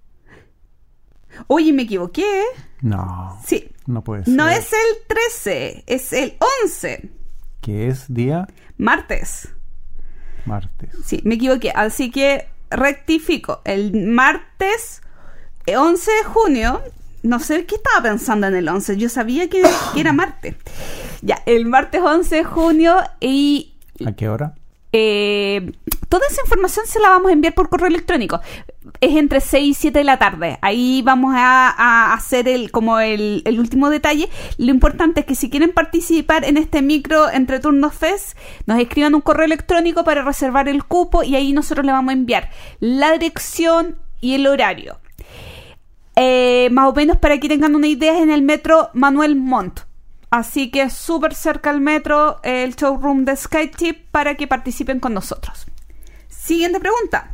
S4: Oye, me equivoqué.
S3: No,
S4: Sí,
S3: no puede ser.
S4: no es el trece, es el once,
S3: Que es día
S4: martes.
S3: martes.
S4: Sí, me equivoqué, así que rectifico. El martes eh, once de junio, no sé qué estaba pensando en el once, yo sabía que, que era martes. Ya, el martes once de junio y
S3: ¿A qué hora?
S4: eh, toda esa información se la vamos a enviar por correo electrónico. Es entre seis y siete de la tarde. Ahí vamos a, a hacer el como el, el último detalle. Lo importante es que si quieren participar en este micro Entre Turnos Fest, nos escriban un correo electrónico para reservar el cupo y ahí nosotros le vamos a enviar la dirección y el horario. Eh, más o menos para que tengan una idea, es en el metro Manuel Montt. Así que súper cerca al metro, el showroom de Skytip, para que participen con nosotros. Siguiente pregunta.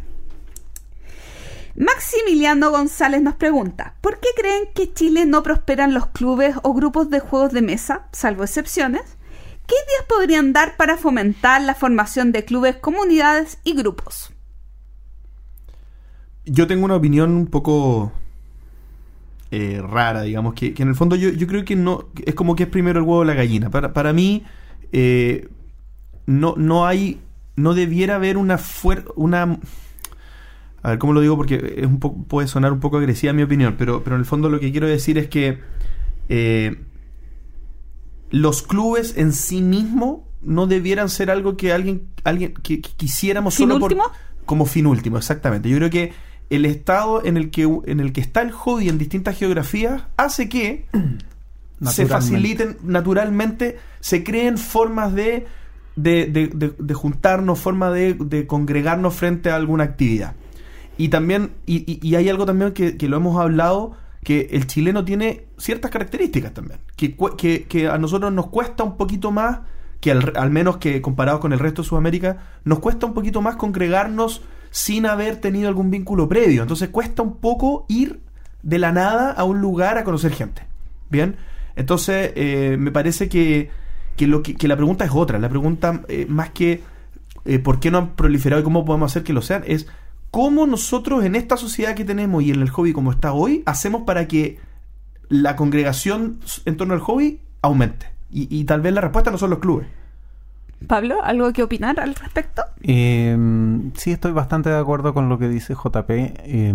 S4: Maximiliano González nos pregunta: ¿por qué creen que Chile no prosperan los clubes o grupos de juegos de mesa, salvo excepciones? ¿Qué ideas podrían dar para fomentar la formación de clubes, comunidades y grupos?
S1: Yo tengo una opinión un poco eh, rara, digamos, que, que en el fondo yo, yo creo que no es como que es primero el huevo o la gallina. Para, para mí, eh, no, no hay, no debiera haber una fuer- una a ver cómo lo digo porque es un poco, puede sonar un poco agresiva mi opinión, pero, pero en el fondo lo que quiero decir es que eh, los clubes en sí mismos no debieran ser algo que alguien, alguien que, que quisiéramos
S4: ¿Fin
S1: solo
S4: último?
S1: por como fin último, exactamente. Yo creo que el estado en el que en el que está el hobby en distintas geografías hace que se faciliten naturalmente, se creen formas de de, de, de, de juntarnos, formas de, de congregarnos frente a alguna actividad. Y también, y, y, y hay algo también que, que lo hemos hablado, que el chileno tiene ciertas características también, que, que, que a nosotros nos cuesta un poquito más, que al, al menos que comparados con el resto de Sudamérica, nos cuesta un poquito más congregarnos sin haber tenido algún vínculo previo. Entonces cuesta un poco ir de la nada a un lugar a conocer gente. ¿Bien? Entonces eh, me parece que, que, lo que, que la pregunta es otra. La pregunta, eh, más que eh, por qué no han proliferado y cómo podemos hacer que lo sean, es cómo nosotros en esta sociedad que tenemos y en el hobby como está hoy, hacemos para que la congregación en torno al hobby aumente. Y, y tal vez la respuesta no son los clubes.
S4: Pablo, ¿algo que opinar al respecto?
S3: Eh, sí, estoy bastante de acuerdo con lo que dice J P. Eh,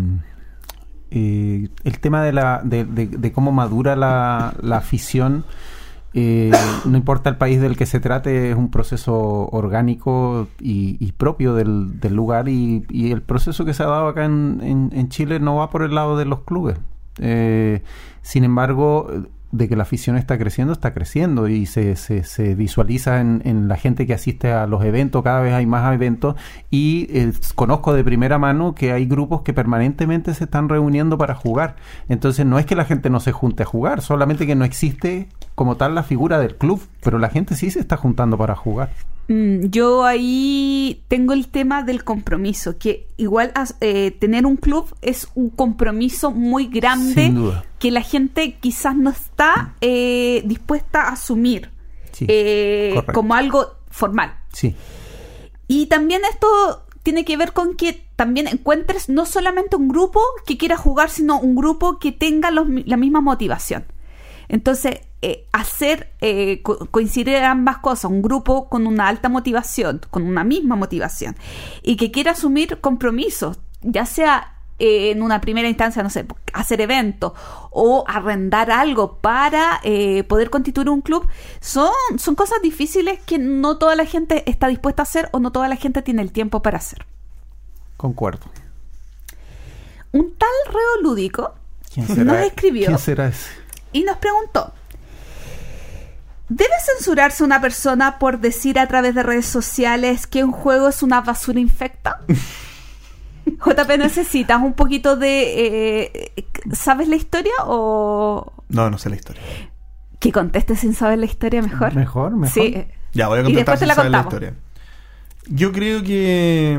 S3: eh, el tema de, la, de, de, de cómo madura la, la afición, eh, no importa el país del que se trate, es un proceso orgánico y, y propio del, del lugar, y, y el proceso que se ha dado acá en, en, en Chile no va por el lado de los clubes. Eh, sin embargo, de que la afición está creciendo, está creciendo y se, se, se visualiza en, en la gente que asiste a los eventos. Cada vez hay más eventos y eh, conozco de primera mano que hay grupos que permanentemente se están reuniendo para jugar. Entonces no es que la gente no se junte a jugar, solamente que no existe como tal la figura del club, pero la gente sí se está juntando para jugar.
S4: Mm, yo ahí tengo el tema del compromiso, que igual eh, tener un club es un compromiso muy grande.
S3: Sin duda.
S4: Que la gente quizás no está eh, dispuesta a asumir
S3: Sí,
S4: eh, como algo formal.
S3: Sí.
S4: Y también esto tiene que ver con que también encuentres no solamente un grupo que quiera jugar, sino un grupo que tenga los, la misma motivación. Entonces, eh, hacer eh, co- coincidir ambas cosas, un grupo con una alta motivación, con una misma motivación, y que quiera asumir compromisos, ya sea eh, en una primera instancia, no sé, hacer eventos o arrendar algo para eh, poder constituir un club, son, son cosas difíciles que no toda la gente está dispuesta a hacer o no toda la gente tiene el tiempo para hacer.
S3: Concuerdo.
S4: Un tal Reo Lúdico
S3: ¿Quién será?
S4: nos escribió
S3: ¿Quién será ese?
S4: y nos preguntó: ¿debe censurarse una persona por decir a través de redes sociales que un juego es una basura infecta? J P, ¿necesitas un poquito de... Eh, ¿sabes la historia o...?
S1: No, no sé la historia.
S4: Que conteste sin saber la historia mejor.
S3: Mejor, mejor.
S4: Sí.
S1: Ya, voy a
S4: Y
S1: contestar
S4: después te
S1: sin
S4: la
S1: saber la
S4: contamos.
S1: historia. Yo creo que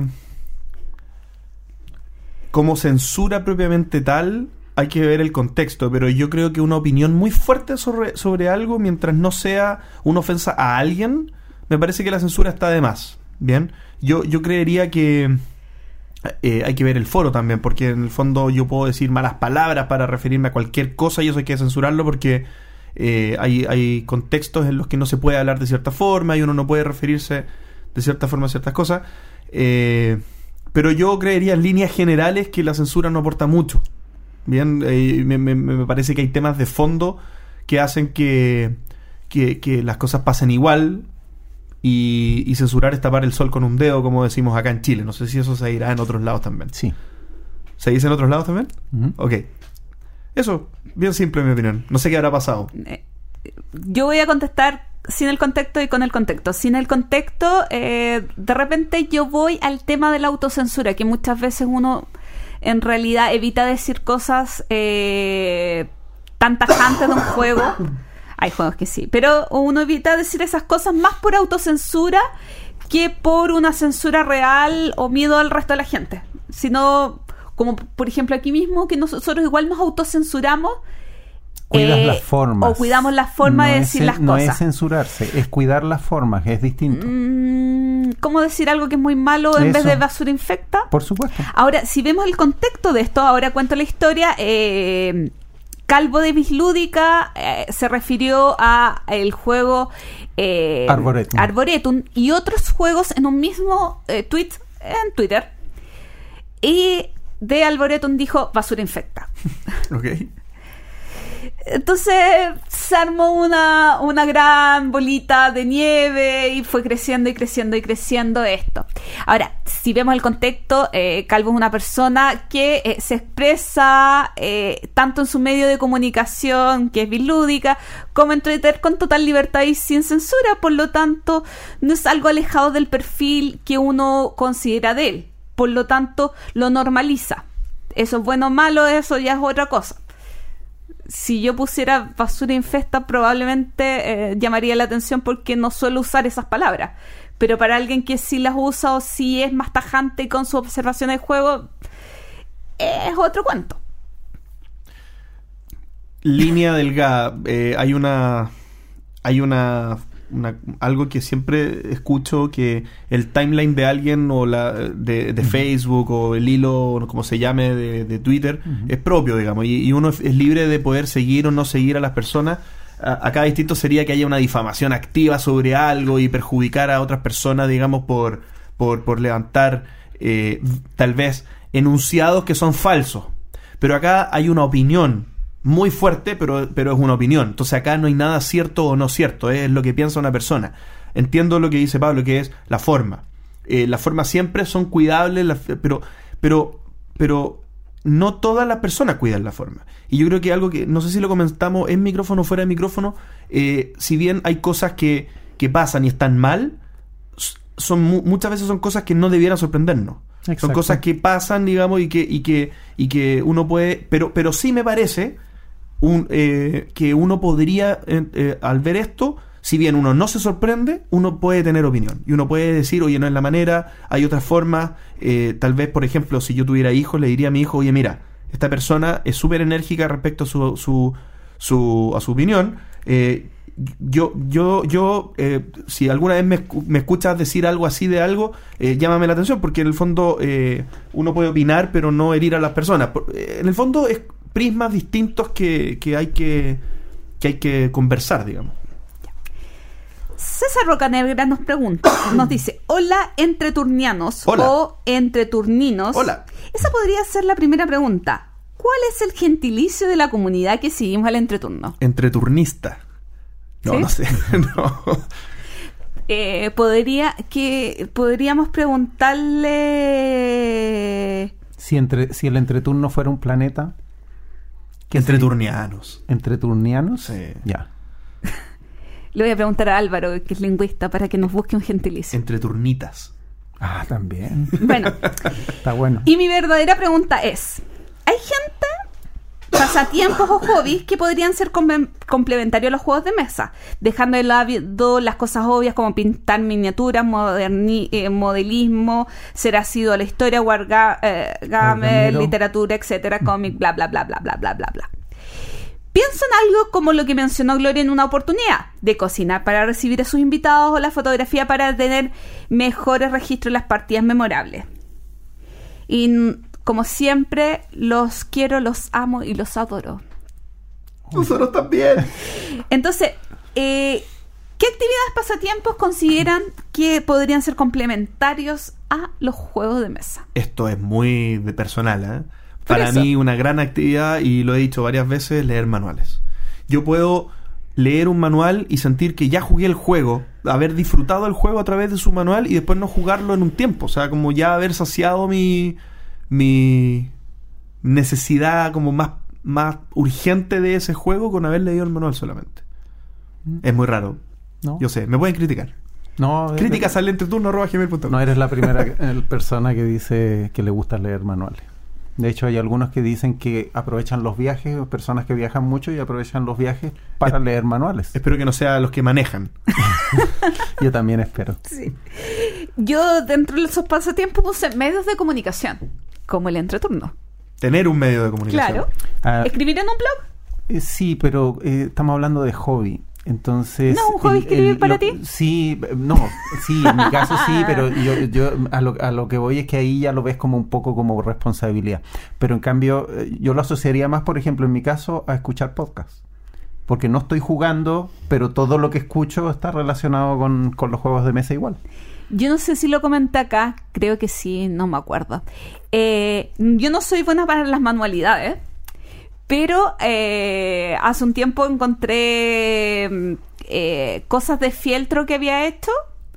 S1: como censura propiamente tal, hay que ver el contexto, pero yo creo que una opinión muy fuerte sobre, sobre algo, mientras no sea una ofensa a alguien, me parece que la censura está de más. Bien, yo, yo creería que eh, hay que ver el foro también, porque en el fondo yo puedo decir malas palabras para referirme a cualquier cosa y eso hay que censurarlo porque eh, hay, hay contextos en los que no se puede hablar de cierta forma y uno no puede referirse de cierta forma a ciertas cosas. Eh, pero yo creería en líneas generales que la censura no aporta mucho. Bien, eh, me, me, me parece que hay temas de fondo que hacen que, que, que las cosas pasen igual y, y censurar es tapar el sol con un dedo, como decimos acá en Chile. No sé si eso se dirá en otros lados también.
S3: Sí.
S1: ¿Se dice en otros lados también?
S3: Uh-huh.
S1: Ok. Eso, bien simple en mi opinión. No sé qué habrá pasado.
S4: Eh, yo voy a contestar sin el contexto y con el contexto. Sin el contexto, eh, de repente yo voy al tema de la autocensura, que muchas veces uno en realidad evita decir cosas eh, tan tajantes de un juego. Hay juegos que sí, pero uno evita decir esas cosas más por autocensura que por una censura real o miedo al resto de la gente. Sino, como por ejemplo aquí mismo, que nosotros igual nos autocensuramos.
S3: Cuidas
S4: eh,
S3: las formas.
S4: O cuidamos la forma
S3: no
S4: de
S3: es
S4: decir
S3: cen-
S4: las
S3: no
S4: cosas.
S3: No es censurarse, es cuidar las formas, que es distinto.
S4: Mm, ¿Cómo decir algo que es muy malo en
S3: Eso.
S4: vez de basura infecta?
S3: Por supuesto.
S4: Ahora, si vemos el contexto de esto, ahora cuento la historia. eh, Calvo de Bislúdica eh, se refirió a el juego eh,
S3: Arboretum.
S4: Arboretum y otros juegos en un mismo eh, tweet en Twitter. Y de Arboretum dijo basura infecta.
S1: Ok.
S4: Entonces se armó una, una gran bolita de nieve y fue creciendo y creciendo y creciendo esto. Ahora, si vemos el contexto, eh, Calvo es una persona que eh, se expresa eh, tanto en su medio de comunicación, que es Bislúdica, como en Twitter con total libertad y sin censura. Por lo tanto, no es algo alejado del perfil que uno considera de él. Por lo tanto, lo normaliza. Eso es bueno o malo, eso ya es otra cosa. Si yo pusiera basura infesta, probablemente eh, llamaría la atención porque no suelo usar esas palabras. Pero para alguien que sí las usa o sí es más tajante con su observación del juego, es otro cuento.
S1: Línea delgada. Eh, hay una... Hay una... Una, algo que siempre escucho, que el timeline de alguien o la de, de uh-huh. Facebook o el hilo, como se llame, de, de Twitter, uh-huh. es propio, digamos, y, y uno es, es libre de poder seguir o no seguir a las personas. A, acá distinto sería que haya una difamación activa sobre algo y perjudicar a otras personas, digamos, por, por, por levantar eh, tal vez enunciados que son falsos. Pero acá hay una opinión muy fuerte, pero, pero es una opinión. Entonces acá no hay nada cierto o no cierto, es lo que piensa una persona. Entiendo lo que dice Pablo, que es la forma. Eh, las formas siempre son cuidables, las, pero, pero, pero no todas las personas cuidan la forma. Y yo creo que algo que, no sé si lo comentamos en micrófono o fuera de micrófono, eh, si bien hay cosas que, que pasan y están mal, son muchas veces son cosas que no debieran sorprendernos. Exacto. Son cosas que pasan, digamos, y que, y que, y que uno puede, pero, pero sí me parece Un, eh, que uno podría, eh, eh, al ver esto, si bien uno no se sorprende, uno puede tener opinión. Y uno puede decir, oye, no es la manera, hay otras formas. Eh, tal vez, por ejemplo, si yo tuviera hijos, le diría a mi hijo, oye, mira, esta persona es súper enérgica respecto a su, su, su, a su opinión. Eh, yo, yo, yo eh, si alguna vez me, me escuchas decir algo así de algo, eh, llámame la atención, porque en el fondo eh, uno puede opinar, pero no herir a las personas. Por, eh, en el fondo es prismas distintos que, que hay que que hay que conversar, digamos.
S4: César Rocanegra nos pregunta, nos dice, hola entreturnianos
S1: Hola.
S4: o entreturninos.
S1: Hola.
S4: Esa podría ser la primera pregunta. ¿Cuál es el gentilicio de la comunidad que seguimos al entreturno?
S1: Entreturnista. No,
S4: ¿Sí?
S1: no sé. No.
S4: Eh, podría que podríamos preguntarle.
S3: Si, entre, si el entreturno fuera un planeta, ¿qué
S1: Entreturnianos.
S3: sería? ¿Entreturnianos?
S1: Sí.
S3: Ya.
S4: Le voy a preguntar a Álvaro, que es lingüista, para que nos busque un gentilicio.
S1: Entreturnitas.
S3: Ah, también.
S4: Bueno,
S3: Está bueno.
S4: y mi verdadera pregunta es: ¿hay gente, pasatiempos o hobbies que podrían ser com- complementarios a los juegos de mesa, dejando de lado las cosas obvias como pintar miniaturas, moderni- eh, modelismo, ser asiduo a la historia, warga- eh, gamer,
S3: Wargamero.
S4: literatura, etcétera, cómic, bla bla bla bla bla bla bla bla? Pienso en algo como lo que mencionó Gloria en una oportunidad, de cocinar para recibir a sus invitados o la fotografía para tener mejores registros en las partidas memorables. Y n- como siempre, los quiero, los amo y los adoro.
S1: Nosotros también.
S4: Entonces, eh, ¿qué actividades, pasatiempos consideran que podrían ser complementarios a los juegos de mesa?
S1: Esto es muy de personal, ¿eh?
S4: Por
S1: Para
S4: eso.
S1: mí una gran actividad, y lo he dicho varias veces, leer manuales. Yo puedo leer un manual y sentir que ya jugué el juego, haber disfrutado el juego a través de su manual y después no jugarlo en un tiempo. O sea, como ya haber saciado mi, mi necesidad como más, más urgente de ese juego con haber leído el manual solamente. Es muy raro.
S3: ¿No?
S1: Yo sé, me pueden criticar.
S3: No, eh,
S1: Críticas al entreturno arroba gmail punto com.
S3: no eres la primera eh, persona que dice que le gusta leer manuales. De hecho, hay algunos que dicen que aprovechan los viajes, o personas que viajan mucho y aprovechan los viajes para
S1: Es-
S3: leer manuales.
S1: Espero que no sea los que manejan.
S3: Yo también espero.
S4: Sí. Yo, dentro de esos pasatiempos, puse medios de comunicación, como el entreturno.
S1: Tener un medio de comunicación.
S4: Claro.
S3: Ah,
S4: ¿Escribir en un blog?
S3: eh, sí, pero eh, estamos hablando de hobby. Entonces,
S4: ¿No, un hobby escribir para ti?
S3: Sí, eh, no, sí, en mi caso sí, pero yo, yo a, lo, a lo que voy es que ahí ya lo ves como un poco como responsabilidad. Pero en cambio, eh, yo lo asociaría más, por ejemplo, en mi caso, a escuchar podcasts. Porque no estoy jugando, pero todo lo que escucho está relacionado con, con los juegos de mesa igual.
S4: Yo no sé si lo comenté acá, creo que sí, no me acuerdo. Eh, yo no soy buena para las manualidades, pero eh, hace un tiempo encontré eh, cosas de fieltro que había hecho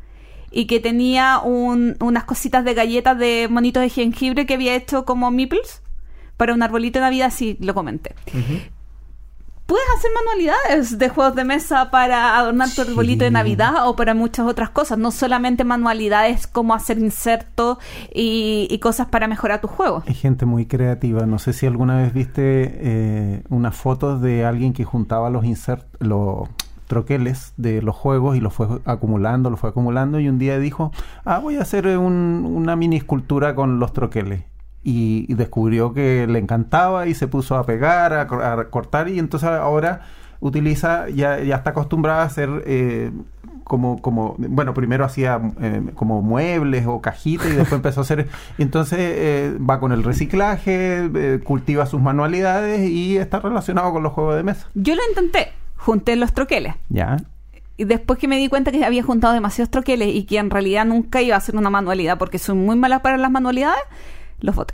S4: y que tenía un- unas cositas de galletas de monitos de jengibre que había hecho como meeples para un arbolito de Navidad, sí, lo comenté.
S1: Ujú.
S4: Puedes hacer manualidades de juegos de mesa para adornar tu arbolito de
S3: Sí.
S4: Navidad o para muchas otras cosas, no solamente manualidades como hacer insertos y, y cosas para mejorar tu juego.
S3: Hay gente muy creativa. No sé si alguna vez viste eh, unas fotos de alguien que juntaba los insert, los troqueles de los juegos y los fue acumulando, los fue acumulando y un día dijo, ah, voy a hacer un- una mini escultura con los troqueles. Y, y descubrió que le encantaba y se puso a pegar, a, cor- a cortar y entonces ahora utiliza, ya, ya está acostumbrada a hacer eh, como, como, bueno, primero hacía eh, como muebles o cajitas y después empezó a hacer, y entonces eh, va con el reciclaje, eh, cultiva sus manualidades y está relacionado con los juegos de mesa.
S4: Yo lo intenté, junté los troqueles.
S3: Ya.
S4: Y después que me di cuenta que había juntado demasiados troqueles y que en realidad nunca iba a hacer una manualidad porque soy muy mala para las manualidades, los boté.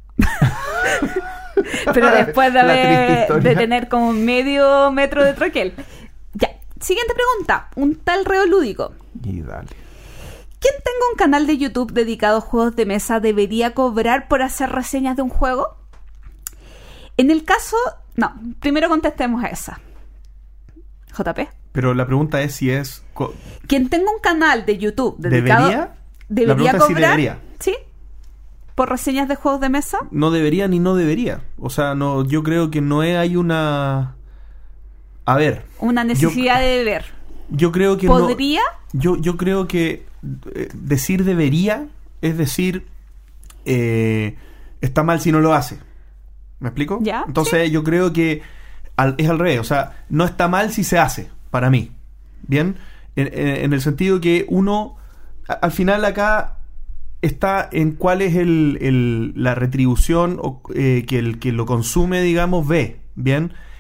S4: Pero después de,
S3: La triste
S4: haber,
S3: historia.
S4: de tener como medio metro de troquel. Ya, siguiente pregunta. Un tal reo lúdico.
S3: Y dale.
S4: ¿Quién tenga un canal de YouTube dedicado a juegos de mesa debería cobrar por hacer reseñas de un juego? En el caso... No, primero contestemos a esa. J P.
S1: Pero la pregunta es si es... co-
S4: Quien tenga un canal de YouTube dedicado...
S1: ¿Debería?
S4: ¿Debería
S1: La pregunta es si
S4: cobrar?
S1: debería.
S4: ¿Sí? ¿Por reseñas de juegos de mesa?
S1: No debería ni no debería. O sea, no, yo creo que no hay una... A ver,
S4: Una necesidad de ver.
S1: yo creo que no...
S4: ¿Podría?
S1: Yo, yo creo que eh, decir debería es decir eh, está mal si no lo hace. ¿Me explico?
S4: Ya,
S1: Entonces yo creo que al- es al revés. O sea, no está mal si se hace, para mí. ¿Bien? En, en- en el sentido que uno, a- al final acá está en cuál es el, el- la retribución o, eh, que el que lo consume, digamos, ve. ¿Bien?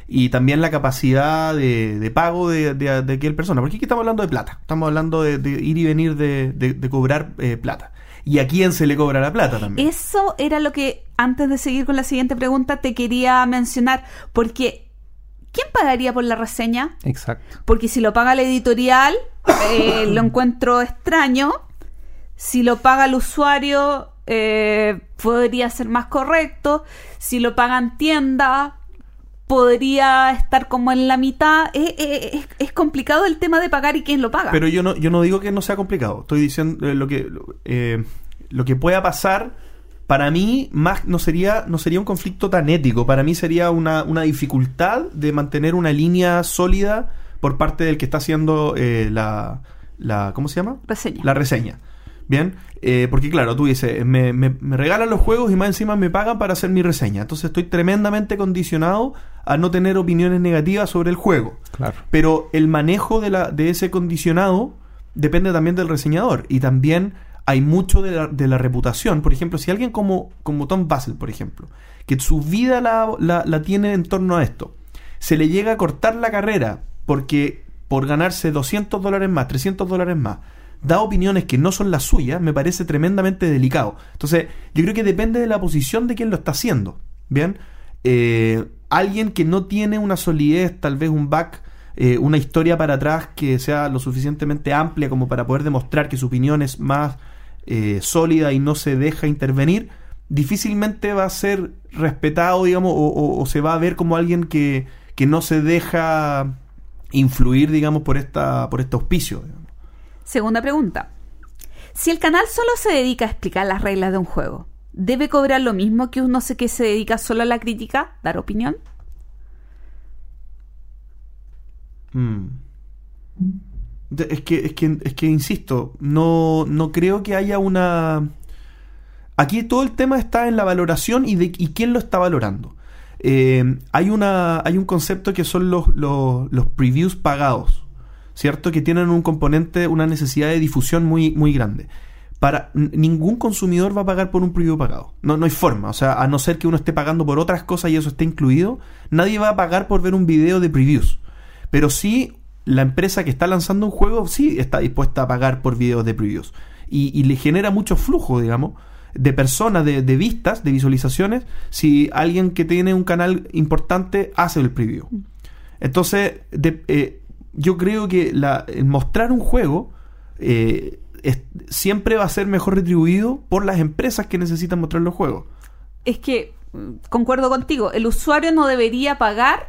S1: y también la capacidad de, de pago de, de, de aquel persona. Porque aquí estamos hablando de plata, estamos hablando de, de ir y venir de, de, de cobrar eh, plata. Y a quién se le cobra la plata también.
S4: Eso era lo que, antes de seguir con la siguiente pregunta, te quería mencionar. Porque, ¿quién pagaría por la reseña?
S3: Exacto.
S4: Porque si lo paga la editorial, eh, lo encuentro extraño. Si lo paga el usuario, eh, podría ser más correcto. Si lo pagan tienda, podría estar como en la mitad. Es, es, es complicado el tema de pagar y quién lo paga.
S1: Pero yo no, yo no digo que no sea complicado. Estoy diciendo eh, lo que eh, lo que pueda pasar. Para mí más no sería no sería un conflicto tan ético. Para mí sería una, una dificultad de mantener una línea sólida por parte del que está haciendo eh, la, la ¿cómo se llama?
S4: Reseña.
S1: La reseña. Bien, eh, porque claro, tú dices, me, me, me regalan los juegos y más encima me pagan para hacer mi reseña. Entonces estoy tremendamente condicionado a no tener opiniones negativas sobre el juego.
S3: Claro.
S1: Pero el manejo de, la, de ese condicionado depende también del reseñador. Y también hay mucho de la, de la reputación. Por ejemplo, si alguien como, como Tom Basel, por ejemplo, que su vida la, la, la tiene en torno a esto, se le llega a cortar la carrera porque por ganarse doscientos dólares más, trescientos dólares más, da opiniones que no son las suyas, me parece tremendamente delicado. Entonces, yo creo que depende de la posición de quien lo está haciendo. ¿Bien? Eh, alguien que no tiene una solidez, tal vez un back, eh, una historia para atrás que sea lo suficientemente amplia como para poder demostrar que su opinión es más eh, sólida y no se deja intervenir, difícilmente va a ser respetado, digamos, o, o, o se va a ver como alguien que, que no se deja influir, digamos, por esta por este auspicio, digamos.
S4: Segunda pregunta. Si el canal solo se dedica a explicar las reglas de un juego, ¿debe cobrar lo mismo que uno que se dedica solo a la crítica, dar opinión?
S1: Mm. De- Es que, es que, es que insisto, no, no creo que haya una... Aquí todo el tema está en la valoración y de y quién lo está valorando. Eh, hay una hay un concepto que son los, los, los previews pagados, ¿cierto? Que tienen un componente, una necesidad de difusión muy, muy grande. Para n- ningún consumidor va a pagar por un preview pagado. No, no hay forma. O sea, a no ser que uno esté pagando por otras cosas y eso esté incluido, nadie va a pagar por ver un video de previews. Pero sí, la empresa que está lanzando un juego sí está dispuesta a pagar por videos de previews. Y, y le genera mucho flujo, digamos, de personas, de, de vistas, de visualizaciones, si alguien que tiene un canal importante hace el preview. Entonces, de, eh, yo creo que la, el mostrar un juego eh, es, siempre va a ser mejor retribuido por las empresas que necesitan mostrar los juegos.
S4: Es que, mm, concuerdo contigo, el usuario no debería pagar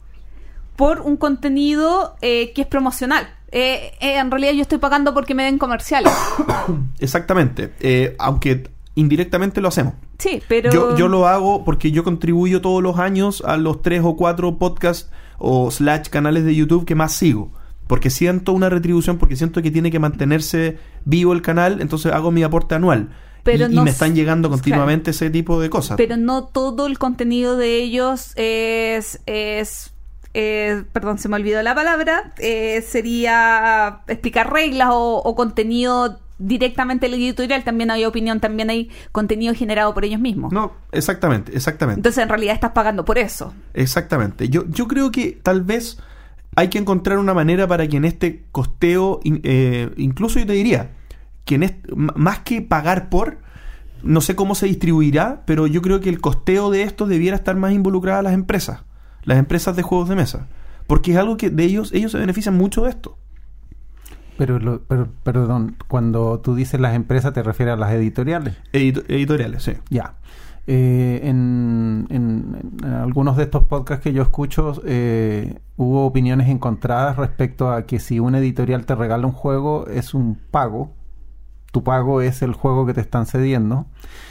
S4: por un contenido eh, que es promocional. Eh, eh, en realidad yo estoy pagando porque me den comerciales.
S1: Exactamente. Eh, aunque indirectamente lo hacemos.
S4: Sí, pero...
S1: Yo, yo lo hago porque yo contribuyo todos los años a los tres o cuatro podcasts o slash canales de YouTube que más sigo. Porque siento una retribución, porque siento que tiene que mantenerse vivo el canal, entonces hago mi aporte anual.
S4: Pero
S1: y,
S4: no
S1: y me
S4: s-
S1: están llegando continuamente
S4: claro.
S1: ese tipo de cosas.
S4: Pero no todo el contenido de ellos es... es eh, perdón, se me olvidó la palabra. Eh, sería explicar reglas o, o contenido directamente del editorial. También hay opinión, también hay contenido generado por ellos mismos.
S1: No, exactamente, exactamente.
S4: Entonces en realidad estás pagando por eso.
S1: Exactamente. Yo, yo creo que tal vez hay que encontrar una manera para que en este costeo, in- eh, incluso yo te diría, que en este, m- más que pagar por, no sé cómo se distribuirá, pero yo creo que el costeo de esto debiera estar más involucrada las empresas, las empresas de juegos de mesa, porque es algo que de ellos, ellos se benefician mucho de esto.
S3: Pero, lo, pero, perdón, cuando tú dices las empresas, ¿te refieres a las editoriales?
S1: Edito- editoriales, sí.
S3: Ya. Eh, en, en, en algunos de estos podcasts que yo escucho, eh, hubo opiniones encontradas respecto a que si una editorial te regala un juego, es un pago. Tu pago es el juego que te están cediendo.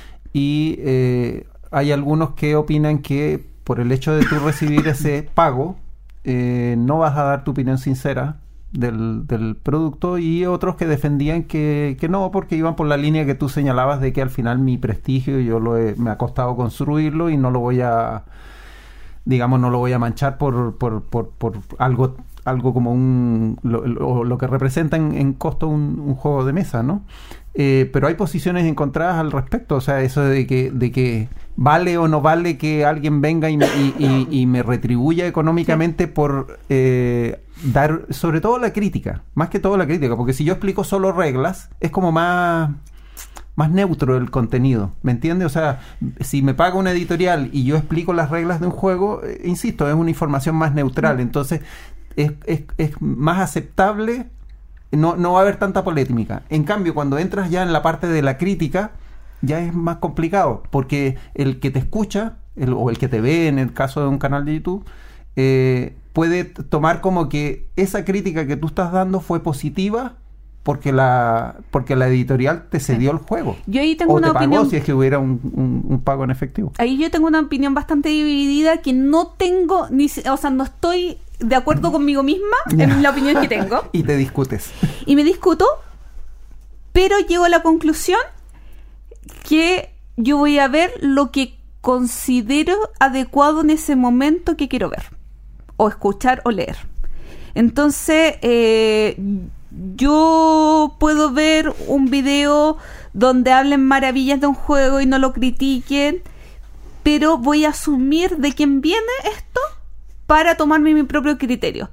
S3: Y eh, hay algunos que opinan que por el hecho de tú recibir ese pago, eh, no vas a dar tu opinión sincera del, del producto, y otros que defendían que, que no, porque iban por la línea que tú señalabas de que al final mi prestigio, yo lo he, me ha costado construirlo y no lo voy a, digamos, no lo voy a manchar por, por, por, por algo algo como un lo, lo, lo que representa en, en costo un, un juego de mesa, ¿no? Eh, pero hay posiciones encontradas al respecto, o sea, eso de que, de que vale o no vale que alguien venga y, y, y, y me retribuya económicamente por eh, dar, sobre todo la crítica, más que todo la crítica, porque si yo explico solo reglas, es como más, más neutro el contenido, ¿me entiendes? O sea, si me paga una editorial y yo explico las reglas de un juego, eh, insisto, es una información más neutral, entonces es, es, es más aceptable. No, no va a haber tanta polémica. En cambio, cuando entras ya en la parte de la crítica, ya es más complicado, porque el que te escucha, el, o el que te ve en el caso de un canal de YouTube, eh, puede t- tomar como que esa crítica que tú estás dando fue positiva porque la porque la editorial te cedió el juego.
S4: Yo ahí tengo
S3: o
S4: una
S3: te pagó
S4: opinión.
S3: si es que hubiera un, un, un pago en efectivo.
S4: Ahí yo tengo una opinión bastante dividida que no tengo, ni, si- o sea, no estoy de acuerdo conmigo misma en la opinión que tengo.
S3: Y te discutes.
S4: Y me discuto, pero llego a la conclusión que yo voy a ver lo que considero adecuado en ese momento que quiero ver, o escuchar o leer. Entonces, eh, yo puedo ver un video donde hablen maravillas de un juego y no lo critiquen, pero voy a asumir de quién viene esto para tomarme mi propio criterio.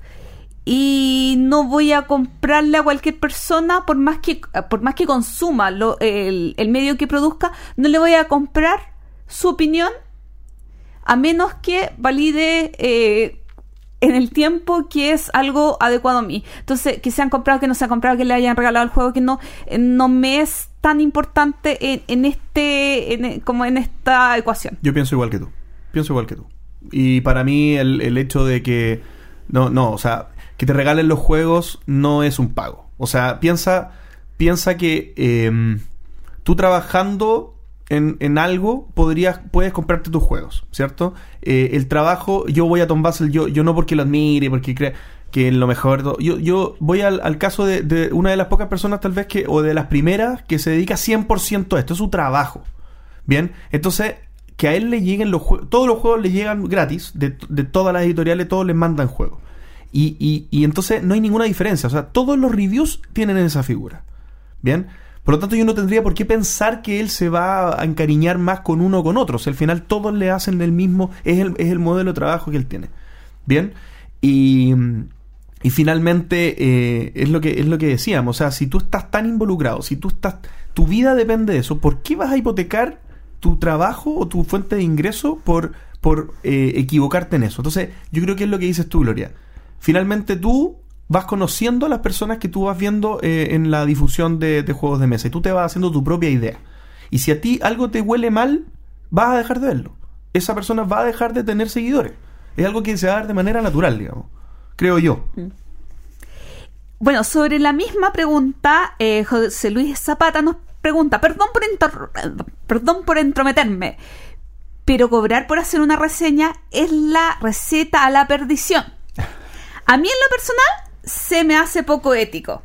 S4: Y no voy a comprarle a cualquier persona, por más que por más que consuma lo, el, el medio que produzca, no le voy a comprar su opinión, a menos que valide eh, en el tiempo que es algo adecuado a mí. Entonces, que se han comprado, que no se han comprado, que le hayan regalado el juego, que no, eh, no me es tan importante en, en este en, como en esta ecuación.
S1: Yo pienso igual que tú. Pienso igual que tú. Y para mí el, el hecho de que no, no, o sea, que te regalen los juegos no es un pago. O sea, piensa, piensa que eh, tú trabajando en, en algo podrías, puedes comprarte tus juegos, ¿cierto? Eh, el trabajo, yo voy a Tom Basel, yo, yo no porque lo admire, porque crea que es lo mejor. Yo, yo voy al, al caso de, de una de las pocas personas tal vez que, o de las primeras, que se dedica cien por ciento a esto, es su trabajo. Bien, entonces que a él le lleguen los juegos, todos los juegos le llegan gratis, de, de todas las editoriales, todos les mandan juegos. Y, y, y entonces no hay ninguna diferencia, o sea, todos los reviews tienen esa figura. Bien, por lo tanto yo no tendría por qué pensar que él se va a encariñar más con uno o con otro. O sea, al final todos le hacen el mismo, es el, es el modelo de trabajo que él tiene. Bien, y, y finalmente eh, es lo que es lo que decíamos, o sea, si tú estás tan involucrado, si tú estás, tu vida depende de eso, ¿por qué vas a hipotecar tu trabajo o tu fuente de ingreso por, por eh, equivocarte en eso? Entonces, yo creo que es lo que dices tú, Gloria. Finalmente tú vas conociendo a las personas que tú vas viendo eh, en la difusión de, de juegos de mesa y tú te vas haciendo tu propia idea. Y si a ti algo te huele mal, vas a dejar de verlo. Esa persona va a dejar de tener seguidores. Es algo que se va a dar de manera natural, digamos. Creo yo.
S4: Bueno, sobre la misma pregunta, eh, José Luis Zapata nos pregunta, perdón por, entor- perdón por entrometerme, pero cobrar por hacer una reseña es la receta a la perdición. A mí en lo personal se me hace poco ético.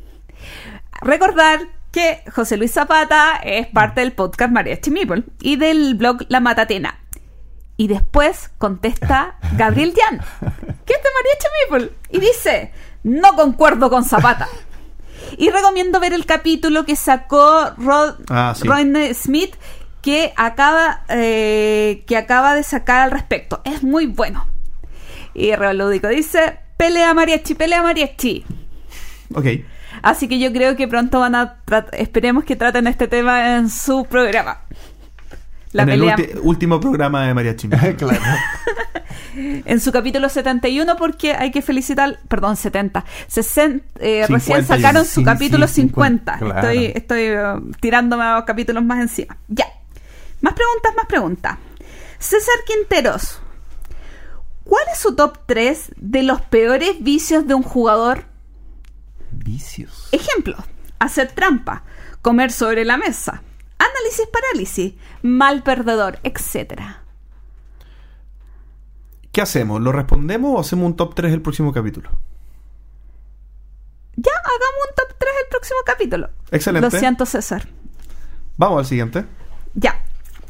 S4: Recordar que José Luis Zapata es parte del podcast Mariachi Meeple y del blog La Matatena. Y después contesta Gabriel Llano, que es de Mariachi Meeple, y dice, no concuerdo con Zapata. Y recomiendo ver el capítulo que sacó Rod,
S1: ah, sí.
S4: Rodney Smith, que acaba, eh, que acaba de sacar al respecto. Es muy bueno. Y Revolúdico dice, pelea mariachi, pelea mariachi.
S1: Ok.
S4: Así que yo creo que pronto van a... Tra- esperemos que traten este tema en su programa. La
S1: en
S4: pelea...
S1: el ulti- último programa de Mariachi.
S3: Claro.
S4: En su capítulo setenta y uno, porque hay que felicitar... Perdón, setenta. sesenta, eh, recién sacaron su
S3: sí,
S4: capítulo
S3: sí, cincuenta.
S4: cincuenta.
S3: Claro.
S4: Estoy, estoy uh, tirándome a capítulos más encima. Ya. Más preguntas, más preguntas. César Quinteros. ¿Cuál es su top tres de los peores vicios de un jugador?
S3: Vicios.
S4: Ejemplo, hacer trampa, comer sobre la mesa, análisis parálisis, mal perdedor, etcétera.
S1: ¿Qué hacemos? ¿Lo respondemos o hacemos un top tres el próximo capítulo?
S4: Ya, hagamos un top tres el próximo capítulo.
S1: Excelente.
S4: Lo siento, César.
S1: Vamos al siguiente.
S4: Ya.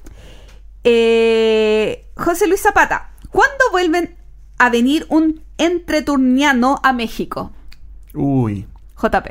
S4: Eh, José Luis Zapata, ¿cuándo vuelven a venir un entreturniano a México?
S1: Uy.
S4: J P.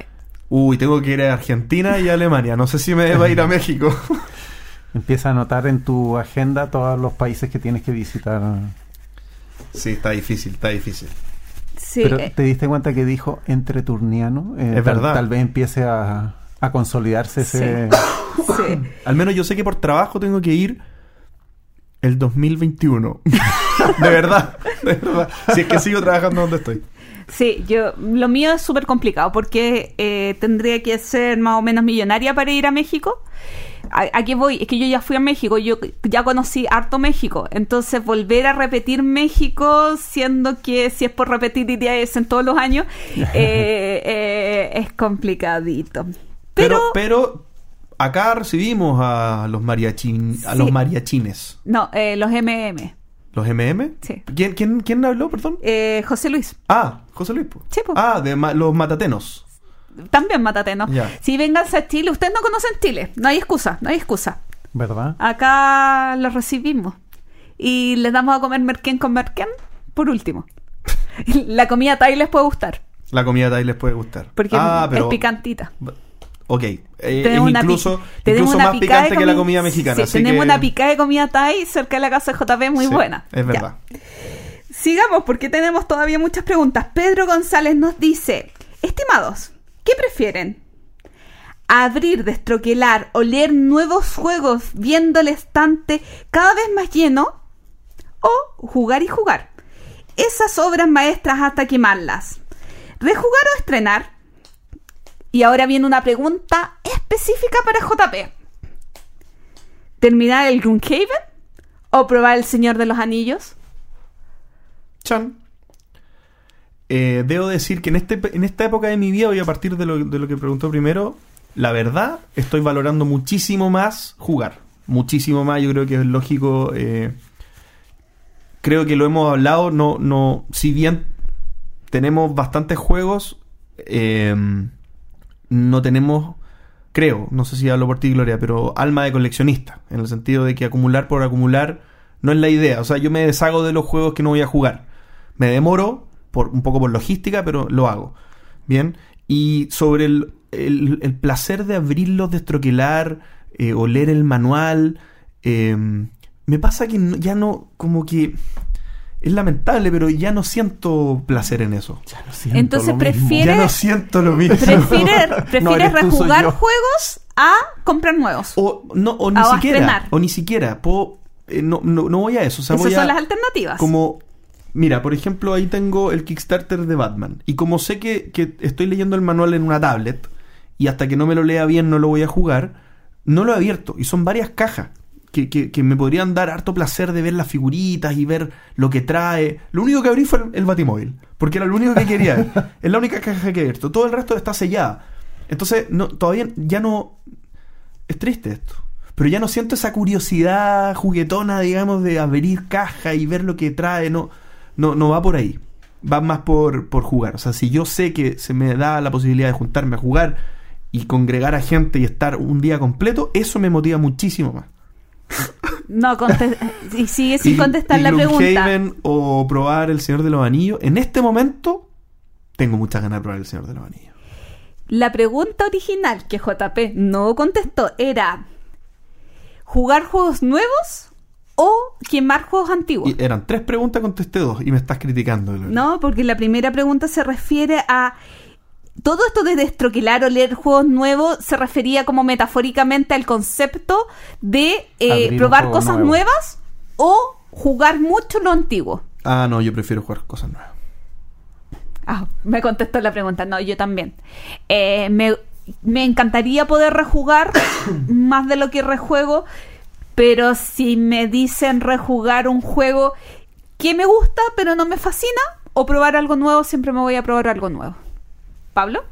S1: Uy, tengo que ir a Argentina y a Alemania. No sé si me va a ir a México.
S3: Empieza a anotar en tu agenda todos los países que tienes que visitar.
S1: Sí, está difícil, está difícil.
S4: Sí,
S3: Pero
S4: eh,
S3: ¿te diste cuenta que dijo entreturniano? Eh,
S1: Es
S3: tal,
S1: verdad.
S3: Tal vez empiece a, a consolidarse ese...
S4: sí.
S1: Al menos yo sé que por trabajo tengo que ir el dos mil veintiuno. De verdad, de verdad. Si es que sigo trabajando donde estoy.
S4: Sí, yo, lo mío es súper complicado porque eh, tendría que ser más o menos millonaria para ir a México. ¿A, a qué voy? Es que yo ya fui a México, yo ya conocí harto México, entonces volver a repetir México, siendo que si es por repetir iría eso en todos los años, eh, eh, es complicadito.
S1: Pero,
S4: Pero,
S1: pero acá recibimos a los mariachin, a
S4: Sí.
S1: los mariachines.
S4: no, eh, los M M.
S1: ¿Los M M?
S4: Sí.
S1: ¿Quién, quién, quién habló, perdón?
S4: Eh, José Luis,
S1: Ah, José Luis. po.
S4: Sí, po.
S1: Ah, de ma- los matatenos.
S4: también Matateno.
S1: Ya.
S4: Si venganse a Chile, ustedes no conocen Chile, no hay excusa, no hay excusa.
S3: ¿Verdad?
S4: Acá los recibimos y les damos a comer merquén con merquén por último. La comida Thai les puede gustar
S1: La comida Thai les puede gustar.
S4: porque
S1: ah,
S4: es
S1: pero,
S4: picantita.
S1: Ok. Eh, es
S4: Tenemos una
S1: incluso,
S4: pi- tenemos
S1: incluso
S4: una
S1: más
S4: picada de
S1: picante que la
S4: comi-
S1: comida mexicana.
S4: Sí,
S1: así
S4: tenemos
S1: que-
S4: una picada de comida Thai cerca de la casa de J P muy
S1: Sí,
S4: buena.
S1: Es
S4: Ya.
S1: verdad.
S4: Sigamos porque tenemos todavía muchas preguntas. Pedro González nos dice: estimados, ¿qué prefieren? ¿Abrir, destroquelar o leer nuevos juegos viendo el estante cada vez más lleno? ¿O jugar y jugar esas obras maestras hasta quemarlas? ¿Rejugar o estrenar? Y ahora viene una pregunta específica para J P. ¿Terminar el Gloomhaven o probar el Señor de los Anillos?
S1: Chan. Eh, debo decir que en, este, en esta época de mi vida, y a partir de lo, de lo que preguntó primero, la verdad, estoy valorando muchísimo más jugar. Muchísimo más, yo creo que es lógico. Eh, creo que lo hemos hablado. No, no, si bien tenemos bastantes juegos, eh, no tenemos, creo, no sé si hablo por ti, Gloria, pero alma de coleccionista. En el sentido de que acumular por acumular no es la idea. O sea, yo me deshago de los juegos que no voy a jugar. Me demoro, por un poco por logística, pero lo hago. Bien. Y sobre el, el, el placer de abrirlos, destroquelar, eh, o leer el manual, eh, me pasa que no- ya no, como que es lamentable, pero ya no siento placer en eso.
S3: Ya lo siento,
S4: Entonces
S3: lo mismo.
S4: prefiere-
S1: Ya no siento lo mismo.
S4: ¿Prefieres,
S3: No
S4: prefieres
S3: eres tú, soy
S4: rejugar
S3: yo.
S4: juegos a comprar nuevos?
S1: O, no, o ni
S4: A
S1: siquiera.
S4: estrenar.
S1: O ni siquiera. Puedo, eh, no, no, no voy a eso. O sea,
S4: Esas
S1: voy
S4: son
S1: a,
S4: las alternativas.
S1: como, mira, por ejemplo, ahí tengo el Kickstarter de Batman. Y como sé que, que estoy leyendo el manual en una tablet, y hasta que no me lo lea bien no lo voy a jugar, no lo he abierto. Y son varias cajas que, que, que me podrían dar harto placer de ver las figuritas y ver lo que trae. Lo único que abrí fue el, el Batimóvil, porque era lo único que quería ver. Es la única caja que he abierto. Todo el resto está sellada. Entonces, no, todavía ya no... Es triste esto. Pero ya no siento esa curiosidad juguetona, digamos, de abrir caja y ver lo que trae. No, no, no va por ahí. Va más por, por jugar. O sea, si yo sé que se me da la posibilidad de juntarme a jugar y congregar a gente y estar un día completo, eso me motiva muchísimo más.
S4: No, conte- y sigue sin
S1: Y-
S4: contestar
S1: y
S4: la pregunta.
S1: Gloomhaven o probar El Señor de los Anillos. En este momento, tengo muchas ganas de probar El Señor de los Anillos.
S4: La pregunta original que J P no contestó era: ¿jugar juegos nuevos o quemar juegos antiguos?
S1: Y eran tres preguntas, contesté dos y me estás criticando. Gloria.
S4: No, porque la primera pregunta se refiere a... Todo esto de destroquelar o leer juegos nuevos se refería como metafóricamente al concepto de eh,
S3: Abrir un
S4: probar
S3: juego
S4: cosas
S3: nuevo.
S4: nuevas o jugar mucho lo antiguo.
S1: Ah, no, yo prefiero jugar cosas nuevas.
S4: Ah, me contestó la pregunta. No, yo también. Eh, me, me encantaría poder rejugar más de lo que rejuego, pero si me dicen rejugar un juego que me gusta pero no me fascina, o probar algo nuevo, siempre me voy a probar algo nuevo. ¿Pablo?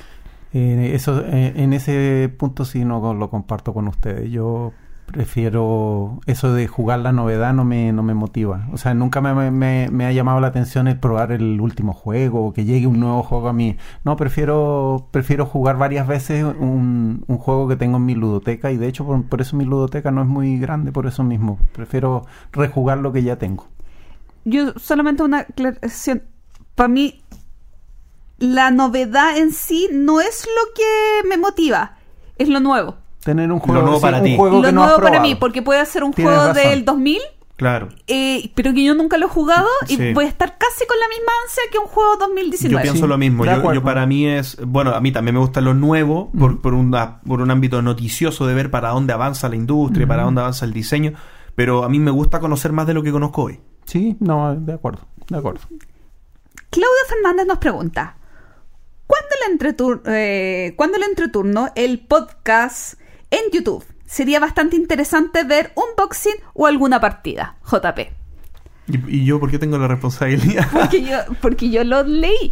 S3: Eh, eso, eh, en ese punto sí no lo comparto con ustedes. Yo prefiero eso de jugar la novedad, no me, no me motiva. O sea, nunca me, me, me ha llamado la atención el probar el último juego o que llegue un nuevo juego a mí. No, prefiero prefiero jugar varias veces un, un juego que tengo en mi ludoteca, y de hecho por, por eso mi ludoteca no es muy grande, por eso mismo. Prefiero rejugar lo que ya tengo.
S4: Yo solamente una aclaración. Para mí, la novedad en sí no es lo que me motiva, es lo nuevo.
S3: Tener un juego,
S1: Lo nuevo
S3: sí,
S1: para
S3: un
S1: ti.
S3: juego
S4: Lo
S3: que no has
S4: nuevo para
S3: probado.
S4: mí, porque puede ser un
S3: Tienes
S4: juego
S3: razón.
S4: del dos mil,
S1: Claro.
S4: eh, pero que yo nunca lo he jugado y
S1: Sí.
S4: voy a estar casi con la misma ansia que un juego dos mil diecinueve.
S1: Yo pienso
S3: Sí,
S1: lo mismo.
S3: de
S1: Yo,
S3: acuerdo.
S1: yo para mí es... Bueno, a mí también me gusta lo nuevo por,
S3: Ujú.
S1: por, una- por un ámbito noticioso de ver para dónde avanza la industria, para dónde avanza el diseño. Pero a mí me gusta conocer más de lo que conozco hoy.
S3: Sí, no, de acuerdo, de acuerdo.
S4: Claudio Fernández nos pregunta, ¿cuándo el, entretur eh, ¿cuándo el entreturno, el podcast en YouTube? Sería bastante interesante ver unboxing o alguna partida, J P.
S1: ¿Y, y yo por qué tengo la responsabilidad?
S4: Porque yo, porque yo lo leí.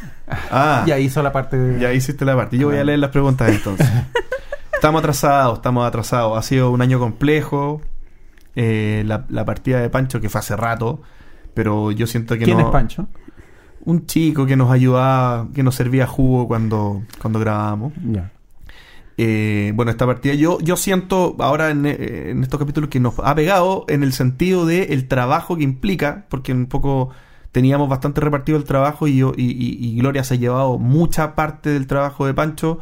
S1: Ah,
S3: Ya hizo la parte de...
S1: ya hiciste la parte. Yo voy a leer las preguntas entonces. Estamos atrasados, estamos atrasados. Ha sido un año complejo. Eh, la, la partida de Pancho, que fue hace rato, pero yo siento que
S3: ¿Quién
S1: no...
S3: es Pancho?
S1: Un chico que nos ayudaba, que nos servía jugo cuando, cuando grabábamos.
S3: Ya.
S1: Eh, bueno, esta partida yo, yo siento ahora en, eh, en estos capítulos que nos ha pegado en el sentido de el trabajo que implica, porque un poco teníamos bastante repartido el trabajo y, yo, y, y, y Gloria se ha llevado mucha parte del trabajo de Pancho,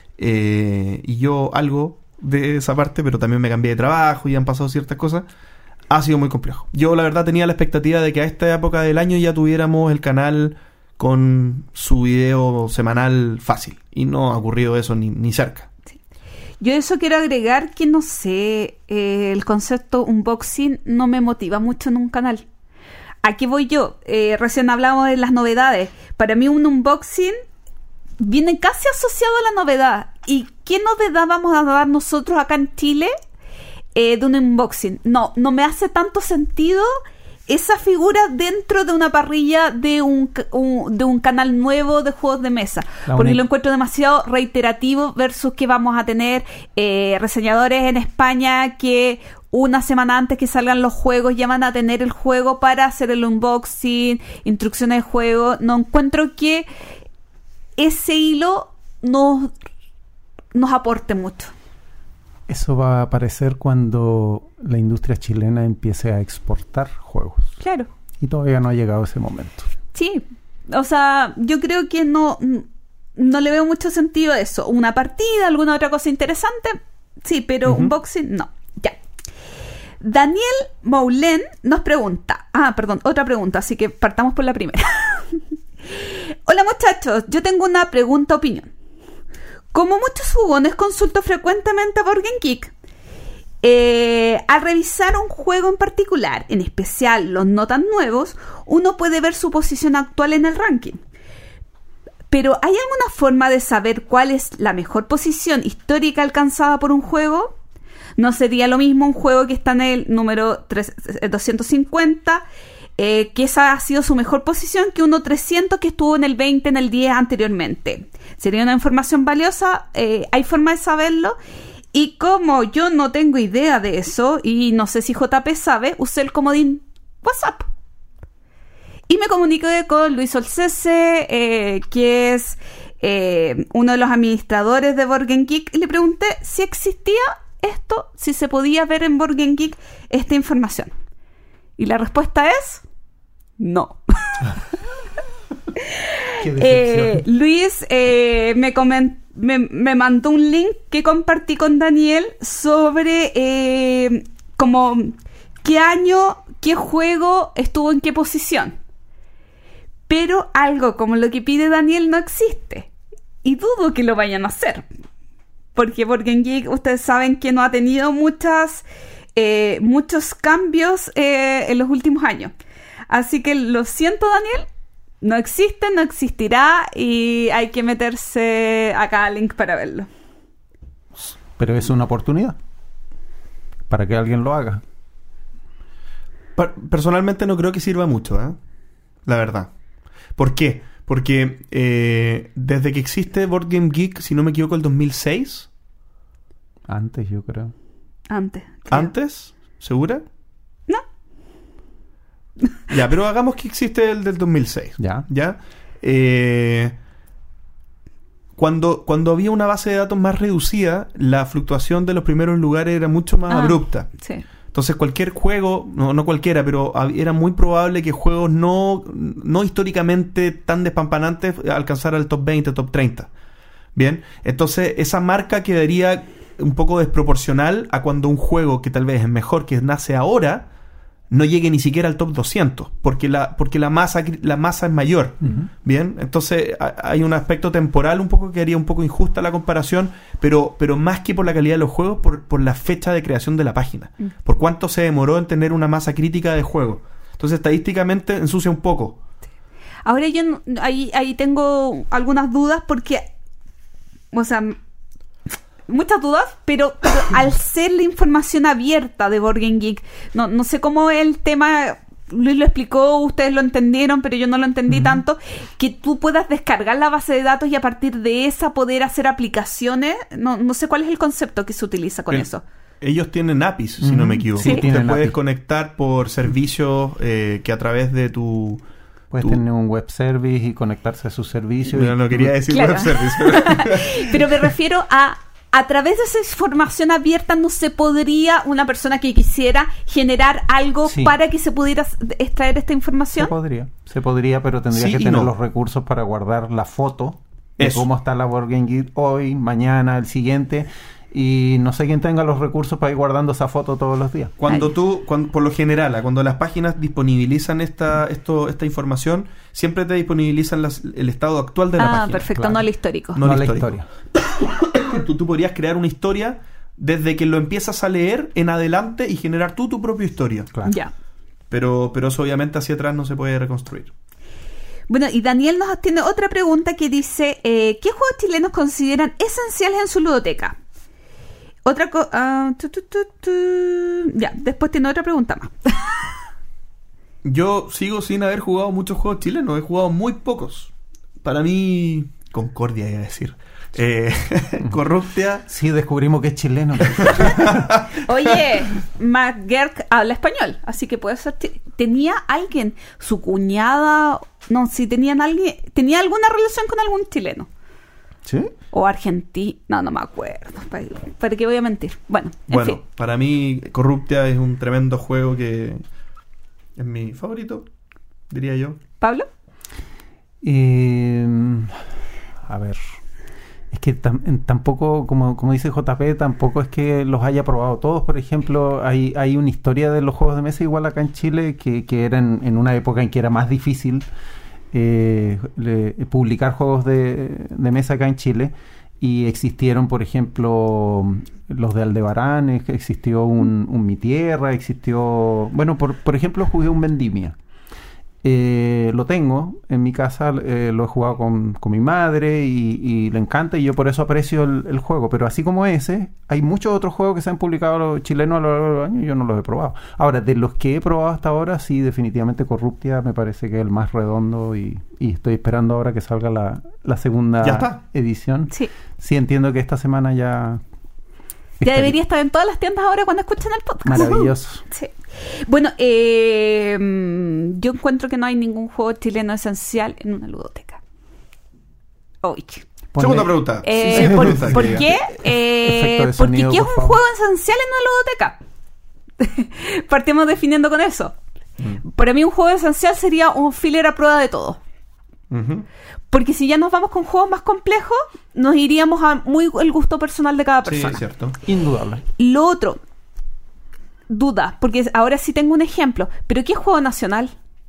S1: eh, y yo algo de esa parte, pero también me cambié de trabajo y han pasado ciertas cosas. Ha sido muy complejo. Yo la verdad tenía la expectativa de que a esta época del año ya tuviéramos el canal con su video semanal fácil, y no ha ocurrido eso ni, ni cerca.
S4: Yo eso quiero agregar que no sé, eh, el concepto unboxing no me motiva mucho en un canal. Aquí voy yo, eh, recién hablamos de las novedades. Para mí un unboxing viene casi asociado a la novedad. ¿Y qué novedad vamos a dar nosotros acá en Chile eh, de un unboxing? No, no me hace tanto sentido esa figura dentro de una parrilla de un, ca- un- de un canal nuevo de juegos de mesa,
S3: La
S4: porque
S3: uni-
S4: lo encuentro demasiado reiterativo versus que vamos a tener eh, reseñadores en España que una semana antes que salgan los juegos ya van a tener el juego para hacer el unboxing, instrucciones de juego. No encuentro que ese hilo nos, nos aporte mucho.
S3: Eso va a aparecer cuando la industria chilena empiece a exportar juegos.
S4: Claro.
S3: Y todavía no ha llegado ese momento.
S4: Sí, o sea, yo creo que no, no le veo mucho sentido a eso. Una partida, alguna otra cosa interesante, sí, pero
S1: Ujú.
S4: unboxing, no. Ya. Daniel Moulén nos pregunta, ah, perdón, otra pregunta, así que partamos por la primera. Hola muchachos, yo tengo una pregunta opinión. Como muchos jugones consulto frecuentemente a Board Game Geek. Eh, al revisar un juego en particular, en especial los no tan nuevos, uno puede ver su posición actual en el ranking. Pero ¿hay alguna forma de saber cuál es la mejor posición histórica alcanzada por un juego? ¿No sería lo mismo un juego que está en el número tres- doscientos cincuenta, eh, que esa ha sido su mejor posición, que uno trescientos que estuvo en el veinte, en el diez anteriormente? ¿Sería una información valiosa? Eh, ¿hay forma de saberlo? Y como yo no tengo idea de eso, y no sé si J P sabe, usé el comodín WhatsApp. Y me comuniqué con Luis Olcese, eh, que es eh, uno de los administradores de Board Game Geek, y le pregunté si existía esto, si se podía ver en Board Game Geek esta información. Y la respuesta es no.
S3: Qué
S4: Eh, Luis eh, me, comen- me, me mandó un link que compartí con Daniel sobre eh, como qué año, qué juego estuvo en qué posición. Pero algo como lo que pide Daniel no existe. Y dudo que lo vayan a hacer. Porque Board Game Geek, ustedes saben que no ha tenido muchas, eh, muchos cambios eh, en los últimos años. Así que lo siento, Daniel. No existe, no existirá y hay que meterse acá al link para verlo.
S3: Pero es una oportunidad para que alguien lo haga.
S1: Per- Personalmente no creo que sirva mucho, ¿eh? La verdad. ¿Por qué? Porque eh, desde que existe Board Game Geek, si no me equivoco, el dos mil seis.
S3: Antes, yo creo.
S4: Antes. creo.
S1: ¿Antes? ¿Segura?
S4: No.
S1: Ya, pero hagamos que existe el del dos mil seis.
S3: Ya.
S1: ¿Ya? Eh, cuando, cuando había una base de datos más reducida, la fluctuación de los primeros lugares era mucho más
S4: Ah,
S1: abrupta.
S4: Sí.
S1: Entonces cualquier juego, no, no cualquiera, pero era muy probable que juegos no, no históricamente tan despampanantes alcanzaran el top veinte, top treinta. Bien, entonces esa marca quedaría un poco desproporcional a cuando un juego que tal vez es mejor, que nace ahora, no llegue ni siquiera al top doscientos, porque la porque la masa la masa es mayor. Uh-huh. Bien, entonces a, hay un aspecto temporal un poco que haría un poco injusta la comparación, pero pero más que por la calidad de los juegos, por, por la fecha de creación de la página, uh-huh. por cuánto se demoró en tener una masa crítica de juego. Entonces estadísticamente ensucia un poco.
S4: Ahora yo no, ahí ahí tengo algunas dudas porque, o sea, muchas dudas, pero, pero al ser la información abierta de Board Game Geek, no, no sé cómo el tema, Luis lo explicó, ustedes lo entendieron, pero yo no lo entendí uh-huh. tanto, que tú puedas descargar la base de datos y a partir de esa poder hacer aplicaciones, no, no sé cuál es el concepto que se utiliza con
S1: el,
S4: eso.
S1: Ellos tienen A P Is, uh-huh. si no me equivoco.
S4: Sí,
S1: te puedes A P I. Conectar por servicios eh, que a través de tu...
S3: Puedes
S1: tu...
S3: tener un web service y conectarse a su servicio.
S1: No,
S3: y...
S1: no quería decir
S4: claro.
S1: web service. Pero...
S4: pero me refiero a... A través de esa información abierta no se podría una persona que quisiera generar algo sí. para que se pudiera extraer esta información.
S3: Se podría, se podría, pero tendría sí que tener no. los recursos para guardar la foto de Eso. cómo está la Board Game Geek hoy, mañana, el siguiente, y no sé quién tenga los recursos para ir guardando esa foto todos los días.
S1: Cuando Ay. tú, cuando, por lo general, cuando las páginas disponibilizan esta esto esta información, siempre te disponibilizan las, el estado actual de la
S4: ah,
S1: página.
S4: Ah, perfecto,
S1: claro.
S4: no el histórico.
S1: No,
S3: no
S1: el
S3: la
S1: histórico.
S3: historia.
S1: Tú, tú podrías crear una historia desde que lo empiezas a leer en adelante y generar tú tu propia historia.
S4: Claro. Ya.
S1: Pero, pero eso obviamente hacia atrás no se puede reconstruir.
S4: Bueno, y Daniel nos tiene otra pregunta que dice, eh, ¿qué juegos chilenos consideran esenciales en su ludoteca? Otra cosa... Uh, tu, tu, tu, tu. Ya, después tiene otra pregunta más.
S1: Yo sigo sin haber jugado muchos juegos chilenos. He jugado muy pocos. Para mí... Concordia, iba a decir. Eh, Corruptia.
S3: Sí, descubrimos que es chileno.
S4: Oye, McGurk habla español, así que puede ser. T- tenía alguien, su cuñada, no, si tenían alguien, tenía alguna relación con algún chileno.
S3: ¿Sí?
S4: O argentino, no, no me acuerdo. ¿Para, para qué voy a mentir? Bueno, en
S1: bueno,
S4: fin.
S1: Para mí, Corruptia es un tremendo juego que es mi favorito, diría yo.
S4: ¿Pablo?
S3: Eh, a ver. Es que tam- tampoco, como, como dice J P, tampoco es que los haya probado todos. Por ejemplo, hay, hay una historia de los juegos de mesa igual acá en Chile, que, que era en, en una época en que era más difícil eh, le, publicar juegos de, de mesa acá en Chile. Y existieron, por ejemplo, los de Aldebarán, existió un, un Mi Tierra, existió... Bueno, por, por ejemplo, jugué un Vendimia. Eh, lo tengo en mi casa, eh, lo he jugado con, con mi madre y, y le encanta y yo por eso aprecio el, el juego, pero así como ese hay muchos otros juegos que se han publicado los chilenos a lo largo de los años y yo no los he probado. Ahora, de los que he probado hasta ahora, sí, definitivamente Corruptia me parece que es el más redondo y, y estoy esperando ahora que salga la, la segunda
S1: ¿Ya está?
S4: Sí.
S3: edición. Sí, entiendo que esta semana ya...
S4: Ya debería estar en todas las tiendas ahora cuando escuchen el podcast.
S3: Maravilloso.
S4: Sí. Bueno, eh, yo encuentro que no hay ningún juego chileno esencial en una ludoteca. Uy.
S3: Ponle-
S1: Segunda pregunta.
S4: Eh,
S1: Sí, sí,
S4: ¿por,
S1: pregunta,
S4: ¿por
S1: que-
S4: qué? Eh,
S3: Efecto de
S4: porque
S3: sonido,
S4: ¿qué es
S3: por
S4: un
S3: favor.
S4: juego esencial en una ludoteca? Partimos definiendo con eso.
S3: Mm.
S4: Para mí un juego esencial sería un filler a prueba de todo.
S1: Ujú.
S4: Porque si ya nos vamos con juegos más complejos, nos iríamos a muy el gusto personal de cada
S1: Sí,
S4: persona.
S1: es cierto.
S3: Indudable.
S4: Lo otro, duda, porque ahora sí tengo un ejemplo, pero ¿qué es juego nacional?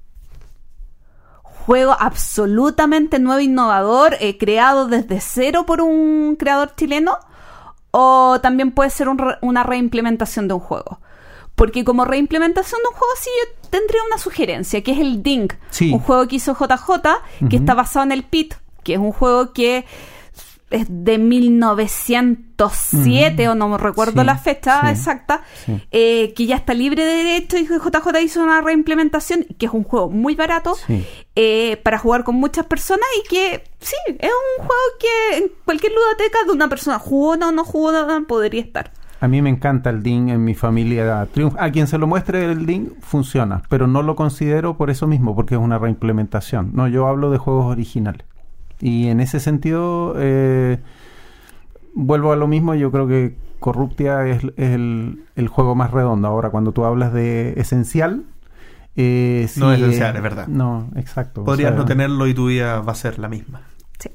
S4: Juego absolutamente nuevo, innovador, eh, creado desde cero por un creador chileno, o también puede ser un re- una reimplementación de un juego. Porque como reimplementación de un juego, sí, yo tendría una sugerencia, que es el Ding,
S3: Sí.
S4: un juego que hizo J J, que
S3: Ujú.
S4: está basado en el P I T, que es un juego que es de mil novecientos siete,
S3: Ujú.
S4: o no me recuerdo
S3: Sí,
S4: la fecha
S3: sí,
S4: exacta,
S3: sí.
S4: eh, que ya está libre de derechos y J J hizo una reimplementación, que es un juego muy barato,
S3: Sí.
S4: eh, para jugar con muchas personas y que, sí, es un juego que en cualquier ludoteca de una persona jugó o no, no jugó no, podría estar.
S3: A mí me encanta el D I N en mi familia. Triunf- A quien se lo muestre el D I N funciona, pero no lo considero por eso mismo, porque es una reimplementación. No, yo hablo de juegos originales. Y en ese sentido, eh, vuelvo a lo mismo, yo creo que Corruptia es, es el, el juego más redondo. Ahora, cuando tú hablas de esencial... Eh, sí,
S1: no es esencial,
S3: eh,
S1: es verdad.
S3: No, exacto.
S1: Podrías
S3: o sea,
S1: no tenerlo y tu vida va a ser la misma.
S4: Sí.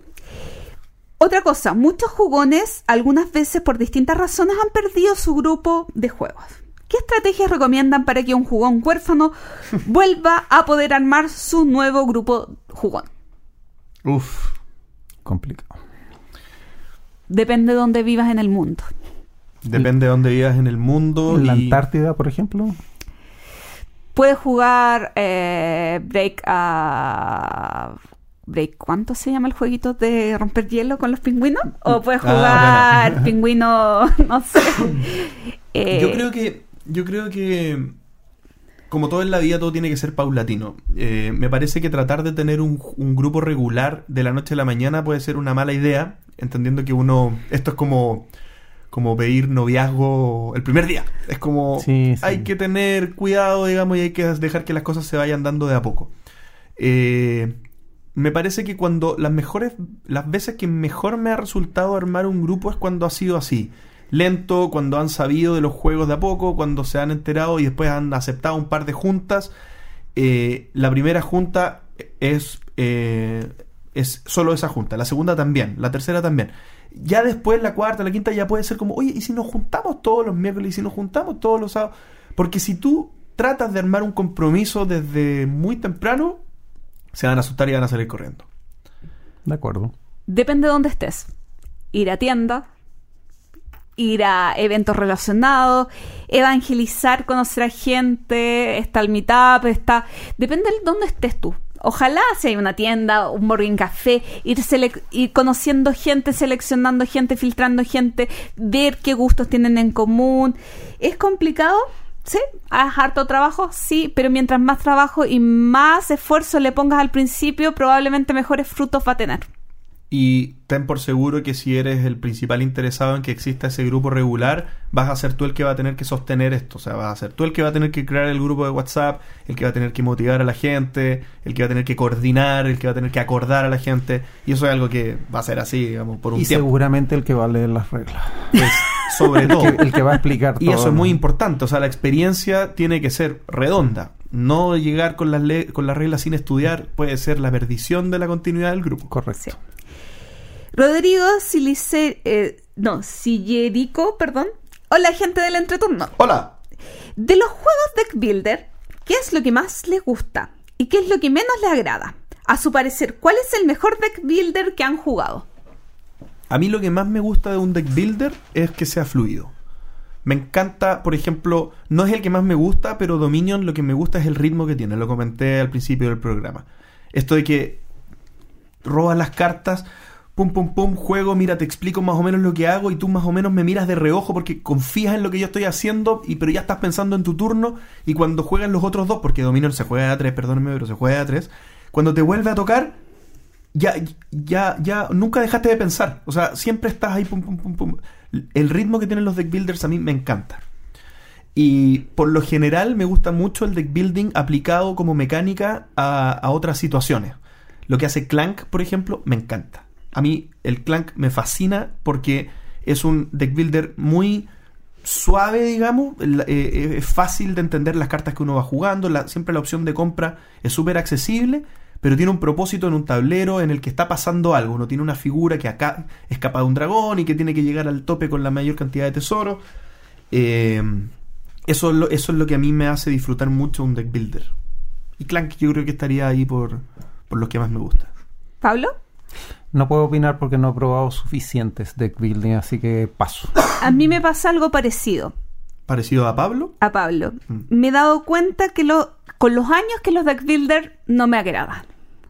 S4: Otra cosa, muchos jugones, algunas veces por distintas razones, han perdido su grupo de juegos. ¿Qué estrategias recomiendan para que un jugón huérfano vuelva a poder armar su nuevo grupo jugón?
S1: Uf.
S3: complicado.
S4: Depende de dónde vivas en el mundo.
S1: Depende de dónde vivas en el mundo.
S3: ¿En la
S1: y...
S3: Antártida, por ejemplo?
S4: Puedes jugar eh, Break a... Break, ¿cuánto se llama el jueguito de romper hielo con los pingüinos? O puedes jugar
S1: ah,
S4: pingüino, no sé. Eh,
S1: yo creo que, yo creo que como todo en la vida, todo tiene que ser paulatino. Eh, me parece que tratar de tener un, un grupo regular de la noche a la mañana puede ser una mala idea, entendiendo que uno, esto es como, como pedir noviazgo el primer día. Es como,
S3: sí, sí.
S1: hay que tener cuidado, digamos, y hay que dejar que las cosas se vayan dando de a poco. Eh... Me parece que cuando las mejores, las veces que mejor me ha resultado armar un grupo es cuando ha sido así, lento, cuando han sabido de los juegos de a poco, cuando se han enterado y después han aceptado un par de juntas. Eh, la primera junta es, eh, es solo esa junta, la segunda también, la tercera también. Ya después la cuarta, la quinta ya puede ser como, oye, ¿y si nos juntamos todos los miércoles? ¿Y si nos juntamos todos los sábados? Porque si tú tratas de armar un compromiso desde muy temprano, se van a asustar y van a salir corriendo.
S3: De acuerdo.
S4: Depende de dónde estés. Ir a tiendas, ir a eventos relacionados, evangelizar, conocer a gente, está el meetup, está... Depende de dónde estés tú. Ojalá si hay una tienda, un boarding café, ir, sele- ir conociendo gente, seleccionando gente, filtrando gente, ver qué gustos tienen en común. ¿Es complicado? Sí, ¿es harto trabajo? Sí, pero mientras más trabajo y más esfuerzo le pongas al principio, probablemente mejores frutos va a tener.
S1: Y ten por seguro que si eres el principal interesado en que exista ese grupo regular, vas a ser tú el que va a tener que sostener esto. O sea, vas a ser tú el que va a tener que crear el grupo de WhatsApp, el que va a tener que motivar a la gente, el que va a tener que coordinar, el que va a tener que acordar a la gente. Y eso es algo que va a ser así, digamos, por un
S3: y
S1: tiempo.
S3: Seguramente el que va a leer las reglas.
S1: Es sobre todo.
S3: El que, el que va a explicar todo.
S1: Y eso es muy importante. O sea, la experiencia tiene que ser redonda. No llegar con las, le- con las reglas sin estudiar puede ser la perdición de la continuidad del grupo.
S3: Correcto.
S4: Sí. Rodrigo Silice, eh, no, Sillerico, perdón. Hola, gente del entreturno.
S1: ¡Hola!
S4: De los juegos Deck Builder, ¿qué es lo que más les gusta? ¿Y qué es lo que menos les agrada? A su parecer, ¿cuál es el mejor Deck Builder que han jugado?
S1: A mí lo que más me gusta de un deck builder es que sea fluido. Me encanta, por ejemplo, no es el que más me gusta, pero Dominion lo que me gusta es el ritmo que tiene. Lo comenté al principio del programa. Esto de que robas las cartas... Pum, pum, pum, juego, mira, te explico más o menos lo que hago y tú más o menos me miras de reojo porque confías en lo que yo estoy haciendo, y pero ya estás pensando en tu turno, y cuando juegan los otros dos, porque Dominion se juega de a tres, perdónenme, pero se juega de a tres, cuando te vuelve a tocar, ya, ya, ya, nunca dejaste de pensar. O sea, siempre estás ahí, pum, pum, pum, pum. El ritmo que tienen los deck builders a mí me encanta. Y por lo general me gusta mucho el deck building aplicado como mecánica a, a otras situaciones. Lo que hace Clank, por ejemplo, me encanta. A mí el Clank me fascina porque es un deck builder muy suave, digamos. Eh, es fácil de entender las cartas que uno va jugando. La, siempre la opción de compra es súper accesible, pero tiene un propósito en un tablero en el que está pasando algo. Uno tiene una figura que acá escapa de un dragón y que tiene que llegar al tope con la mayor cantidad de tesoros. Eh, eso, es lo, eso es lo que a mí me hace disfrutar mucho un deck builder. Y Clank yo creo que estaría ahí por, por los que más me gusta.
S4: ¿Pablo?
S3: No puedo opinar porque no he probado suficientes deck building, así que paso.
S4: A mí me pasa algo parecido.
S1: ¿Parecido a Pablo?
S4: A Pablo.
S1: Mm.
S4: Me he dado cuenta que lo, con los años que los deck builder no me agradan.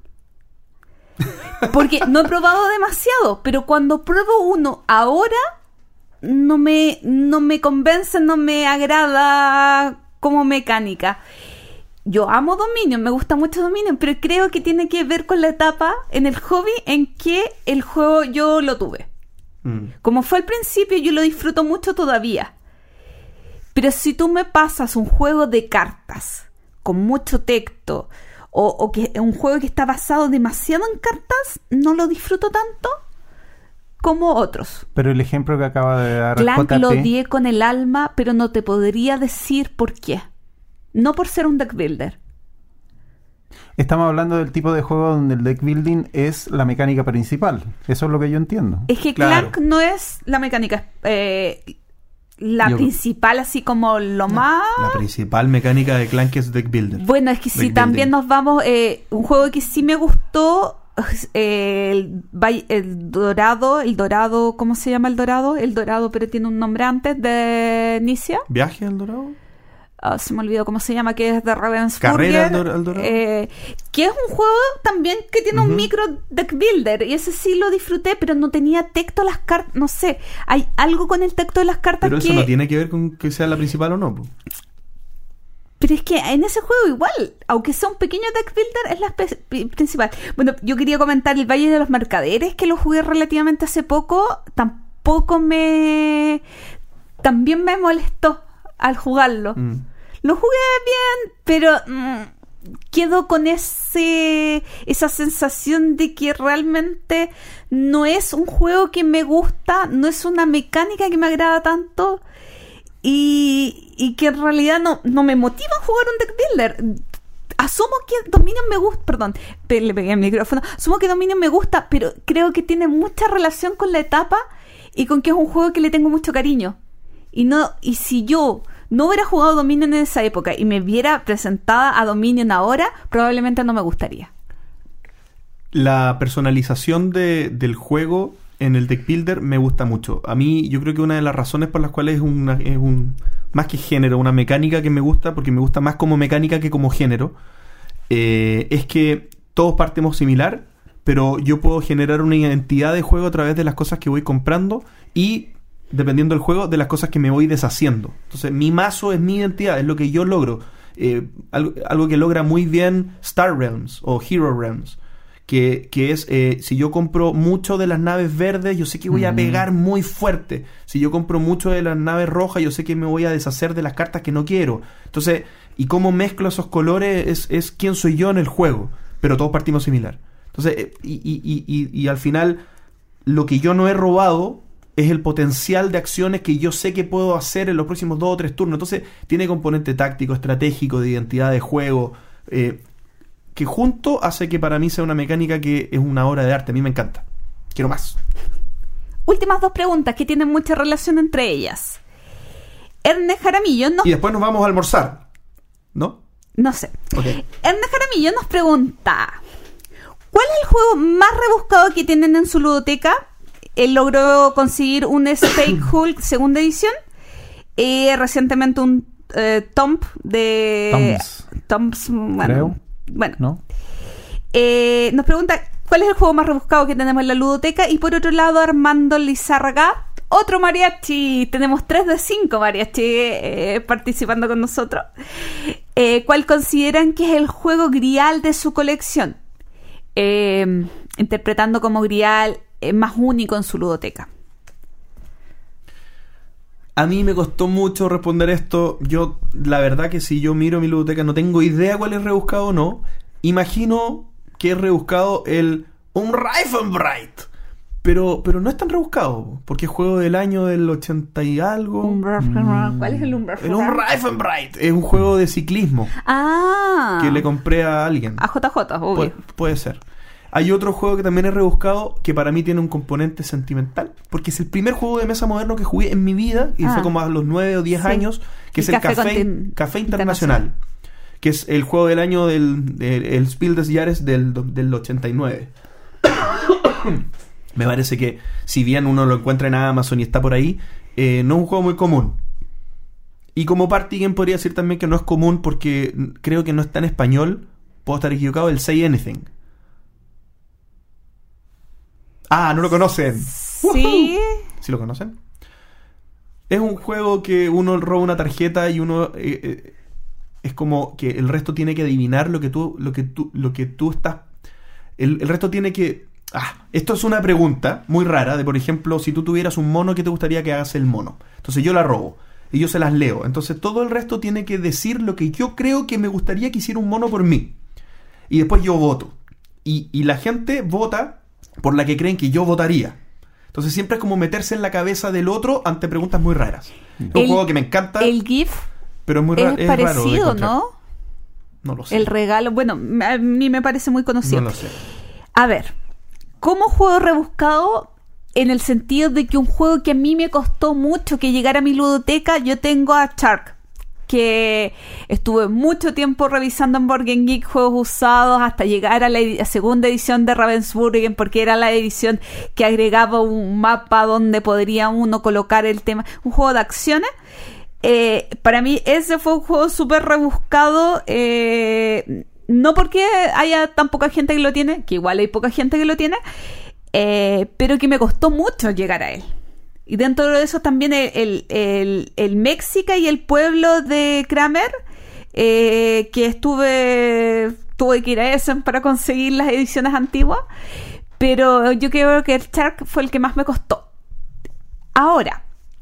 S4: Porque no he probado demasiado, pero cuando pruebo uno ahora, no me, no me convence, no me agrada como mecánica. Yo amo Dominion, me gusta mucho Dominion, pero creo que tiene que ver con la etapa en el hobby en que el juego yo lo tuve. Mm. Como fue al principio, yo lo disfruto mucho todavía. Pero si tú me pasas un juego de cartas con mucho texto, o, o que un juego que está basado demasiado en cartas, no lo disfruto tanto como otros.
S3: Pero el ejemplo que acaba de dar
S4: Clank
S3: J P,
S4: lo odié con el alma, pero no te podría decir por qué. No por ser un deck builder.
S3: estamos hablando del tipo de juego donde el deck building es la mecánica principal. Eso es lo que yo entiendo.
S4: Es que
S1: Claro.
S4: Clank no es la mecánica eh, la
S1: Yo-
S4: principal, así como lo más...
S1: La principal mecánica de Clank es deck builder.
S4: Bueno, es que si
S1: Deck
S4: también
S1: building.
S4: nos vamos... Eh, un juego que sí me gustó... eh, el, Valle- el Dorado, el Dorado, ¿cómo se llama el Dorado? El Dorado, pero tiene un nombre antes, de Nicia.
S1: ¿Viaje al Dorado?
S4: Ah, se me olvidó cómo se llama, que es de Ravensburger.
S1: Carrera al Dor- al Dorado.
S4: Eh, que es un juego también que tiene
S1: Ujú.
S4: un micro deck builder. Y ese sí lo disfruté, pero no tenía texto a las cartas. No sé, hay algo con el texto de las cartas
S1: Pero
S4: que...
S1: eso no tiene que ver con que sea la principal o no. po.
S4: Pero es que en ese juego igual, aunque sea un pequeño deck builder, es la espe- pri- principal. Bueno, yo quería comentar el Valle de los Mercaderes, que lo jugué relativamente hace poco. Tampoco me... También me molestó al jugarlo.
S1: Mm.
S4: Lo jugué bien, pero mm, quedo con ese esa sensación de que realmente no es un juego que me gusta, no es una mecánica que me agrada tanto y, y que en realidad no, no me motiva a jugar un deck builder. Asumo que Dominion me gusta, perdón, pe- le pegué el micrófono, asumo que Dominion me gusta, pero creo que tiene mucha relación con la etapa y con que es un juego que le tengo mucho cariño. Y no, y si yo no hubiera jugado Dominion en esa época y me viera presentada a Dominion ahora, probablemente no me gustaría.
S1: La personalización de, del juego en el deck builder me gusta mucho. A mí, yo creo que una de las razones por las cuales es, una, es un más que género, una mecánica que me gusta, porque me gusta más como mecánica que como género, eh, es que todos partimos similar, pero yo puedo generar una identidad de juego a través de las cosas que voy comprando y, dependiendo del juego, de las cosas que me voy deshaciendo. Entonces, mi mazo es mi identidad, es lo que yo logro. Eh, algo, algo que logra muy bien Star Realms o Hero Realms. Que, que es, eh, si yo compro mucho de las naves verdes, yo sé que voy a
S3: Mm.
S1: pegar muy fuerte. Si yo compro mucho de las naves rojas, yo sé que me voy a deshacer de las cartas que no quiero. Entonces, y cómo mezclo esos colores es, es quién soy yo en el juego. Pero todos partimos similar. Entonces, eh, y, y, y, y, y al final, lo que yo no he robado es el potencial de acciones que yo sé que puedo hacer en los próximos dos o tres turnos. Entonces, tiene componente táctico, estratégico, de identidad de juego, eh, que junto hace que para mí sea una mecánica que es una obra de arte. A mí me encanta. Quiero más.
S4: Últimas dos preguntas que tienen mucha relación entre ellas. Ernest Jaramillo nos...
S1: Y después nos vamos a almorzar, ¿no?
S4: No sé.
S1: Ok.
S4: Ernest Jaramillo nos pregunta: ¿cuál es el juego más rebuscado que tienen en su ludoteca? Él logró conseguir un Space Hulk segunda edición. Eh, recientemente un eh, Tomb de...
S3: Toms.
S4: Toms, bueno,
S3: Creo.
S4: Bueno,
S3: ¿No?
S4: Eh, nos pregunta cuál es el juego más rebuscado que tenemos en la ludoteca. Y por otro lado, Armando Lizárraga, otro mariachi. Tenemos tres de cinco mariachi eh, participando con nosotros. Eh, ¿Cuál consideran que es el juego grial de su colección? Eh, interpretando como grial eh, más único en su ludoteca.
S1: A mí me costó mucho responder esto. Yo, la verdad que si yo miro mi biblioteca no tengo idea cuál es rebuscado o no. Imagino que es rebuscado el un Riefenbright. Pero, pero no es tan rebuscado, porque es juego del año del ochenta y algo.
S4: ¿Cuál es el Umbra?
S1: El un Riefenbright es un juego de ciclismo
S4: Ah,
S1: que le compré a alguien.
S4: a J J, obvio.
S1: Pu- puede ser. Hay otro juego que también es rebuscado, que para mí tiene un componente sentimental, porque es el primer juego de mesa moderno que jugué en mi vida, y
S4: Ah.
S1: fue como a los nueve o diez
S4: Sí.
S1: años, que
S4: Y
S1: es el
S4: Café
S1: Café,
S4: Contin-
S1: Café
S4: Internacional.
S1: Internacional, que es el juego del año del, del el Spiel des Jahres del, del ochenta y nueve. Me parece que, si bien uno lo encuentra en Amazon y está por ahí, eh, no es un juego muy común. Y como party game podría decir también que no es común porque creo que no está en español. Puedo estar equivocado. El Say Anything. Ah, no lo conocen.
S4: Sí.
S1: ¿Sí lo conocen? Es un juego que uno roba una tarjeta y uno eh, eh, es como que el resto tiene que adivinar lo que tú lo que tú lo que tú estás el, el resto tiene que ah, esto es una pregunta muy rara de, por ejemplo, si tú tuvieras un mono, ¿qué te gustaría que hagas el mono? Entonces yo la robo y yo se las leo. Entonces todo el resto tiene que decir lo que yo creo que me gustaría que hiciera un mono por mí. Y después yo voto. Y, y la gente vota por la que creen que yo votaría. Entonces siempre es como meterse en la cabeza del otro ante preguntas muy raras. Es un
S4: El-
S1: juego que me encanta,
S4: El GIF
S1: pero es muy ra-
S4: es
S1: es raro de
S4: parecido,
S1: encontrar.
S4: ¿no?
S1: No lo sé.
S4: El regalo, bueno, a mí me parece muy conocido.
S1: No lo sé.
S4: A ver, como juego rebuscado, en el sentido de que un juego que a mí me costó mucho que llegara a mi ludoteca, yo tengo a Shark, que estuve mucho tiempo revisando en Board Game Geek juegos usados hasta llegar a la edi- a segunda edición de Ravensburgen, porque era la edición que agregaba un mapa donde podría uno colocar el tema, un juego de acciones. Eh, para mí ese fue un juego súper rebuscado, eh, no porque haya tan poca gente que lo tiene, que igual hay poca gente que lo tiene, eh, pero que me costó mucho llegar a él. Y dentro de eso también el, el, el, el México y el pueblo de Kramer, eh, que estuve, tuve que ir a Essen para conseguir las ediciones antiguas, pero yo creo que el Shark fue el que más me costó. Ahora,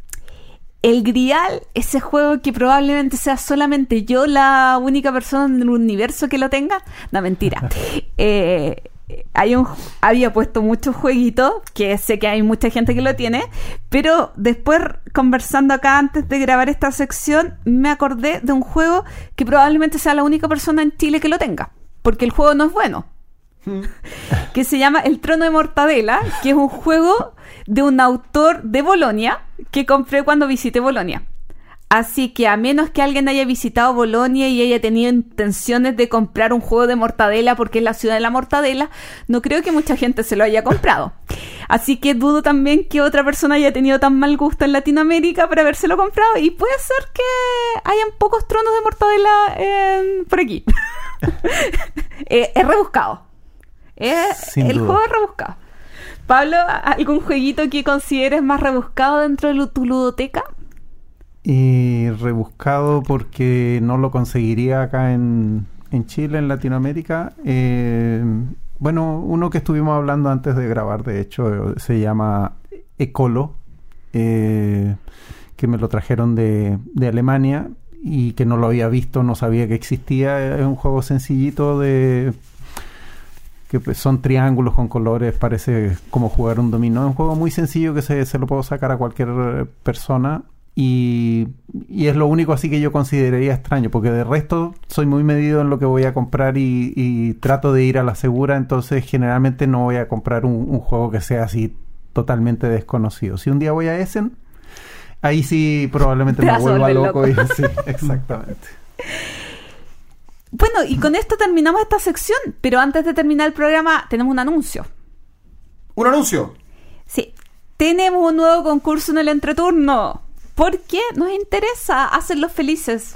S4: el Grial, ese juego que probablemente sea solamente yo la única persona en el universo que lo tenga. No, mentira. Eh, hay un, había puesto muchos jueguitos, que sé que hay mucha gente que lo tiene, pero después, conversando acá antes de grabar esta sección, me acordé de un juego que probablemente sea la única persona en Chile que lo tenga, porque el juego no es bueno. Que se llama El Trono de Mortadela, que es un juego de un autor de Bolonia que compré cuando visité Bolonia. Así que a menos que alguien haya visitado Bolonia y haya tenido intenciones de comprar un juego de mortadela porque es la ciudad de la mortadela, no creo que mucha gente se lo haya comprado. Así que dudo también que otra persona haya tenido tan mal gusto en Latinoamérica para habérselo comprado, y puede ser que hayan pocos tronos de mortadela en- por aquí. eh, es rebuscado. Es,
S3: Sin
S4: el
S3: duda.
S4: juego es rebuscado. Pablo, ¿algún jueguito que consideres más rebuscado dentro de lu- tu ludoteca?
S3: Y rebuscado porque no lo conseguiría acá en, en Chile, en Latinoamérica. Eh, bueno, uno que estuvimos hablando antes de grabar, de hecho, se llama Ecolo, eh, que me lo trajeron de, de Alemania y que no lo había visto, no sabía que existía. Es un juego sencillito de... que pues, son triángulos con colores, parece como jugar un dominó. Es un juego muy sencillo que se, se lo puedo sacar a cualquier persona. Y, y es lo único así que yo consideraría extraño, porque de resto soy muy medido en lo que voy a comprar y, y trato de ir a la segura. Entonces generalmente no voy a comprar un, un juego que sea así totalmente desconocido. Si un día voy a Essen, ahí sí probablemente
S4: Te
S3: me
S4: vas a
S3: vuelva
S4: volver
S3: loco,
S4: loco.
S3: y, sí, exactamente.
S4: Bueno, y con esto terminamos esta sección, pero antes de terminar el programa tenemos un anuncio.
S1: Un anuncio.
S4: Sí, tenemos un nuevo concurso en el entreturno, porque nos interesa hacerlos felices.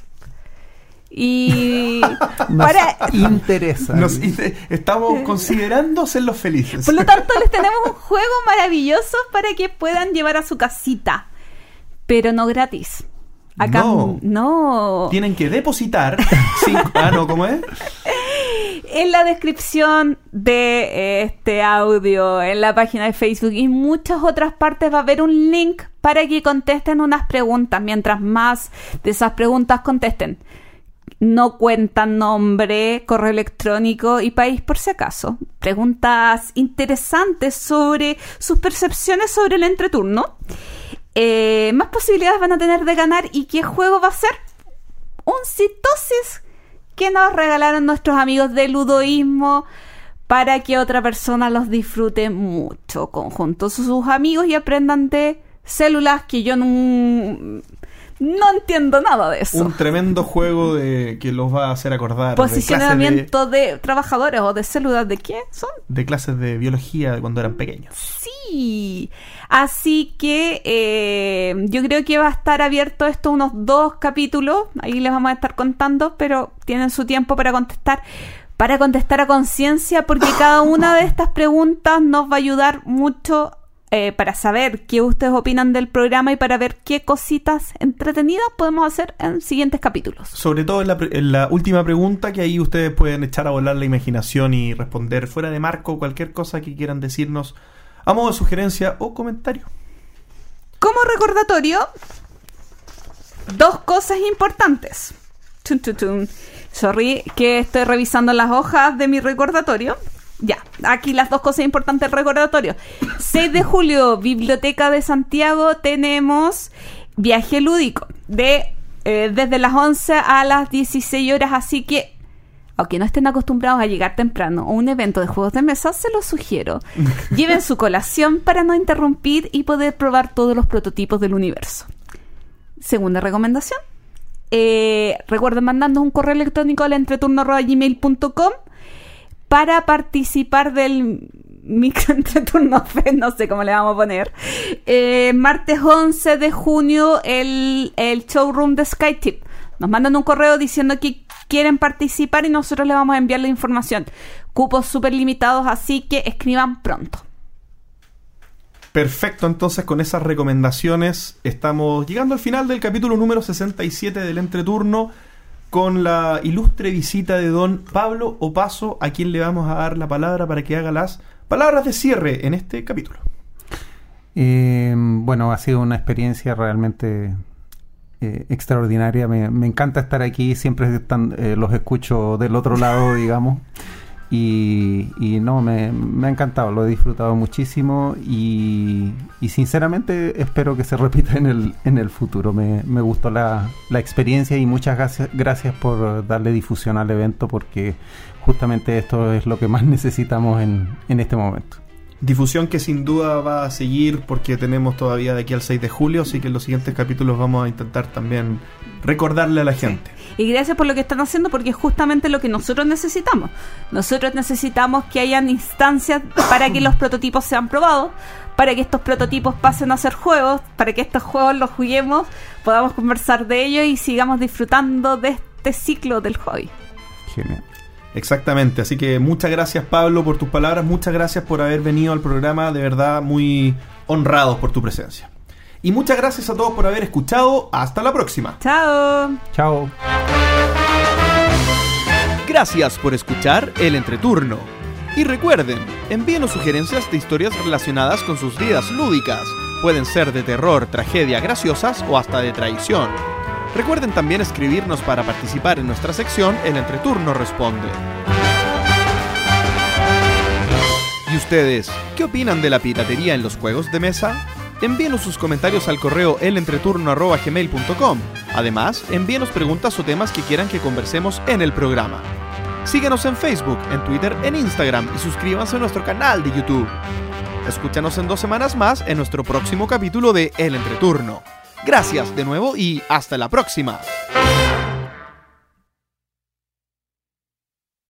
S4: Y
S3: Nos
S4: para,
S3: interesa.
S1: Nos, estamos considerando serlos felices.
S4: por lo tanto, les tenemos un juego maravilloso para que puedan llevar a su casita, pero no gratis. Acá
S1: No.
S4: no.
S1: Tienen que depositar cinco, ah, no, ¿cómo es?
S4: En la descripción de este audio, en la página de Facebook y muchas otras partes va a haber un link para que contesten unas preguntas. Mientras más de esas preguntas contesten, no cuentan nombre, correo electrónico y país por si acaso. Preguntas interesantes sobre sus percepciones sobre el entreturno. Eh, más posibilidades van a tener de ganar. ¿Y qué juego va a ser? Un Citosis que nos regalaron nuestros amigos de Ludoísmo para que otra persona los disfrute mucho junto a sus amigos y aprendan de células, que yo no, no entiendo nada de eso.
S1: Un tremendo juego de que los va a hacer acordar de clases
S4: Posicionamiento de, trabajadores o de células, ¿de qué son?
S1: de, de clases de biología de cuando eran pequeños.
S4: Sí, así que eh, yo creo que va a estar abierto esto unos dos capítulos, ahí les vamos a estar contando, pero tienen su tiempo para contestar, para contestar a conciencia, porque cada una de estas preguntas nos va a ayudar mucho eh, para saber qué ustedes opinan del programa y para ver qué cositas entretenidas podemos hacer en siguientes capítulos.
S1: Sobre todo en la, pre- en la última pregunta, que ahí ustedes pueden echar a volar la imaginación y responder fuera de marco cualquier cosa que quieran decirnos a modo de sugerencia o comentario.
S4: Como recordatorio, dos cosas importantes. Chun, chun, chun. Sorry que estoy revisando las hojas de mi recordatorio. Ya, aquí las dos cosas importantes recordatorios. seis de julio, Biblioteca de Santiago, tenemos viaje lúdico de eh, desde las once a las dieciséis horas, así que aunque no estén acostumbrados a llegar temprano a un evento de juegos de mesa, se los sugiero. Lleven su colación para no interrumpir y poder probar todos los prototipos del universo. Segunda recomendación. Eh, recuerden mandarnos un correo electrónico al entreturno arroba gmail punto com para participar del microentreturno Fest, no sé cómo le vamos a poner. Eh, martes once de junio, el, el showroom de Skytip. Nos mandan un correo diciendo que quieren participar y nosotros les vamos a enviar la información. Cupos súper limitados, así que escriban pronto.
S1: Perfecto, entonces con esas recomendaciones estamos llegando al final del capítulo número sesenta y siete del Entreturno, con la ilustre visita de don Pablo Opazo, a quien le vamos a dar la palabra para que haga las palabras de cierre en este capítulo.
S3: Eh, bueno, ha sido una experiencia realmente eh, extraordinaria. Me, me encanta estar aquí, siempre están, eh, los escucho del otro lado, digamos. Y, y no, me, me ha encantado, lo he disfrutado muchísimo y, y sinceramente espero que se repita en el, en el futuro. Me, me gustó la, la experiencia y muchas gracias, gracias por darle difusión al evento, porque justamente esto es lo que más necesitamos en, en este momento.
S1: Difusión que sin duda va a seguir porque tenemos todavía de aquí al seis de julio, así que en los siguientes capítulos vamos a intentar también recordarle a la gente.
S4: Sí. Y gracias por lo que están haciendo, porque es justamente lo que nosotros necesitamos. Nosotros necesitamos que hayan instancias para que los prototipos sean probados, para que estos prototipos pasen a ser juegos, para que estos juegos los juguemos, podamos conversar de ellos y sigamos disfrutando de este ciclo del hobby.
S3: Genial.
S1: Exactamente, así que muchas gracias, Pablo, por tus palabras, muchas gracias por haber venido al programa, de verdad muy honrados por tu presencia. Y muchas gracias a todos por haber escuchado, hasta la próxima.
S4: Chao.
S3: Chao.
S5: Gracias por escuchar El Entreturno. Y recuerden, envíenos sugerencias de historias relacionadas con sus vidas lúdicas. Pueden ser de terror, tragedia, graciosas o hasta de traición. Recuerden también escribirnos para participar en nuestra sección El Entreturno Responde. ¿Y ustedes, qué opinan de la piratería en los juegos de mesa? Envíenos sus comentarios al correo el entreturno arroba gmail punto com. Además, envíenos preguntas o temas que quieran que conversemos en el programa. Síguenos en Facebook, en Twitter, en Instagram y suscríbanse a nuestro canal de YouTube. Escúchanos en dos semanas más en nuestro próximo capítulo de El Entreturno. Gracias de nuevo y hasta la próxima.